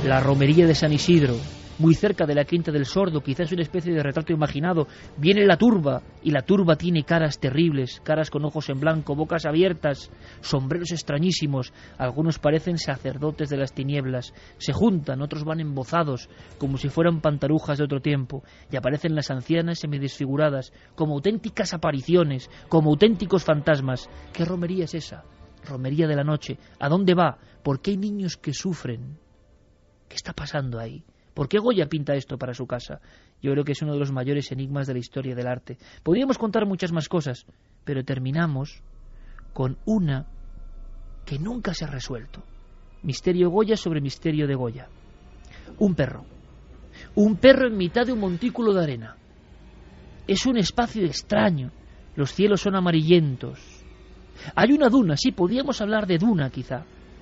la romería de San Isidro, muy cerca de la Quinta del Sordo, quizás una especie de retrato imaginado. Viene la turba, y la turba tiene caras terribles, caras con ojos en blanco, bocas abiertas, sombreros extrañísimos. Algunos parecen sacerdotes de las tinieblas. Se juntan, otros van embozados, como si fueran pantarujas de otro tiempo, y aparecen las ancianas semidesfiguradas, como auténticas apariciones, como auténticos fantasmas. ¿Qué romería es esa? Romería de la noche. ¿A dónde va? ¿Por qué hay niños que sufren? ¿Qué está pasando ahí? ¿Por qué Goya pinta esto para su casa? Yo creo que es uno de los mayores enigmas de la historia del arte. Podríamos contar muchas más cosas, pero terminamos con una que nunca se ha resuelto. Misterio Goya sobre misterio de Goya. Un perro. Un perro en mitad de un montículo de arena. Es un espacio extraño. Los cielos son amarillentos. Hay una duna, sí, podríamos hablar de duna quizá.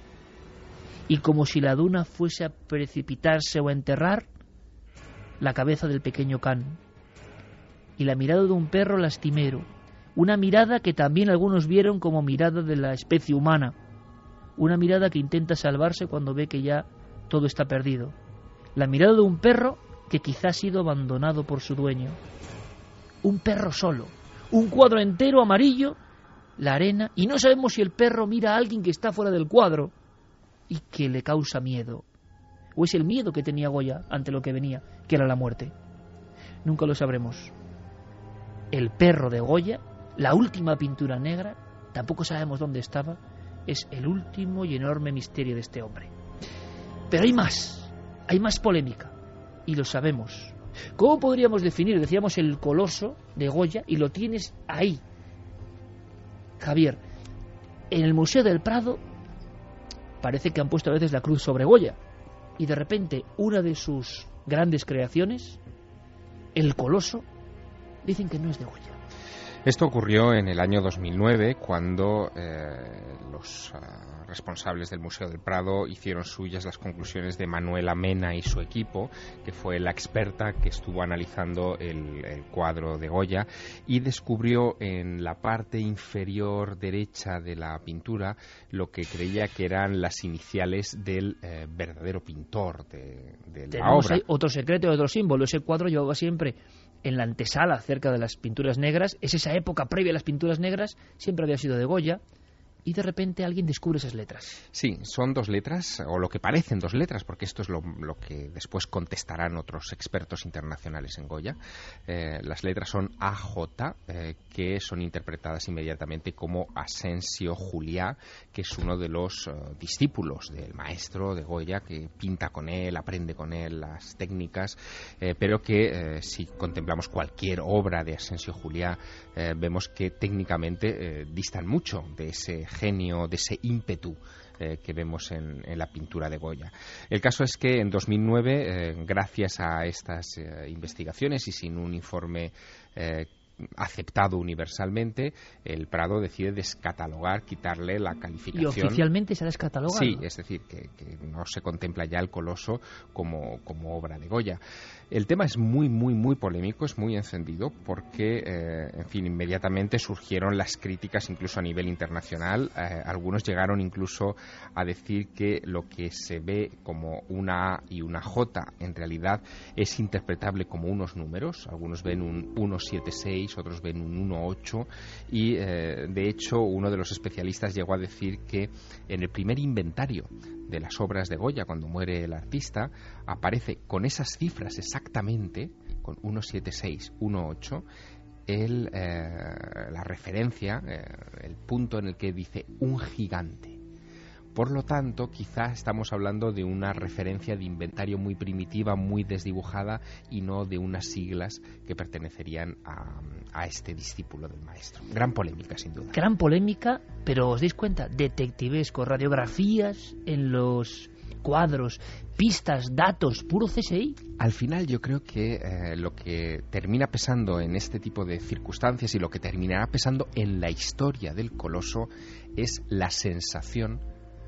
Y como si la duna fuese a precipitarse o a enterrar la cabeza del pequeño Can. Y la mirada de un perro lastimero, una mirada que también algunos vieron como mirada de la especie humana, una mirada que intenta salvarse cuando ve que ya todo está perdido, la mirada de un perro que quizá ha sido abandonado por su dueño, un perro solo, un cuadro entero amarillo, la arena, y no sabemos si el perro mira a alguien que está fuera del cuadro y que le causa miedo, o es el miedo que tenía Goya ante lo que venía, que era la muerte. Nunca lo sabremos. El perro de Goya, la última pintura negra, tampoco sabemos dónde estaba, es el último y enorme misterio de este hombre. Pero hay más, hay más polémica, y lo sabemos. ¿Cómo podríamos definir, decíamos, el coloso de Goya, y lo tienes ahí, Javier? En el Museo del Prado parece que han puesto a veces la cruz sobre Goya, y de repente una de sus grandes creaciones, el Coloso, dicen que no es de Goya. Esto ocurrió en el año dos mil nueve, cuando eh, los uh, responsables del Museo del Prado hicieron suyas las conclusiones de Manuela Mena y su equipo, que fue la experta que estuvo analizando el, el cuadro de Goya, y descubrió en la parte inferior derecha de la pintura lo que creía que eran las iniciales del eh, verdadero pintor de, de la Tenemos obra. Ahí otro secreto, otro símbolo. Ese cuadro llevaba siempre en la antesala, cerca de las pinturas negras. Es esa época previa a las pinturas negras, siempre había sido de Goya, y de repente alguien descubre esas letras. Sí, son dos letras, o lo que parecen dos letras, porque esto es lo, lo que después contestarán otros expertos internacionales en Goya. Eh, las letras son A J, eh, que son interpretadas inmediatamente como Asensio Juliá, que es uno de los uh, discípulos del maestro de Goya, que pinta con él, aprende con él las técnicas, eh, pero que eh, si contemplamos cualquier obra de Asensio Juliá, eh, vemos que técnicamente eh, distan mucho de ese genio, de ese ímpetu eh, que vemos en, en la pintura de Goya. El caso es que en dos mil nueve, eh, gracias a estas eh, investigaciones y sin un informe eh, aceptado universalmente, el Prado decide descatalogar, quitarle la calificación. ¿Y oficialmente se ha descatalogado? Sí, es decir, que, que no se contempla ya el Coloso como, como obra de Goya. El tema es muy, muy, muy polémico, es muy encendido, porque, eh, en fin, inmediatamente surgieron las críticas, incluso a nivel internacional. Eh, algunos llegaron incluso a decir que lo que se ve como una A y una J, en realidad es interpretable como unos números. Algunos ven un uno siete seis, otros ven un uno ocho, y, eh, de hecho, uno de los especialistas llegó a decir que en el primer inventario de las obras de Goya, cuando muere el artista, aparece con esas cifras exactamente, con uno siete seis, uno ocho, el, eh, la referencia, eh, el punto en el que dice un gigante. Por lo tanto, quizá estamos hablando de una referencia de inventario muy primitiva, muy desdibujada, y no de unas siglas que pertenecerían a, a este discípulo del maestro. Gran polémica, sin duda. Gran polémica, pero os dais cuenta, detectivesco, radiografías en los cuadros, pistas, datos, puro C S I. Al final yo creo que eh, lo que termina pesando en este tipo de circunstancias, y lo que terminará pesando en la historia del Coloso, es la sensación,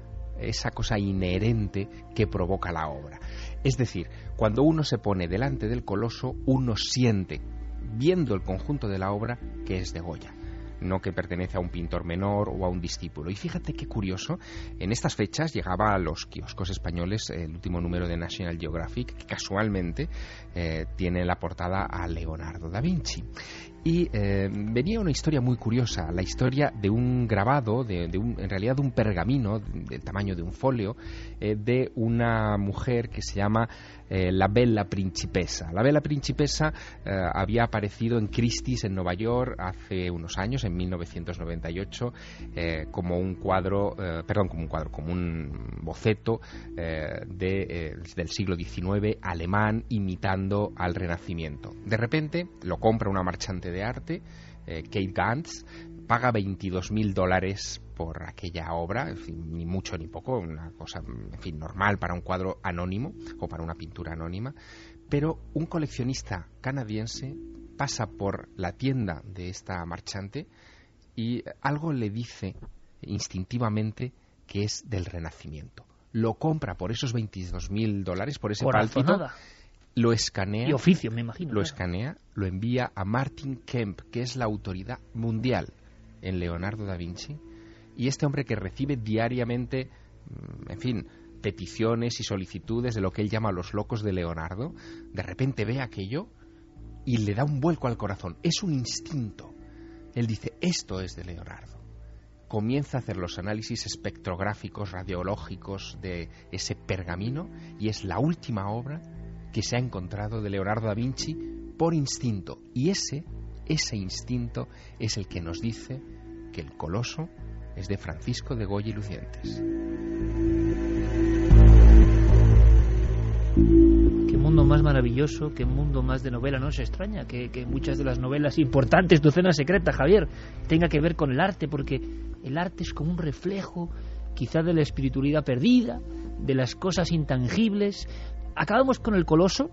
esa cosa inherente que provoca la obra. Es decir, cuando uno se pone delante del Coloso, uno siente, viendo el conjunto de la obra, que es de Goya. no que pertenece a un pintor menor o a un discípulo. Y fíjate qué curioso, en estas fechas llegaba a los kioscos españoles el último número de National Geographic, que casualmente eh, tiene en la portada a Leonardo da Vinci. Y eh, venía una historia muy curiosa, la historia de un grabado, de, de un, en realidad de un pergamino del tamaño de un folio, eh, de una mujer que se llama eh, la Bella Principessa. La Bella Principessa eh, había aparecido en Christie's en Nueva York hace unos años, en mil novecientos noventa y ocho, eh, como un cuadro, eh, perdón, como un cuadro, como un boceto eh, de, eh, del siglo diecinueve alemán imitando al Renacimiento. De repente lo compra una marchante de arte, eh, Kate Gantz, paga veintidós mil dólares por aquella obra, en fin, ni mucho ni poco, una cosa, en fin, normal para un cuadro anónimo o para una pintura anónima, pero un coleccionista canadiense pasa por la tienda de esta marchante y algo le dice instintivamente que es del Renacimiento. Lo compra por esos veintidós mil dólares, por ese pálpito, lo escanea, y oficio, me imagino, lo claro. escanea, lo envía a Martin Kemp, que es la autoridad mundial en Leonardo da Vinci, y este hombre que recibe diariamente, en fin, peticiones y solicitudes de lo que él llama los locos de Leonardo, de repente ve aquello y le da un vuelco al corazón. Es un instinto. Él dice, esto es de Leonardo. Comienza a hacer los análisis espectrográficos, radiológicos de ese pergamino, y es la última obra que se ha encontrado de Leonardo da Vinci por instinto. Y ese, ese instinto es el que nos dice que el Coloso es de Francisco de Goya y Lucientes. Qué mundo más maravilloso, qué mundo más de novela. No se extraña que, que muchas de las novelas importantes, Tu cena secreta, Javier, tenga que ver con el arte, porque el arte es como un reflejo quizá de la espiritualidad perdida, de las cosas intangibles. Acabamos con el Coloso.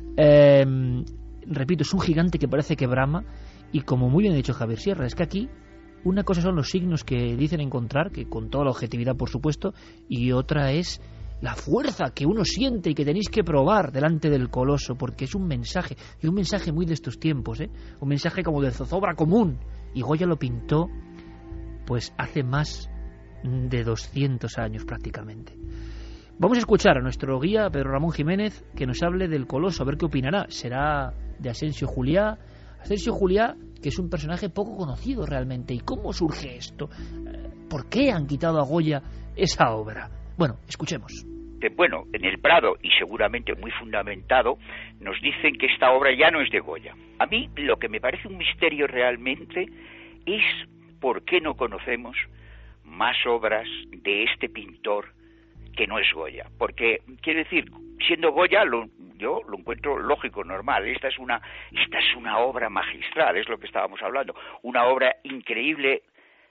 Eh, repito, es un gigante que parece que brama, y como muy bien ha dicho Javier Sierra, es que aquí una cosa son los signos que dicen encontrar, que con toda la objetividad por supuesto, y otra es la fuerza que uno siente y que tenéis que probar delante del Coloso, porque es un mensaje, y un mensaje muy de estos tiempos, ¿eh? Un mensaje como de zozobra común, y Goya lo pintó pues hace más de doscientos años prácticamente. Vamos a escuchar a nuestro guía Pedro Ramón Jiménez que nos hable del Coloso, a ver qué opinará. Será de Asensio Juliá. Asensio Juliá, que es un personaje poco conocido realmente. ¿Y cómo surge esto? ¿Por qué han quitado a Goya esa obra? Bueno, escuchemos. Bueno, en el Prado, y seguramente muy fundamentado, nos dicen que esta obra ya no es de Goya. A mí lo que me parece un misterio realmente es por qué no conocemos más obras de este pintor que no es Goya, porque quiero decir, siendo Goya lo, yo lo encuentro lógico, normal. Esta es una esta es una obra magistral, es lo que estábamos hablando, una obra increíble,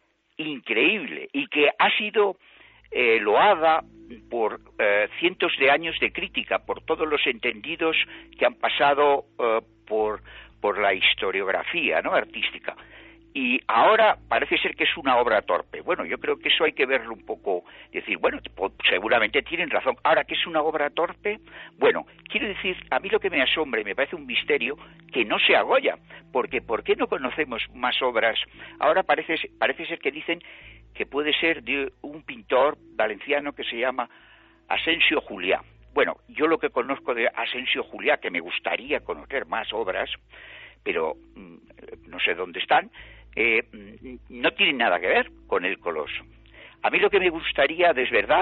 increíble, y que ha sido eh, loada por eh, cientos de años de crítica, por todos los entendidos que han pasado eh, por por la historiografía, ¿no?, artística. Y ahora parece ser que es una obra torpe. Bueno, yo creo que eso hay que verlo un poco, decir, bueno, seguramente tienen razón. Ahora, ¿qué es una obra torpe? Bueno, quiero decir, a mí lo que me asombra y me parece un misterio que no sea Goya, porque ¿por qué no conocemos más obras? Ahora parece, parece ser que dicen que puede ser de un pintor valenciano que se llama Asensio Juliá. Bueno, yo lo que conozco de Asensio Juliá, que me gustaría conocer más obras, pero no sé dónde están, Eh, no tiene nada que ver con el Coloso. A mí lo que me gustaría, de verdad,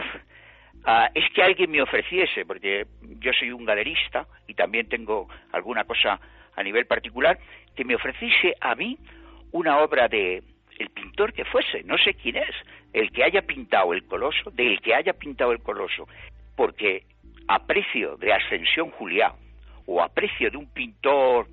uh, es que alguien me ofreciese, porque yo soy un galerista y también tengo alguna cosa a nivel particular, que me ofreciese a mí una obra de el pintor que fuese, no sé quién es, el que haya pintado el Coloso, del que haya pintado el Coloso, porque a precio de Ascensión Juliá o a precio de un pintor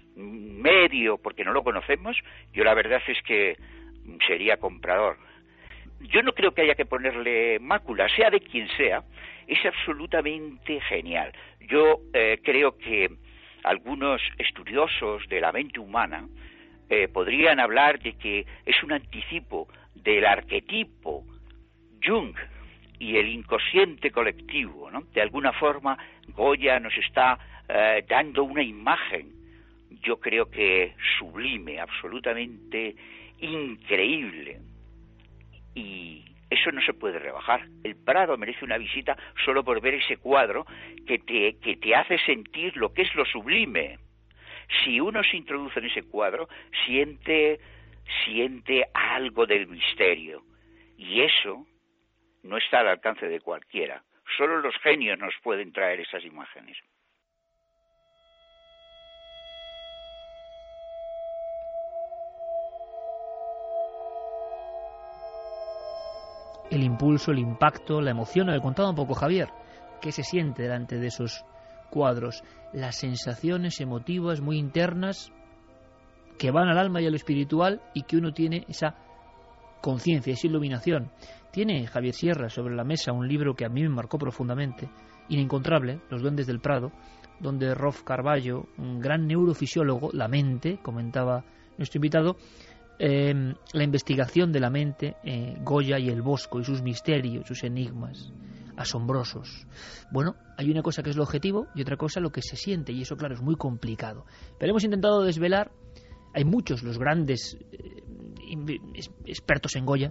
medio, porque no lo conocemos, yo la verdad es que sería comprador. Yo no creo que haya que ponerle mácula, sea de quien sea, es absolutamente genial. Yo eh, creo que algunos estudiosos de la mente humana eh, podrían hablar de que es un anticipo del arquetipo Jung y el inconsciente colectivo, ¿no? De alguna forma Goya nos está eh, dando una imagen, yo creo que sublime, absolutamente increíble. Y eso no se puede rebajar. El Prado merece una visita solo por ver ese cuadro que te, que te hace sentir lo que es lo sublime. Si uno se introduce en ese cuadro, siente, siente algo del misterio. Y eso no está al alcance de cualquiera. Solo los genios nos pueden traer esas imágenes. El impulso, el impacto, la emoción, le contaba un poco Javier, ¿qué se siente delante de esos cuadros? Las sensaciones emotivas muy internas que van al alma y a lo espiritual y que uno tiene esa conciencia, esa iluminación. Tiene Javier Sierra sobre la mesa un libro que a mí me marcó profundamente, Inencontrable, Los duendes del Prado, donde Rolf Carballo, un gran neurofisiólogo, la mente, comentaba nuestro invitado, eh, la investigación de la mente, eh, Goya y el Bosco y sus misterios, sus enigmas asombrosos. Bueno, hay una cosa que es lo objetivo y otra cosa lo que se siente, y eso claro es muy complicado, pero hemos intentado desvelar. Hay muchos, los grandes eh, expertos en Goya,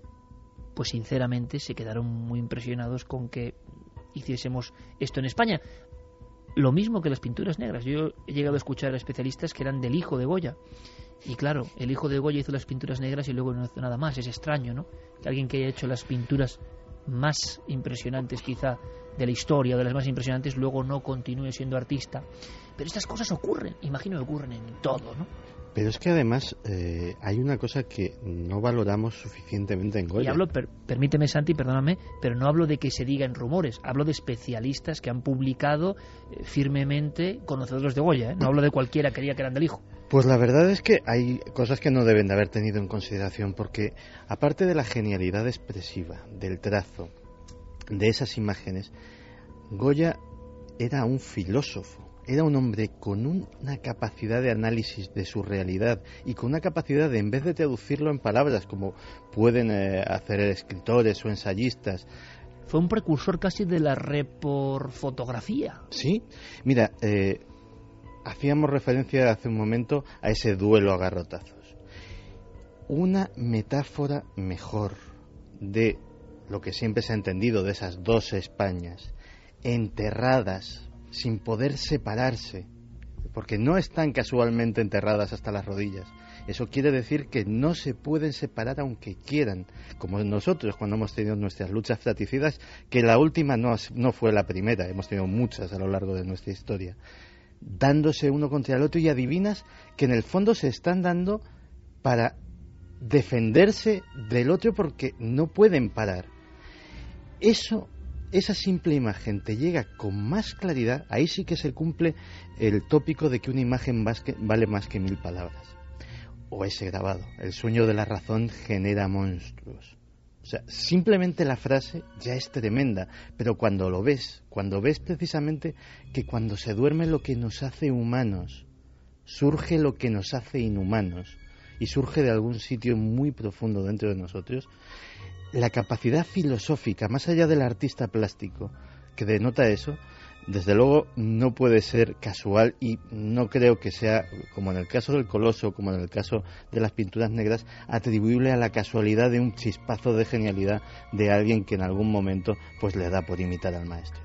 pues sinceramente se quedaron muy impresionados con que hiciésemos esto en España. Lo mismo que las pinturas negras. Yo he llegado a escuchar a especialistas que eran del hijo de Goya. Y claro, el hijo de Goya hizo las pinturas negras y luego no hizo nada más. Es extraño, ¿no? Que alguien que haya hecho las pinturas más impresionantes quizá de la historia, de las más impresionantes, luego no continúe siendo artista. Pero estas cosas ocurren, imagino que ocurren en todo, ¿no? Pero es que además eh, hay una cosa que no valoramos suficientemente en Goya. Y hablo, per, permíteme Santi, perdóname, pero no hablo de que se diga en rumores, hablo de especialistas que han publicado eh, firmemente conocedores de Goya, ¿eh? No hablo de cualquiera que creía que eran del hijo. Pues la verdad es que hay cosas que no deben de haber tenido en consideración, porque aparte de la genialidad expresiva, del trazo, de esas imágenes, Goya era un filósofo. Era un hombre con una capacidad de análisis de su realidad y con una capacidad de, en vez de traducirlo en palabras como pueden eh, hacer escritores o ensayistas. Fue un precursor casi de la reporfotografía. Sí, mira, eh, hacíamos referencia hace un momento a ese duelo a garrotazos. Una metáfora mejor de lo que siempre se ha entendido de esas dos Españas enterradas sin poder separarse, porque no están casualmente enterradas hasta las rodillas. Eso quiere decir que no se pueden separar aunque quieran, como nosotros cuando hemos tenido nuestras luchas fratricidas, que la última no, no fue la primera, hemos tenido muchas a lo largo de nuestra historia, dándose uno contra el otro, y adivinas que en el fondo se están dando para defenderse del otro porque no pueden parar. Eso Esa simple imagen te llega con más claridad. Ahí sí que se cumple el tópico de que una imagen vale más que mil palabras. O ese grabado, el sueño de la razón genera monstruos. O sea, simplemente la frase ya es tremenda, pero cuando lo ves, cuando ves precisamente que cuando se duerme lo que nos hace humanos, surge lo que nos hace inhumanos, y surge de algún sitio muy profundo dentro de nosotros, la capacidad filosófica, más allá del artista plástico, que denota eso, desde luego no puede ser casual, y no creo que sea, como en el caso del Coloso, como en el caso de las pinturas negras, atribuible a la casualidad de un chispazo de genialidad de alguien que en algún momento pues le da por imitar al maestro.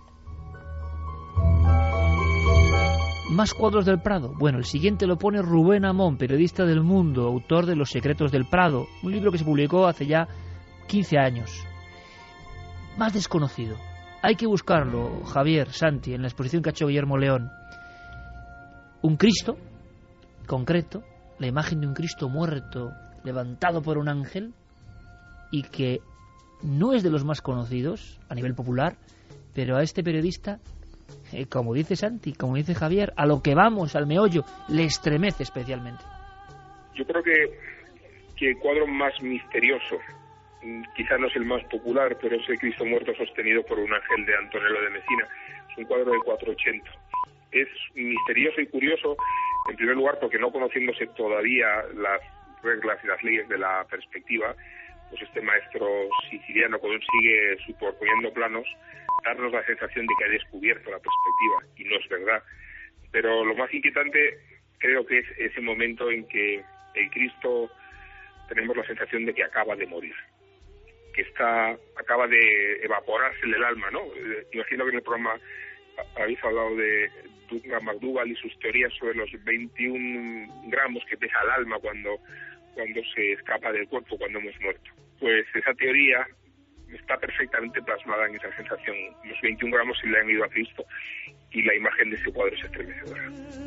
Más cuadros del Prado. Bueno, el siguiente lo pone Rubén Amón, periodista del Mundo, autor de Los secretos del Prado, un libro que se publicó hace ya quince años. Más desconocido. Hay que buscarlo, Javier, Santi, en la exposición que ha hecho Guillermo León. Un Cristo, concreto, la imagen de un Cristo muerto, levantado por un ángel, y que no es de los más conocidos a nivel popular, pero a este periodista, eh, como dice Santi, como dice Javier, a lo que vamos, al meollo, le estremece especialmente. Yo creo que, que el cuadro más misterioso, quizá no es el más popular, pero es el Cristo muerto sostenido por un ángel de Antonello de Messina. Es un cuadro de cuatrocientos ochenta. Es misterioso y curioso, en primer lugar, porque no conociéndose todavía las reglas y las leyes de la perspectiva, pues este maestro siciliano consigue, superponiendo planos, darnos la sensación de que ha descubierto la perspectiva, y no es verdad. Pero lo más inquietante creo que es ese momento en que el Cristo tenemos la sensación de que acaba de morir, que está acaba de evaporarse el alma, ¿no? Eh, imagino que en el programa habéis hablado de Douglas McDougall y sus teorías sobre los veintiún gramos que pesa el alma cuando, cuando se escapa del cuerpo, cuando hemos muerto. Pues esa teoría está perfectamente plasmada en esa sensación. Los veintiún gramos se le han ido a Cristo y la imagen de ese cuadro es estremecedora.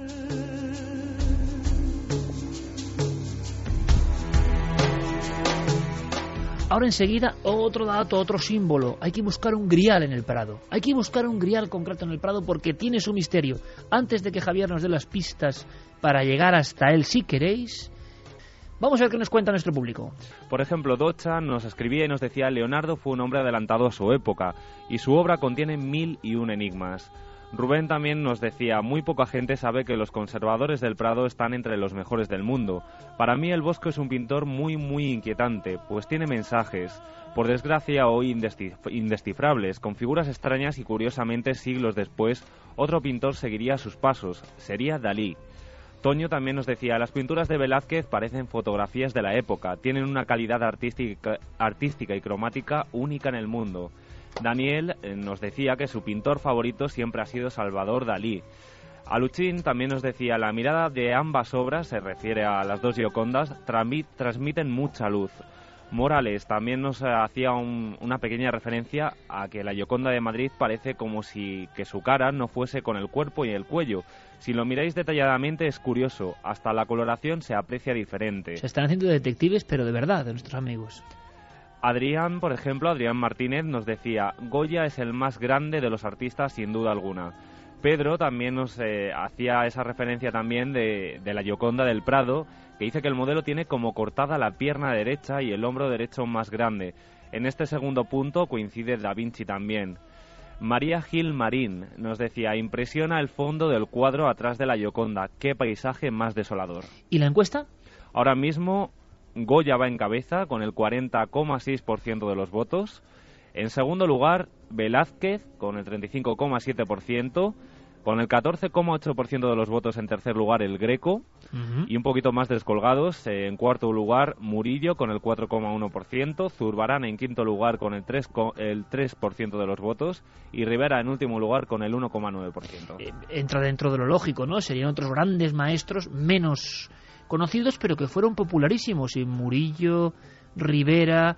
Ahora enseguida otro dato, otro símbolo. Hay que buscar un grial en el Prado. Hay que buscar un grial concreto en el Prado porque tiene su misterio. Antes de que Javier nos dé las pistas para llegar hasta él, si queréis, vamos a ver qué nos cuenta nuestro público. Por ejemplo, Docha nos escribía y nos decía: Leonardo fue un hombre adelantado a su época y su obra contiene mil y un enigmas. Rubén también nos decía: muy poca gente sabe que los conservadores del Prado están entre los mejores del mundo. Para mí el Bosco es un pintor muy muy inquietante, pues tiene mensajes, por desgracia hoy indescifrables, con figuras extrañas y curiosamente siglos después otro pintor seguiría sus pasos, sería Dalí. Toño también nos decía: las pinturas de Velázquez parecen fotografías de la época, tienen una calidad artística, artística y cromática única en el mundo. Daniel eh, nos decía que su pintor favorito siempre ha sido Salvador Dalí. Aluchín también nos decía: la mirada de ambas obras, se refiere a las dos Giocondas, transmiten mucha luz. Morales también nos hacía un, una pequeña referencia a que la Gioconda de Madrid parece como si que su cara no fuese con el cuerpo y el cuello. Si lo miráis detalladamente es curioso, hasta la coloración se aprecia diferente. Se están haciendo detectives, pero de verdad, de nuestros amigos. Adrián, por ejemplo, Adrián Martínez nos decía: Goya es el más grande de los artistas sin duda alguna. Pedro también nos eh, hacía esa referencia también de, de la Gioconda del Prado, que dice que el modelo tiene como cortada la pierna derecha y el hombro derecho más grande. En este segundo punto coincide Da Vinci también. María Gil Marín nos decía: impresiona el fondo del cuadro atrás de la Gioconda, qué paisaje más desolador. ¿Y la encuesta? Ahora mismo Goya va en cabeza con el cuarenta coma seis por ciento de los votos. En segundo lugar, Velázquez con el treinta y cinco coma siete por ciento. Con el catorce coma ocho por ciento de los votos en tercer lugar, el Greco. Uh-huh. Y un poquito más descolgados, eh, en cuarto lugar, Murillo con el cuatro coma uno por ciento. Zurbarán en quinto lugar con el tres, el tres por ciento de los votos. Y Rivera en último lugar con el uno coma nueve por ciento. Eh, entra dentro de lo lógico, ¿no? Serían otros grandes maestros menos conocidos, pero que fueron popularísimos. Y Murillo, Rivera,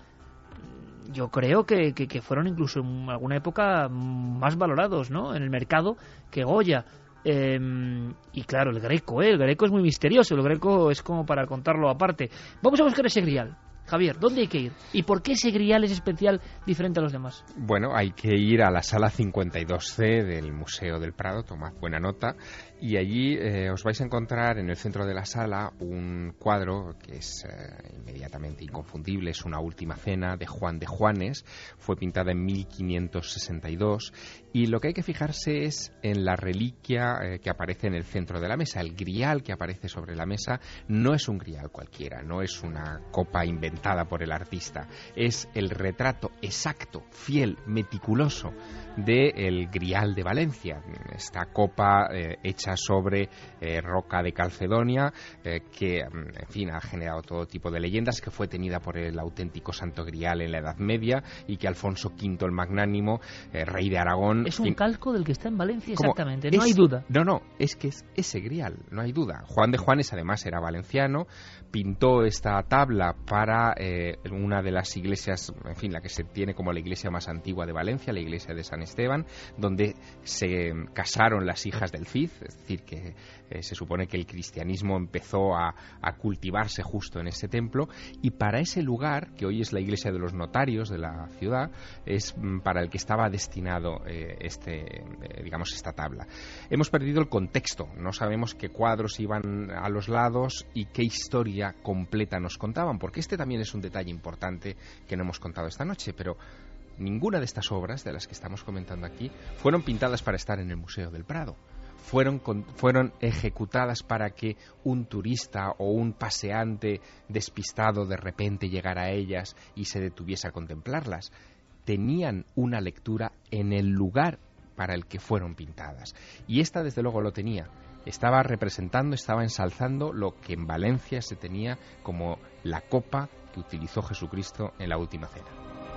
yo creo que, que, que fueron incluso en alguna época más valorados, ¿no?, en el mercado que Goya. Eh, y claro, el Greco, ¿eh? El Greco es muy misterioso, el Greco es como para contarlo aparte. Vamos a buscar ese grial. Javier, ¿dónde hay que ir? ¿Y por qué ese grial es especial, diferente a los demás? Bueno, hay que ir a la sala cincuenta y dos ce del Museo del Prado, tomad buena nota, y allí eh, os vais a encontrar en el centro de la sala un cuadro que es eh, inmediatamente inconfundible, es Una última cena de Juan de Juanes, fue pintada en mil quinientos sesenta y dos, y lo que hay que fijarse es en la reliquia eh, que aparece en el centro de la mesa. El grial que aparece sobre la mesa no es un grial cualquiera, no es una copa inventada por el artista, es el retrato exacto, fiel, meticuloso del grial de Valencia. Esta copa eh, hecha sobre eh, roca de Calcedonia, eh, que en fin ha generado todo tipo de leyendas, que fue tenida por el auténtico Santo Grial en la Edad Media y que Alfonso quinto el Magnánimo, eh, rey de Aragón... Es un fin, calco del que está en Valencia, exactamente, no es, hay duda. No, no, es que es ese grial, no hay duda. Juan de Juanes además era valenciano, pintó esta tabla para eh, una de las iglesias, en fin, la que se tiene como la iglesia más antigua de Valencia, la iglesia de San Esteban, donde se casaron las hijas del Cid, es decir, que eh, se supone que el cristianismo empezó a, a cultivarse justo en ese templo, y para ese lugar, que hoy es la iglesia de los notarios de la ciudad, es mm, para el que estaba destinado eh, este, eh, digamos, esta tabla. Hemos perdido el contexto, no sabemos qué cuadros iban a los lados y qué historia completa nos contaban, porque este también es un detalle importante que no hemos contado esta noche, pero ninguna de estas obras de las que estamos comentando aquí fueron pintadas para estar en el Museo del Prado. Fueron, con, fueron ejecutadas para que un turista o un paseante despistado de repente llegara a ellas y se detuviese a contemplarlas. Tenían una lectura en el lugar para el que fueron pintadas. Y esta desde luego lo tenía. Estaba representando, estaba ensalzando lo que en Valencia se tenía como la copa que utilizó Jesucristo en la última cena.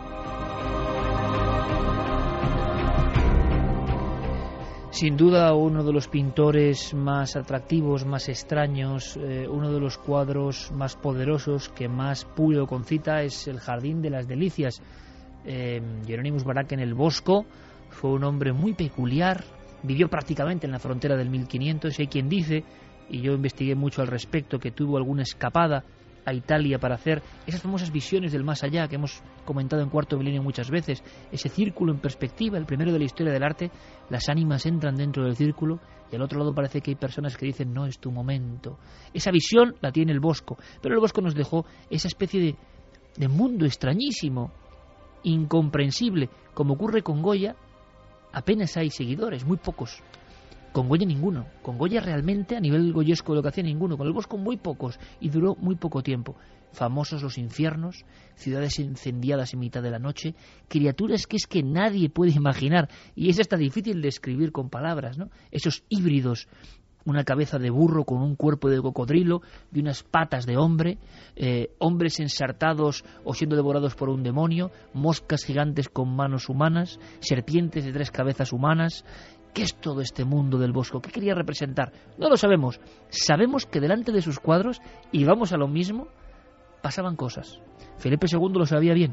Sin duda uno de los pintores más atractivos, más extraños, eh, uno de los cuadros más poderosos que más pudo concita es el Jardín de las Delicias. Eh, Hieronymus Barak en el Bosco fue un hombre muy peculiar, vivió prácticamente en la frontera del mil quinientos, y hay quien dice, y yo investigué mucho al respecto, que tuvo alguna escapada a Italia para hacer esas famosas visiones del más allá que hemos comentado en Cuarto Milenio muchas veces, ese círculo en perspectiva, el primero de la historia del arte. Las ánimas entran dentro del círculo y al otro lado parece que hay personas que dicen no es tu momento. Esa visión la tiene el Bosco, pero el Bosco nos dejó esa especie de, de mundo extrañísimo, incomprensible. Como ocurre con Goya, apenas hay seguidores, muy pocos. Con Goya ninguno. Con Goya realmente, a nivel goyesco de lo que hacía, ninguno. Con el Bosco muy pocos, y duró muy poco tiempo. Famosos los infiernos, ciudades incendiadas en mitad de la noche, criaturas que es que nadie puede imaginar, y es hasta difícil de escribir con palabras, ¿no? Esos híbridos, una cabeza de burro con un cuerpo de cocodrilo y unas patas de hombre, eh, hombres ensartados o siendo devorados por un demonio, moscas gigantes con manos humanas, serpientes de tres cabezas humanas. ¿Qué es todo este mundo del Bosco? ¿Qué quería representar? No lo sabemos. Sabemos que delante de sus cuadros, y vamos a lo mismo, pasaban cosas. Felipe segundo lo sabía bien.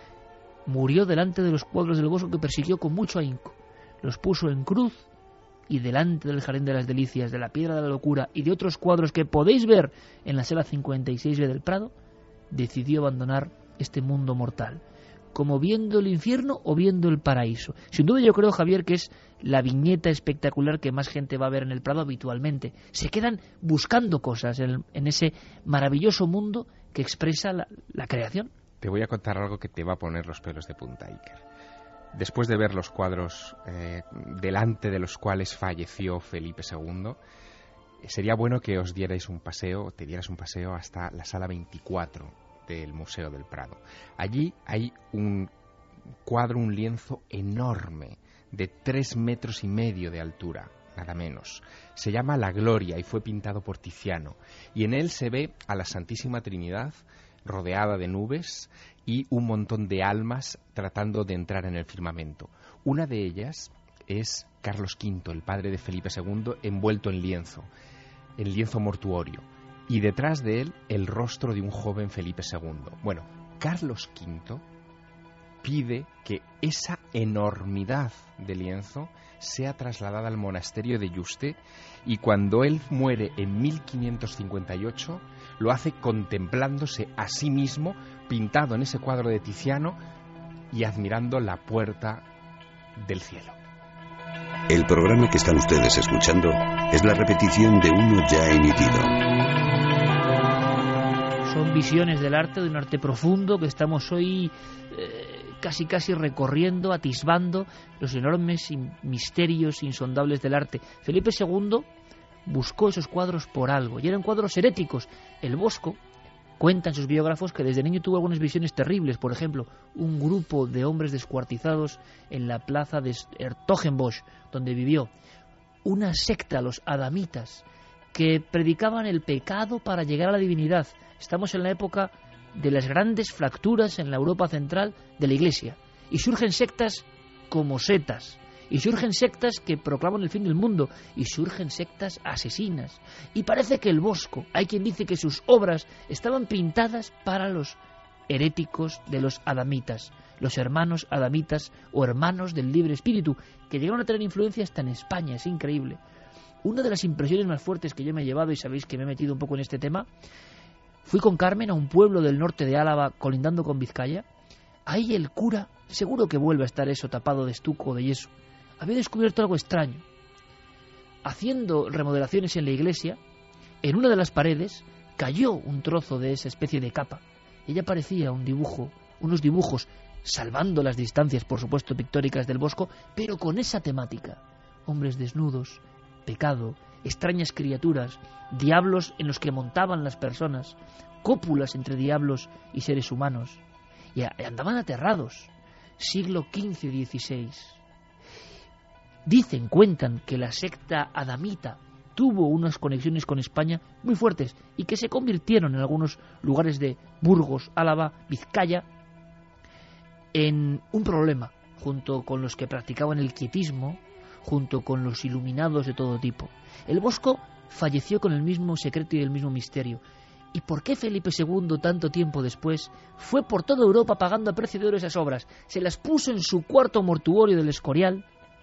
Murió delante de los cuadros del Bosco que persiguió con mucho ahínco. Los puso en cruz, y delante del Jardín de las Delicias, de la Piedra de la Locura y de otros cuadros que podéis ver en la sala cincuenta y seis B del Prado, decidió abandonar este mundo mortal, como viendo el infierno o viendo el paraíso. Sin duda yo creo, Javier, que es la viñeta espectacular que más gente va a ver en el Prado habitualmente. Se quedan buscando cosas en, en ese maravilloso mundo que expresa la, la creación. Te voy a contar algo que te va a poner los pelos de punta, Iker. Después de ver los cuadros eh, delante de los cuales falleció Felipe segundo, sería bueno que os dierais un paseo, te dieras un paseo hasta la sala veinticuatro del Museo del Prado. Allí hay un cuadro, un lienzo enorme, de tres metros y medio de altura, nada menos. Se llama La Gloria y fue pintado por Tiziano. Y en él se ve a la Santísima Trinidad rodeada de nubes y un montón de almas tratando de entrar en el firmamento. Una de ellas es Carlos quinto, el padre de Felipe segundo, envuelto en lienzo, en lienzo mortuorio. Y detrás de él el rostro de un joven Felipe segundo. Bueno, Carlos quinto pide que esa enormidad de lienzo sea trasladada al monasterio de Yuste, y cuando él muere en mil quinientos cincuenta y ocho lo hace contemplándose a sí mismo pintado en ese cuadro de Tiziano y admirando la puerta del cielo. El programa que están ustedes escuchando es la repetición de uno ya emitido. Son visiones del arte, de un arte profundo que estamos hoy eh, casi casi recorriendo, atisbando los enormes misterios insondables del arte. Felipe segundo buscó esos cuadros por algo, y eran cuadros heréticos. El Bosco cuenta en sus biógrafos que desde niño tuvo algunas visiones terribles. Por ejemplo, un grupo de hombres descuartizados en la plaza de Hertogenbosch, donde vivió. Una secta, los adamitas, que predicaban el pecado para llegar a la divinidad. Estamos en la época de las grandes fracturas en la Europa central de la Iglesia, y surgen sectas como setas, y surgen sectas que proclaman el fin del mundo, y surgen sectas asesinas. Y parece que el Bosco, hay quien dice que sus obras estaban pintadas para los heréticos de los adamitas, los hermanos adamitas o hermanos del libre espíritu, que llegaron a tener influencia hasta en España. Es increíble. Una de las impresiones más fuertes que yo me he llevado, y sabéis que me he metido un poco en este tema, fui con Carmen a un pueblo del norte de Álava colindando con Vizcaya. Ahí el cura, seguro que vuelve a estar eso tapado de estuco o de yeso, había descubierto algo extraño. Haciendo remodelaciones en la iglesia, en una de las paredes cayó un trozo de esa especie de capa. Ella parecía un dibujo, unos dibujos, salvando las distancias, por supuesto, pictóricas del Bosco, pero con esa temática. Hombres desnudos, pecado, extrañas criaturas, diablos en los que montaban las personas, cópulas entre diablos y seres humanos. Y andaban aterrados. Siglo quince dieciséis. Dicen, cuentan, que la secta adamita tuvo unas conexiones con España muy fuertes y que se convirtieron en algunos lugares de Burgos, Álava, Vizcaya, en un problema, junto con los que practicaban el quietismo, junto con los iluminados de todo tipo. El Bosco falleció con el mismo secreto y el mismo misterio. ¿Y por qué Felipe segundo, tanto tiempo después, fue por toda Europa pagando a precio de oro esas obras? Se las puso en su cuarto mortuorio del Escorial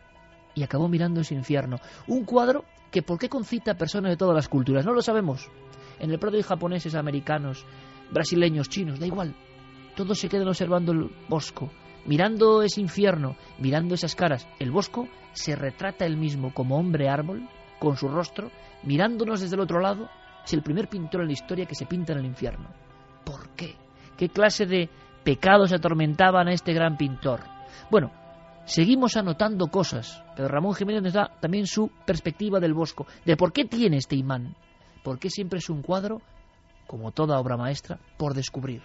y acabó mirando ese infierno. Un cuadro que ¿por qué concita a personas de todas las culturas? No lo sabemos. En el Prado hay japoneses, americanos, brasileños, chinos, da igual. Todos se quedan observando el Bosco, mirando ese infierno, mirando esas caras. El Bosco se retrata él mismo como hombre árbol, con su rostro, mirándonos desde el otro lado. Es el primer pintor en la historia que se pinta en el infierno. ¿Por qué? ¿Qué clase de pecados atormentaban a este gran pintor? Bueno, seguimos anotando cosas, pero Ramón Jiménez nos da también su perspectiva del Bosco, de por qué tiene este imán, por qué siempre es un cuadro, como toda obra maestra, por descubrir.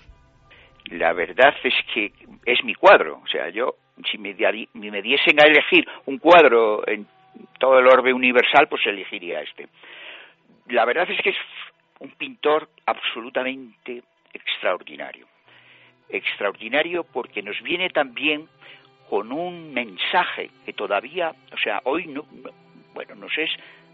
La verdad es que es mi cuadro, o sea, yo, si me, di- me diesen a elegir un cuadro en todo el orbe universal, pues elegiría este. La verdad es que es un pintor absolutamente extraordinario. Extraordinario porque nos viene también con un mensaje que todavía, o sea, hoy no, no, bueno, nos es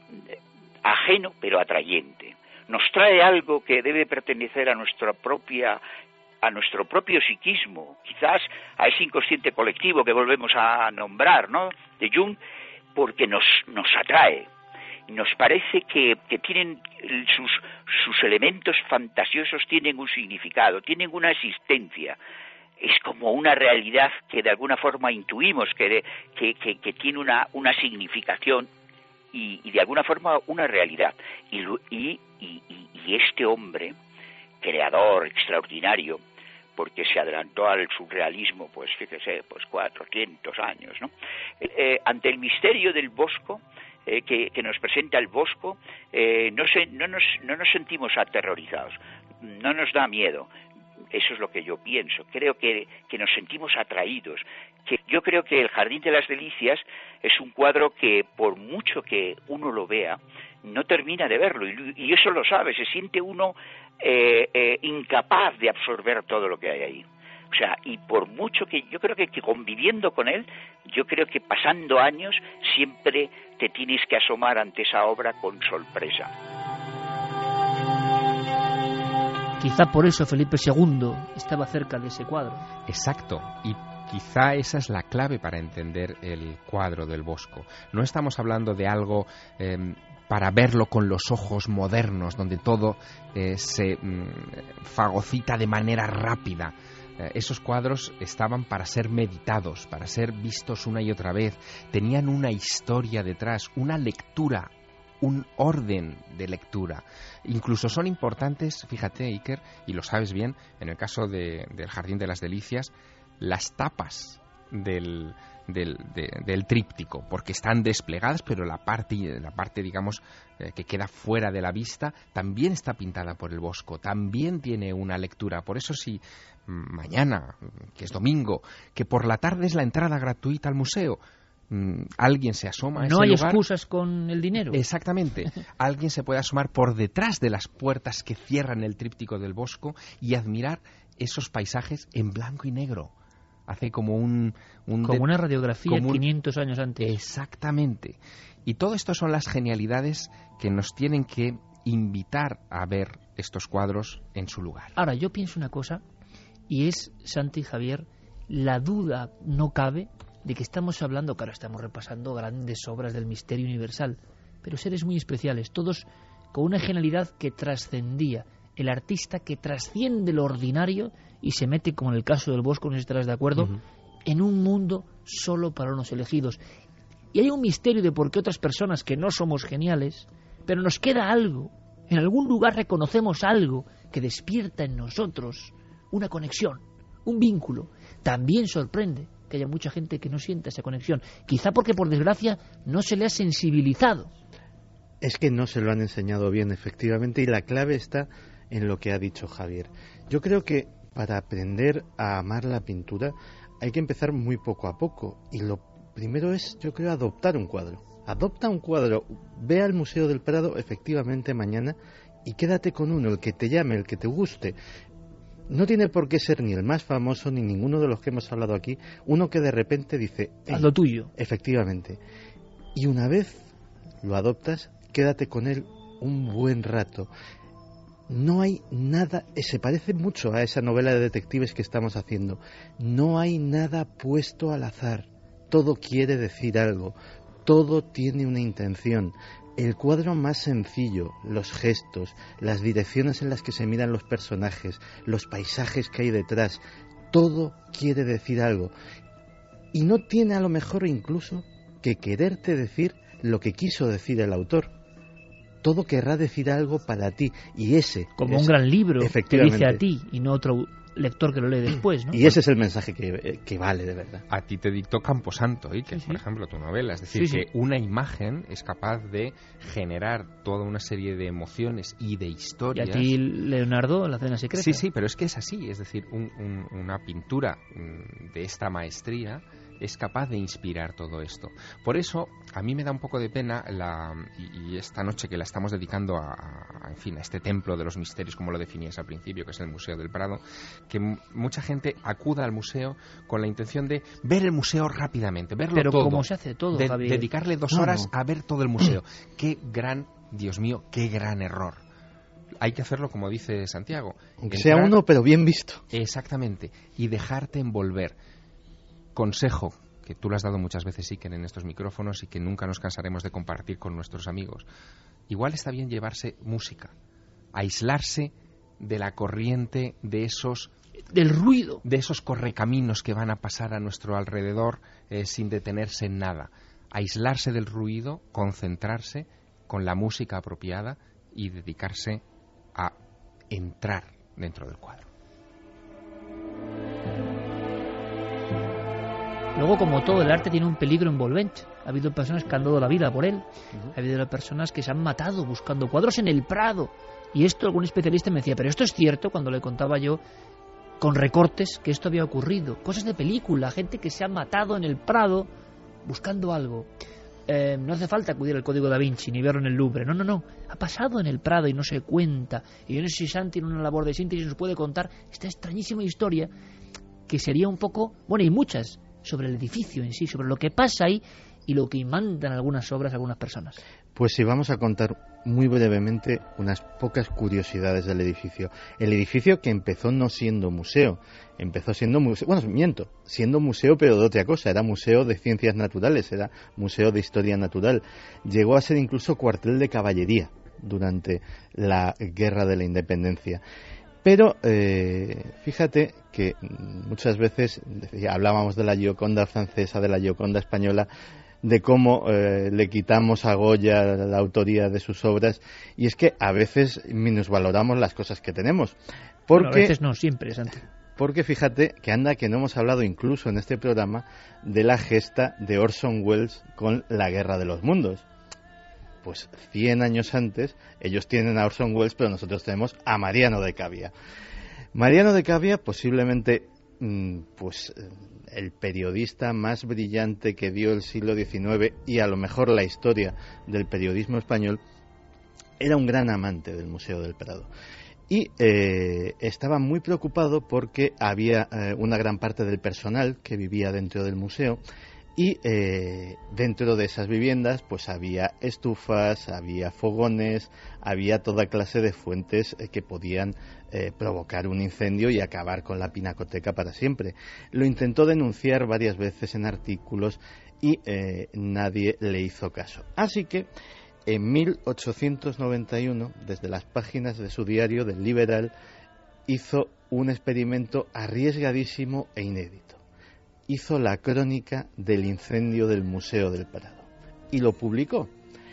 ajeno pero atrayente. Nos trae algo que debe pertenecer a nuestra propia a nuestro propio psiquismo, quizás a ese inconsciente colectivo que volvemos a nombrar, ¿no?, de Jung, porque nos nos atrae. Nos parece que, que tienen sus, sus elementos fantasiosos tienen un significado, tienen una existencia. Es como una realidad que de alguna forma intuimos que, de, que, que, que tiene una, una significación y, y de alguna forma una realidad. Y, y, y, y este hombre, creador extraordinario, porque se adelantó al surrealismo, pues fíjese, pues cuatrocientos años, ¿no? Eh, ante el misterio del Bosco, eh, que, que nos presenta el Bosco, eh, no, se, no, nos, no nos sentimos aterrorizados, no nos da miedo. Eso es lo que yo pienso. Creo que, que nos sentimos atraídos. Que yo creo que el Jardín de las Delicias es un cuadro que, por mucho que uno lo vea, no termina de verlo. Y, y eso lo sabe. Se siente uno eh, eh, incapaz de absorber todo lo que hay ahí. O sea, y por mucho que yo creo que, que conviviendo con él, yo creo que pasando años, siempre te tienes que asomar ante esa obra con sorpresa. Quizá por eso Felipe segundo estaba cerca de ese cuadro. Exacto, y quizá esa es la clave para entender el cuadro del Bosco. No estamos hablando de algo eh, para verlo con los ojos modernos, donde todo eh, se mm, fagocita de manera rápida. Eh, esos cuadros estaban para ser meditados, para ser vistos una y otra vez. Tenían una historia detrás, una lectura, un orden de lectura. Incluso son importantes, fíjate, Iker, y lo sabes bien, en el caso de, del Jardín de las Delicias, las tapas del, del, de, del tríptico, porque están desplegadas, pero la parte, la parte digamos, eh, que queda fuera de la vista, también está pintada por el Bosco, también tiene una lectura. Por eso si mañana, que es domingo, que por la tarde es la entrada gratuita al museo, alguien se asoma a ese no hay lugar. Excusas con el dinero. Exactamente. Alguien se puede asomar por detrás de las puertas que cierran el tríptico del Bosco y admirar esos paisajes en blanco y negro. Hace como un... un como de... una radiografía como un... quinientos años antes. Exactamente. Y todo esto son las genialidades que nos tienen que invitar a ver estos cuadros en su lugar. Ahora, yo pienso una cosa, y es, Santi y Javier, la duda no cabe de que estamos hablando, claro, estamos repasando grandes obras del misterio universal, pero seres muy especiales, todos con una genialidad que trascendía, el artista que trasciende lo ordinario y se mete, como en el caso del Bosco, no sé si estarás de acuerdo, uh-huh. en un mundo solo para unos elegidos. Y hay un misterio de por qué otras personas que no somos geniales, pero nos queda algo, en algún lugar reconocemos algo que despierta en nosotros una conexión, un vínculo. También sorprende que haya mucha gente que no sienta esa conexión, quizá porque por desgracia no se le ha sensibilizado. Es que no se lo han enseñado bien, efectivamente, y la clave está en lo que ha dicho Javier. Yo creo que para aprender a amar la pintura hay que empezar muy poco a poco, y lo primero es, yo creo, adoptar un cuadro. Adopta un cuadro, ve al Museo del Prado efectivamente mañana y quédate con uno, el que te llame, el que te guste. No tiene por qué ser ni el más famoso ni ninguno de los que hemos hablado aquí, uno que de repente dice, haz lo tuyo. Efectivamente. Y una vez lo adoptas, quédate con él un buen rato. No hay nada, se parece mucho a esa novela de detectives que estamos haciendo. No hay nada puesto al azar. Todo quiere decir algo. Todo tiene una intención. El cuadro más sencillo, los gestos, las direcciones en las que se miran los personajes, los paisajes que hay detrás, todo quiere decir algo. Y no tiene a lo mejor incluso que quererte decir lo que quiso decir el autor. Todo querrá decir algo para ti, y ese... Como es, un gran libro que dice a ti, y no otro lector que lo lee después, ¿no? Y ese es el mensaje que, que vale de verdad. A ti te dictó Camposanto, Iker, sí, por sí. ejemplo, tu novela. Es decir, sí, que sí. una imagen es capaz de generar toda una serie de emociones y de historias. Y a ti, Leonardo, La cena secreta. Sí, sí, pero es que es así. Es decir, un, un, una pintura de esta maestría es capaz de inspirar todo esto. Por eso, a mí me da un poco de pena, la, y, y esta noche que la estamos dedicando a, a, en fin, a este templo de los misterios, como lo definías al principio, que es el Museo del Prado, que m- mucha gente acuda al museo con la intención de ver el museo rápidamente, verlo Pero todo. como se hace todo, de, Javier. Dedicarle dos horas no. a ver todo el museo. Qué gran, Dios mío, qué gran error. Hay que hacerlo como dice Santiago. Aunque sea uno, pero bien visto. Exactamente. Y dejarte envolver. Consejo que tú lo has dado muchas veces, Iker, en estos micrófonos y que nunca nos cansaremos de compartir con nuestros amigos. Igual está bien llevarse música, aislarse de la corriente, de esos... del ruido. De esos correcaminos que van a pasar a nuestro alrededor eh, sin detenerse en nada. Aislarse del ruido, concentrarse con la música apropiada y dedicarse a entrar dentro del cuadro. Luego, como todo el arte, tiene un peligro envolvente. Ha habido personas que han dado la vida por él. Uh-huh. Ha habido personas que se han matado buscando cuadros en el Prado. Y esto algún especialista me decía, pero esto es cierto, cuando le contaba yo con recortes que esto había ocurrido. Cosas de película, gente que se ha matado en el Prado buscando algo. Eh, no hace falta acudir al Código da Vinci ni verlo en el Louvre. No, no, no. Ha pasado en el Prado y no se cuenta. Y yo no sé si Santi en una labor de síntesis nos puede contar esta extrañísima historia que sería un poco, bueno, y muchas, sobre el edificio en sí, sobre lo que pasa ahí y lo que mandan algunas obras, algunas personas. Pues sí, vamos a contar muy brevemente unas pocas curiosidades del edificio. El edificio que empezó no siendo museo, empezó siendo museo, bueno, miento, siendo museo pero de otra cosa, era museo de ciencias naturales, era museo de historia natural. Llegó a ser incluso cuartel de caballería durante la Guerra de la Independencia. Pero eh, fíjate que muchas veces decía, hablábamos de la Gioconda francesa, de la Gioconda española, de cómo eh, le quitamos a Goya la autoría de sus obras, y es que a veces minusvaloramos las cosas que tenemos. Porque, bueno, a veces no, siempre, Santi. Porque fíjate que anda que no hemos hablado incluso en este programa de la gesta de Orson Welles con La Guerra de los Mundos. Pues cien años antes, ellos tienen a Orson Welles, pero nosotros tenemos a Mariano de Cavia. Mariano de Cavia, posiblemente pues el periodista más brillante que dio el siglo diecinueve y a lo mejor la historia del periodismo español, era un gran amante del Museo del Prado. Y eh, estaba muy preocupado porque había eh, una gran parte del personal que vivía dentro del museo. Y eh, dentro de esas viviendas pues había estufas, había fogones, había toda clase de fuentes eh, que podían eh, provocar un incendio y acabar con la pinacoteca para siempre. Lo intentó denunciar varias veces en artículos y eh, nadie le hizo caso. Así que en mil ochocientos noventa y uno, desde las páginas de su diario, del Liberal, hizo un experimento arriesgadísimo e inédito. Hizo la crónica del incendio del Museo del Prado y lo publicó.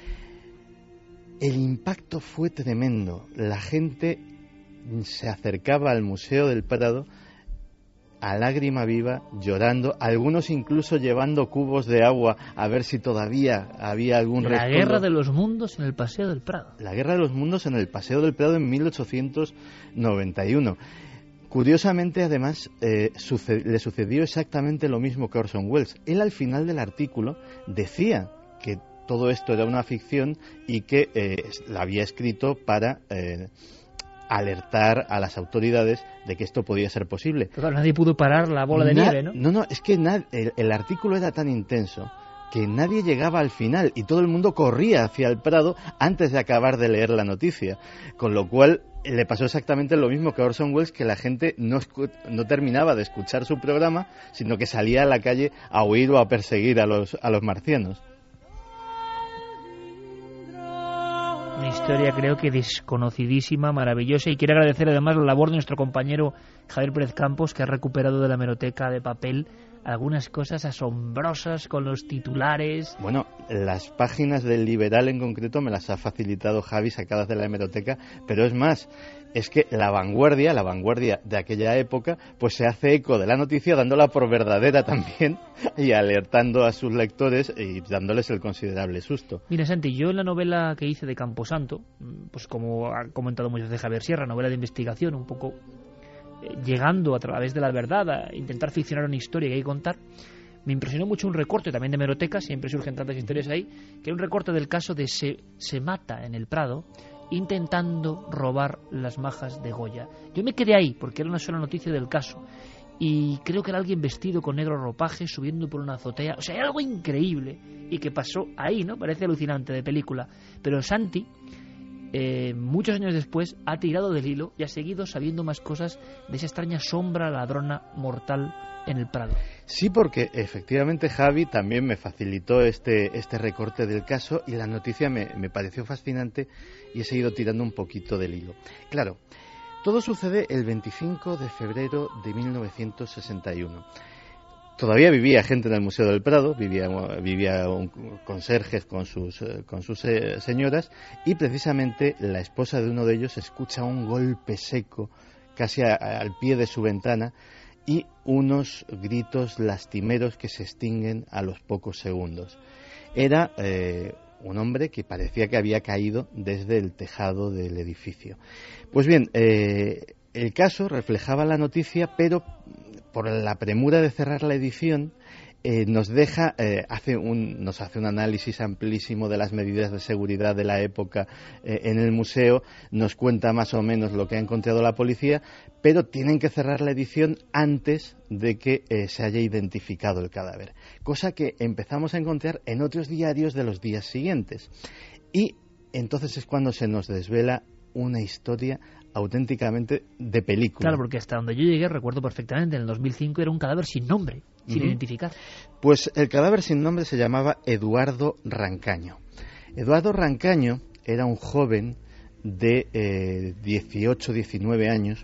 El impacto fue tremendo. La gente se acercaba al Museo del Prado a lágrima viva, llorando, algunos incluso llevando cubos de agua a ver si todavía había algún La rescoldo. Guerra de los Mundos en el Paseo del Prado. La Guerra de los Mundos en el Paseo del Prado en mil ochocientos noventa y uno. Curiosamente, además, eh, suced- le sucedió exactamente lo mismo que Orson Welles. Él, al final del artículo, decía que todo esto era una ficción y que eh, la había escrito para eh, alertar a las autoridades de que esto podía ser posible. Pero claro, nadie pudo parar la bola de Na- nieve, ¿no? No, no, es que na- el, el artículo era tan intenso que nadie llegaba al final y todo el mundo corría hacia el Prado antes de acabar de leer la noticia, con lo cual le pasó exactamente lo mismo que a Orson Welles, que la gente no, escu- no terminaba de escuchar su programa, sino que salía a la calle a huir o a perseguir a los, a los marcianos. Una historia creo que desconocidísima, maravillosa, y quiero agradecer además la labor de nuestro compañero Javier Pérez Campos, que ha recuperado de la hemeroteca de papel algunas cosas asombrosas con los titulares. Bueno, las páginas del Liberal en concreto me las ha facilitado Javi, sacadas de la hemeroteca, pero es más, es que La Vanguardia, la vanguardia de aquella época, pues se hace eco de la noticia dándola por verdadera también y alertando a sus lectores y dándoles el considerable susto. Mira, Santi, yo en la novela que hice de Camposanto, pues como ha comentado muchas veces Javier Sierra, novela de investigación, un poco eh, llegando a través de la verdad a intentar ficcionar una historia que hay que contar, me impresionó mucho un recorte también de hemeroteca, siempre surgen tantas historias ahí, que era un recorte del caso de Se, se mata en el Prado intentando robar las majas de Goya. Yo me quedé ahí porque era una sola noticia del caso y creo que era alguien vestido con negro ropaje subiendo por una azotea. O sea, era algo increíble y que pasó ahí, ¿no? Parece alucinante, de película. Pero Santi, eh, muchos años después, ha tirado del hilo y ha seguido sabiendo más cosas de esa extraña sombra ladrona mortal en el Prado. Sí, porque efectivamente Javi también me facilitó este, este recorte del caso y la noticia me, me pareció fascinante y he seguido tirando un poquito del hilo. Claro, todo sucede el veinticinco de febrero de mil novecientos sesenta y uno. Todavía vivía gente en el Museo del Prado, vivía, vivía un, conserjes con sus, con sus eh, señoras, y precisamente la esposa de uno de ellos escucha un golpe seco casi a, a, al pie de su ventana y unos gritos lastimeros que se extinguen a los pocos segundos. Era eh, un hombre que parecía que había caído desde el tejado del edificio. Pues bien, eh, el caso reflejaba la noticia, pero por la premura de cerrar la edición, eh, nos deja, eh, hace un, nos hace un análisis amplísimo de las medidas de seguridad de la época eh, en el museo, nos cuenta más o menos lo que ha encontrado la policía, pero tienen que cerrar la edición antes de que eh, se haya identificado el cadáver, cosa que empezamos a encontrar en otros diarios de los días siguientes. Y entonces es cuando se nos desvela una historia auténticamente de película. Claro, porque hasta donde yo llegué, recuerdo perfectamente, en el dos mil cinco era un cadáver sin nombre, sin uh-huh. identificar. Pues el cadáver sin nombre se llamaba Eduardo Rancaño. Eduardo Rancaño era un joven de eh, dieciocho, diecinueve años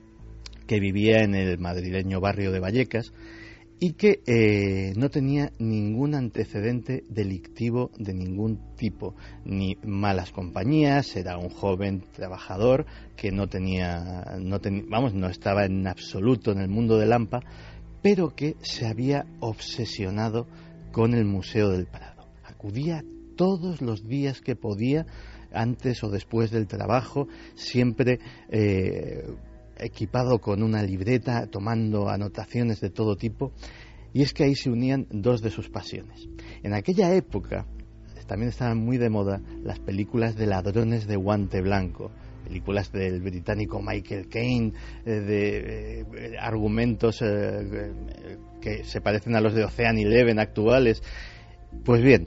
que vivía en el madrileño barrio de Vallecas y que eh, no tenía ningún antecedente delictivo de ningún tipo, ni malas compañías, era un joven trabajador que no tenía, no ten, vamos, no estaba en absoluto en el mundo del hampa, pero que se había obsesionado con el Museo del Prado. Acudía todos los días que podía, antes o después del trabajo, siempre eh, equipado con una libreta, tomando anotaciones de todo tipo, y es que ahí se unían dos de sus pasiones. En aquella época también estaban muy de moda las películas de ladrones de guante blanco, películas del británico Michael Caine, eh, de eh, argumentos eh, que se parecen a los de Ocean Eleven actuales. Pues bien,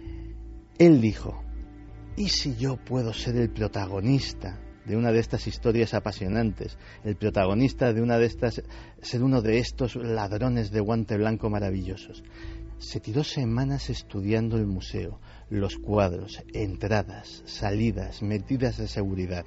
él dijo, ¿y si yo puedo ser el protagonista de una de estas historias apasionantes, el protagonista de una de estas, ser uno de estos ladrones de guante blanco maravillosos? Se tiró semanas estudiando el museo, los cuadros, entradas, salidas, medidas de seguridad,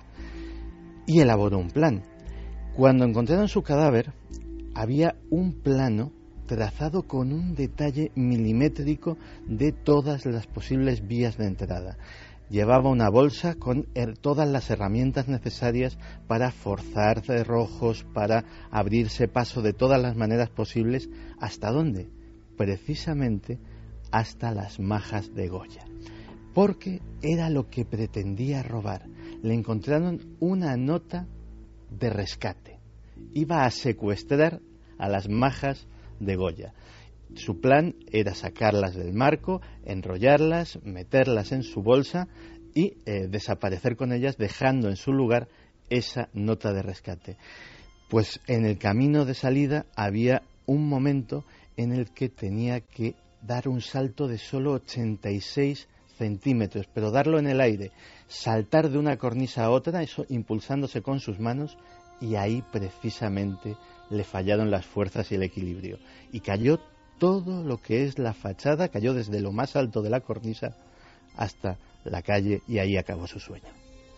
y elaboró un plan. Cuando encontraron su cadáver, había un plano trazado con un detalle milimétrico de todas las posibles vías de entrada. Llevaba una bolsa con er- todas las herramientas necesarias para forzar cerrojos, para abrirse paso de todas las maneras posibles. ¿Hasta dónde? Precisamente hasta las majas de Goya. Porque era lo que pretendía robar. Le encontraron una nota de rescate. Iba a secuestrar a las majas de Goya. Su plan era sacarlas del marco, enrollarlas, meterlas en su bolsa y eh, desaparecer con ellas, dejando en su lugar esa nota de rescate. Pues en el camino de salida había un momento en el que tenía que dar un salto de solo ochenta y seis centímetros, pero darlo en el aire, saltar de una cornisa a otra, eso impulsándose con sus manos, y ahí precisamente le fallaron las fuerzas y el equilibrio. Y cayó todo lo que es la fachada, cayó desde lo más alto de la cornisa hasta la calle, y ahí acabó su sueño.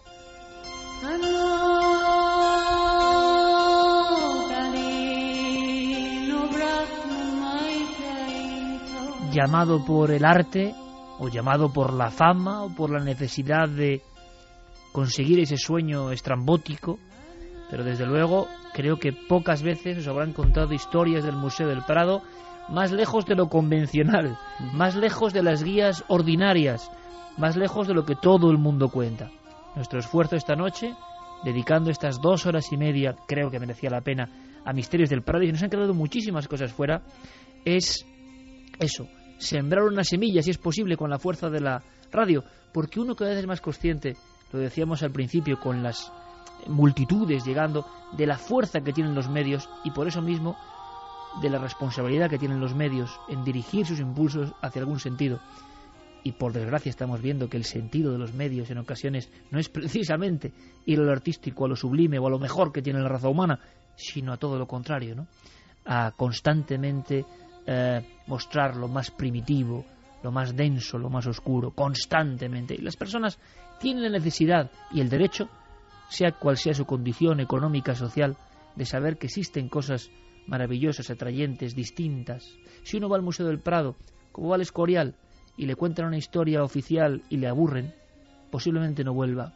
Llamado por el arte, o llamado por la fama, o por la necesidad de conseguir ese sueño estrambótico, pero desde luego creo que pocas veces os habrán contado historias del Museo del Prado más lejos de lo convencional, más lejos de las guías ordinarias, más lejos de lo que todo el mundo cuenta. Nuestro esfuerzo esta noche, dedicando estas dos horas y media, creo que merecía la pena, a Misterios del Prado, y nos han quedado muchísimas cosas fuera, es eso, sembrar una semilla, si es posible, con la fuerza de la radio, porque uno cada vez es más consciente, lo decíamos al principio, con las multitudes llegando, de la fuerza que tienen los medios, y por eso mismo de la responsabilidad que tienen los medios en dirigir sus impulsos hacia algún sentido. Y por desgracia estamos viendo que el sentido de los medios en ocasiones no es precisamente ir a lo artístico, a lo sublime o a lo mejor que tiene la raza humana, sino a todo lo contrario, ¿no? A constantemente eh, mostrar lo más primitivo, lo más denso, lo más oscuro, constantemente. Y las personas tienen la necesidad y el derecho, sea cual sea su condición económica, social, de saber que existen cosas maravillosas, atrayentes, distintas. Si uno va al Museo del Prado, como va al Escorial, y le cuentan una historia oficial y le aburren, posiblemente no vuelva.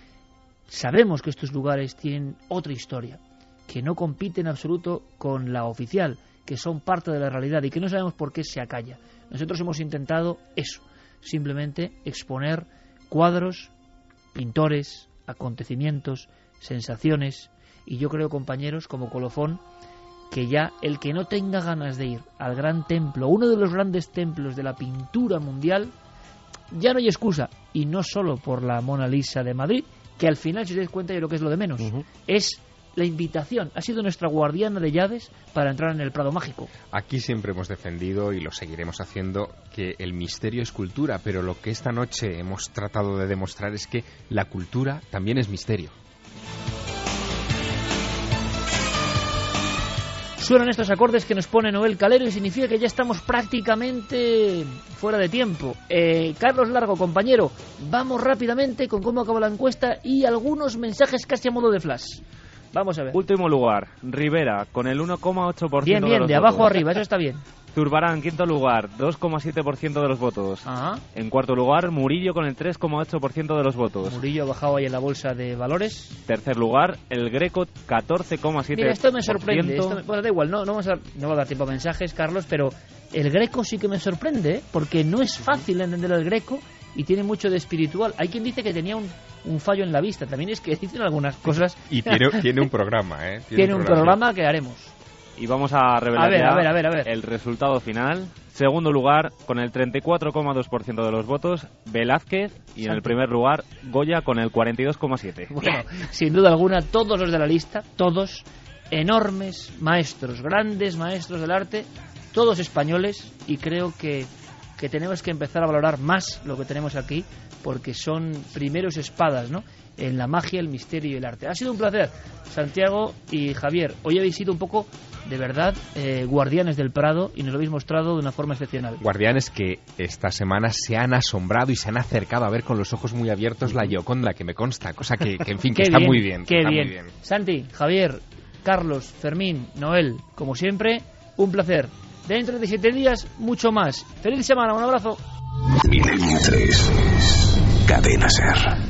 Sabemos que estos lugares tienen otra historia, que no compite en absoluto con la oficial, que son parte de la realidad y que no sabemos por qué se acalla. Nosotros hemos intentado eso, simplemente exponer cuadros, pintores, acontecimientos, sensaciones, y yo creo, compañeros, como colofón, que ya el que no tenga ganas de ir al gran templo, uno de los grandes templos de la pintura mundial, ya no hay excusa, y no solo por la Mona Lisa de Madrid, que al final, si os dais cuenta, yo creo que es lo de menos, uh-huh. es la invitación, ha sido nuestra guardiana de llaves para entrar en el Prado Mágico. Aquí siempre hemos defendido, y lo seguiremos haciendo, que el misterio es cultura, pero lo que esta noche hemos tratado de demostrar es que la cultura también es misterio. Suenan estos acordes que nos pone Noel Calero y significa que ya estamos prácticamente fuera de tiempo. Eh, Carlos Largo, compañero, vamos rápidamente con cómo acaba la encuesta y algunos mensajes casi a modo de flash. Vamos a ver. Último lugar, Rivera, con el uno coma ocho por ciento bien, bien, de los de votos. abajo arriba, eso está bien. Zurbarán, quinto lugar, dos coma siete por ciento de los votos. Ajá. En cuarto lugar, Murillo con el tres coma ocho por ciento de los votos. Murillo ha bajado ahí en la bolsa de valores. Tercer lugar, el Greco, catorce coma siete por ciento. Mira, esto me sorprende. Esto me, bueno, da igual, no, no, vamos a, no va a dar tiempo a mensajes, Carlos, pero el Greco sí que me sorprende, ¿eh? Porque no es fácil entender el Greco y tiene mucho de espiritual. Hay quien dice que tenía un, un fallo en la vista. También es que dicen algunas cosas. Y tiene, tiene un programa, ¿eh? Tiene, tiene un programa, programa que haremos. Y vamos a revelar a ver, ya a ver, a ver, a ver. el resultado final. Segundo lugar, con el treinta y cuatro coma dos por ciento de los votos, Velázquez. Y Santi. En el primer lugar, Goya con el cuarenta y dos coma siete por ciento. Bueno, sin duda alguna, todos los de la lista, todos enormes maestros, grandes maestros del arte, todos españoles, y creo que, que tenemos que empezar a valorar más lo que tenemos aquí, porque son primeros espadas, ¿no?, en la magia, el misterio y el arte. Ha sido un placer, Santiago y Javier. Hoy habéis sido un poco, de verdad, eh, guardianes del Prado y nos lo habéis mostrado de una forma excepcional. Guardianes que esta semana se han asombrado y se han acercado a ver con los ojos muy abiertos la Gioconda, que me consta, cosa que, que en fin, que está bien, muy bien. Qué está bien. Muy bien. Santi, Javier, Carlos, Fermín, Noel, como siempre, un placer. Dentro de siete días, mucho más. Feliz semana, un abrazo. Milenio tres, Cadena Ser.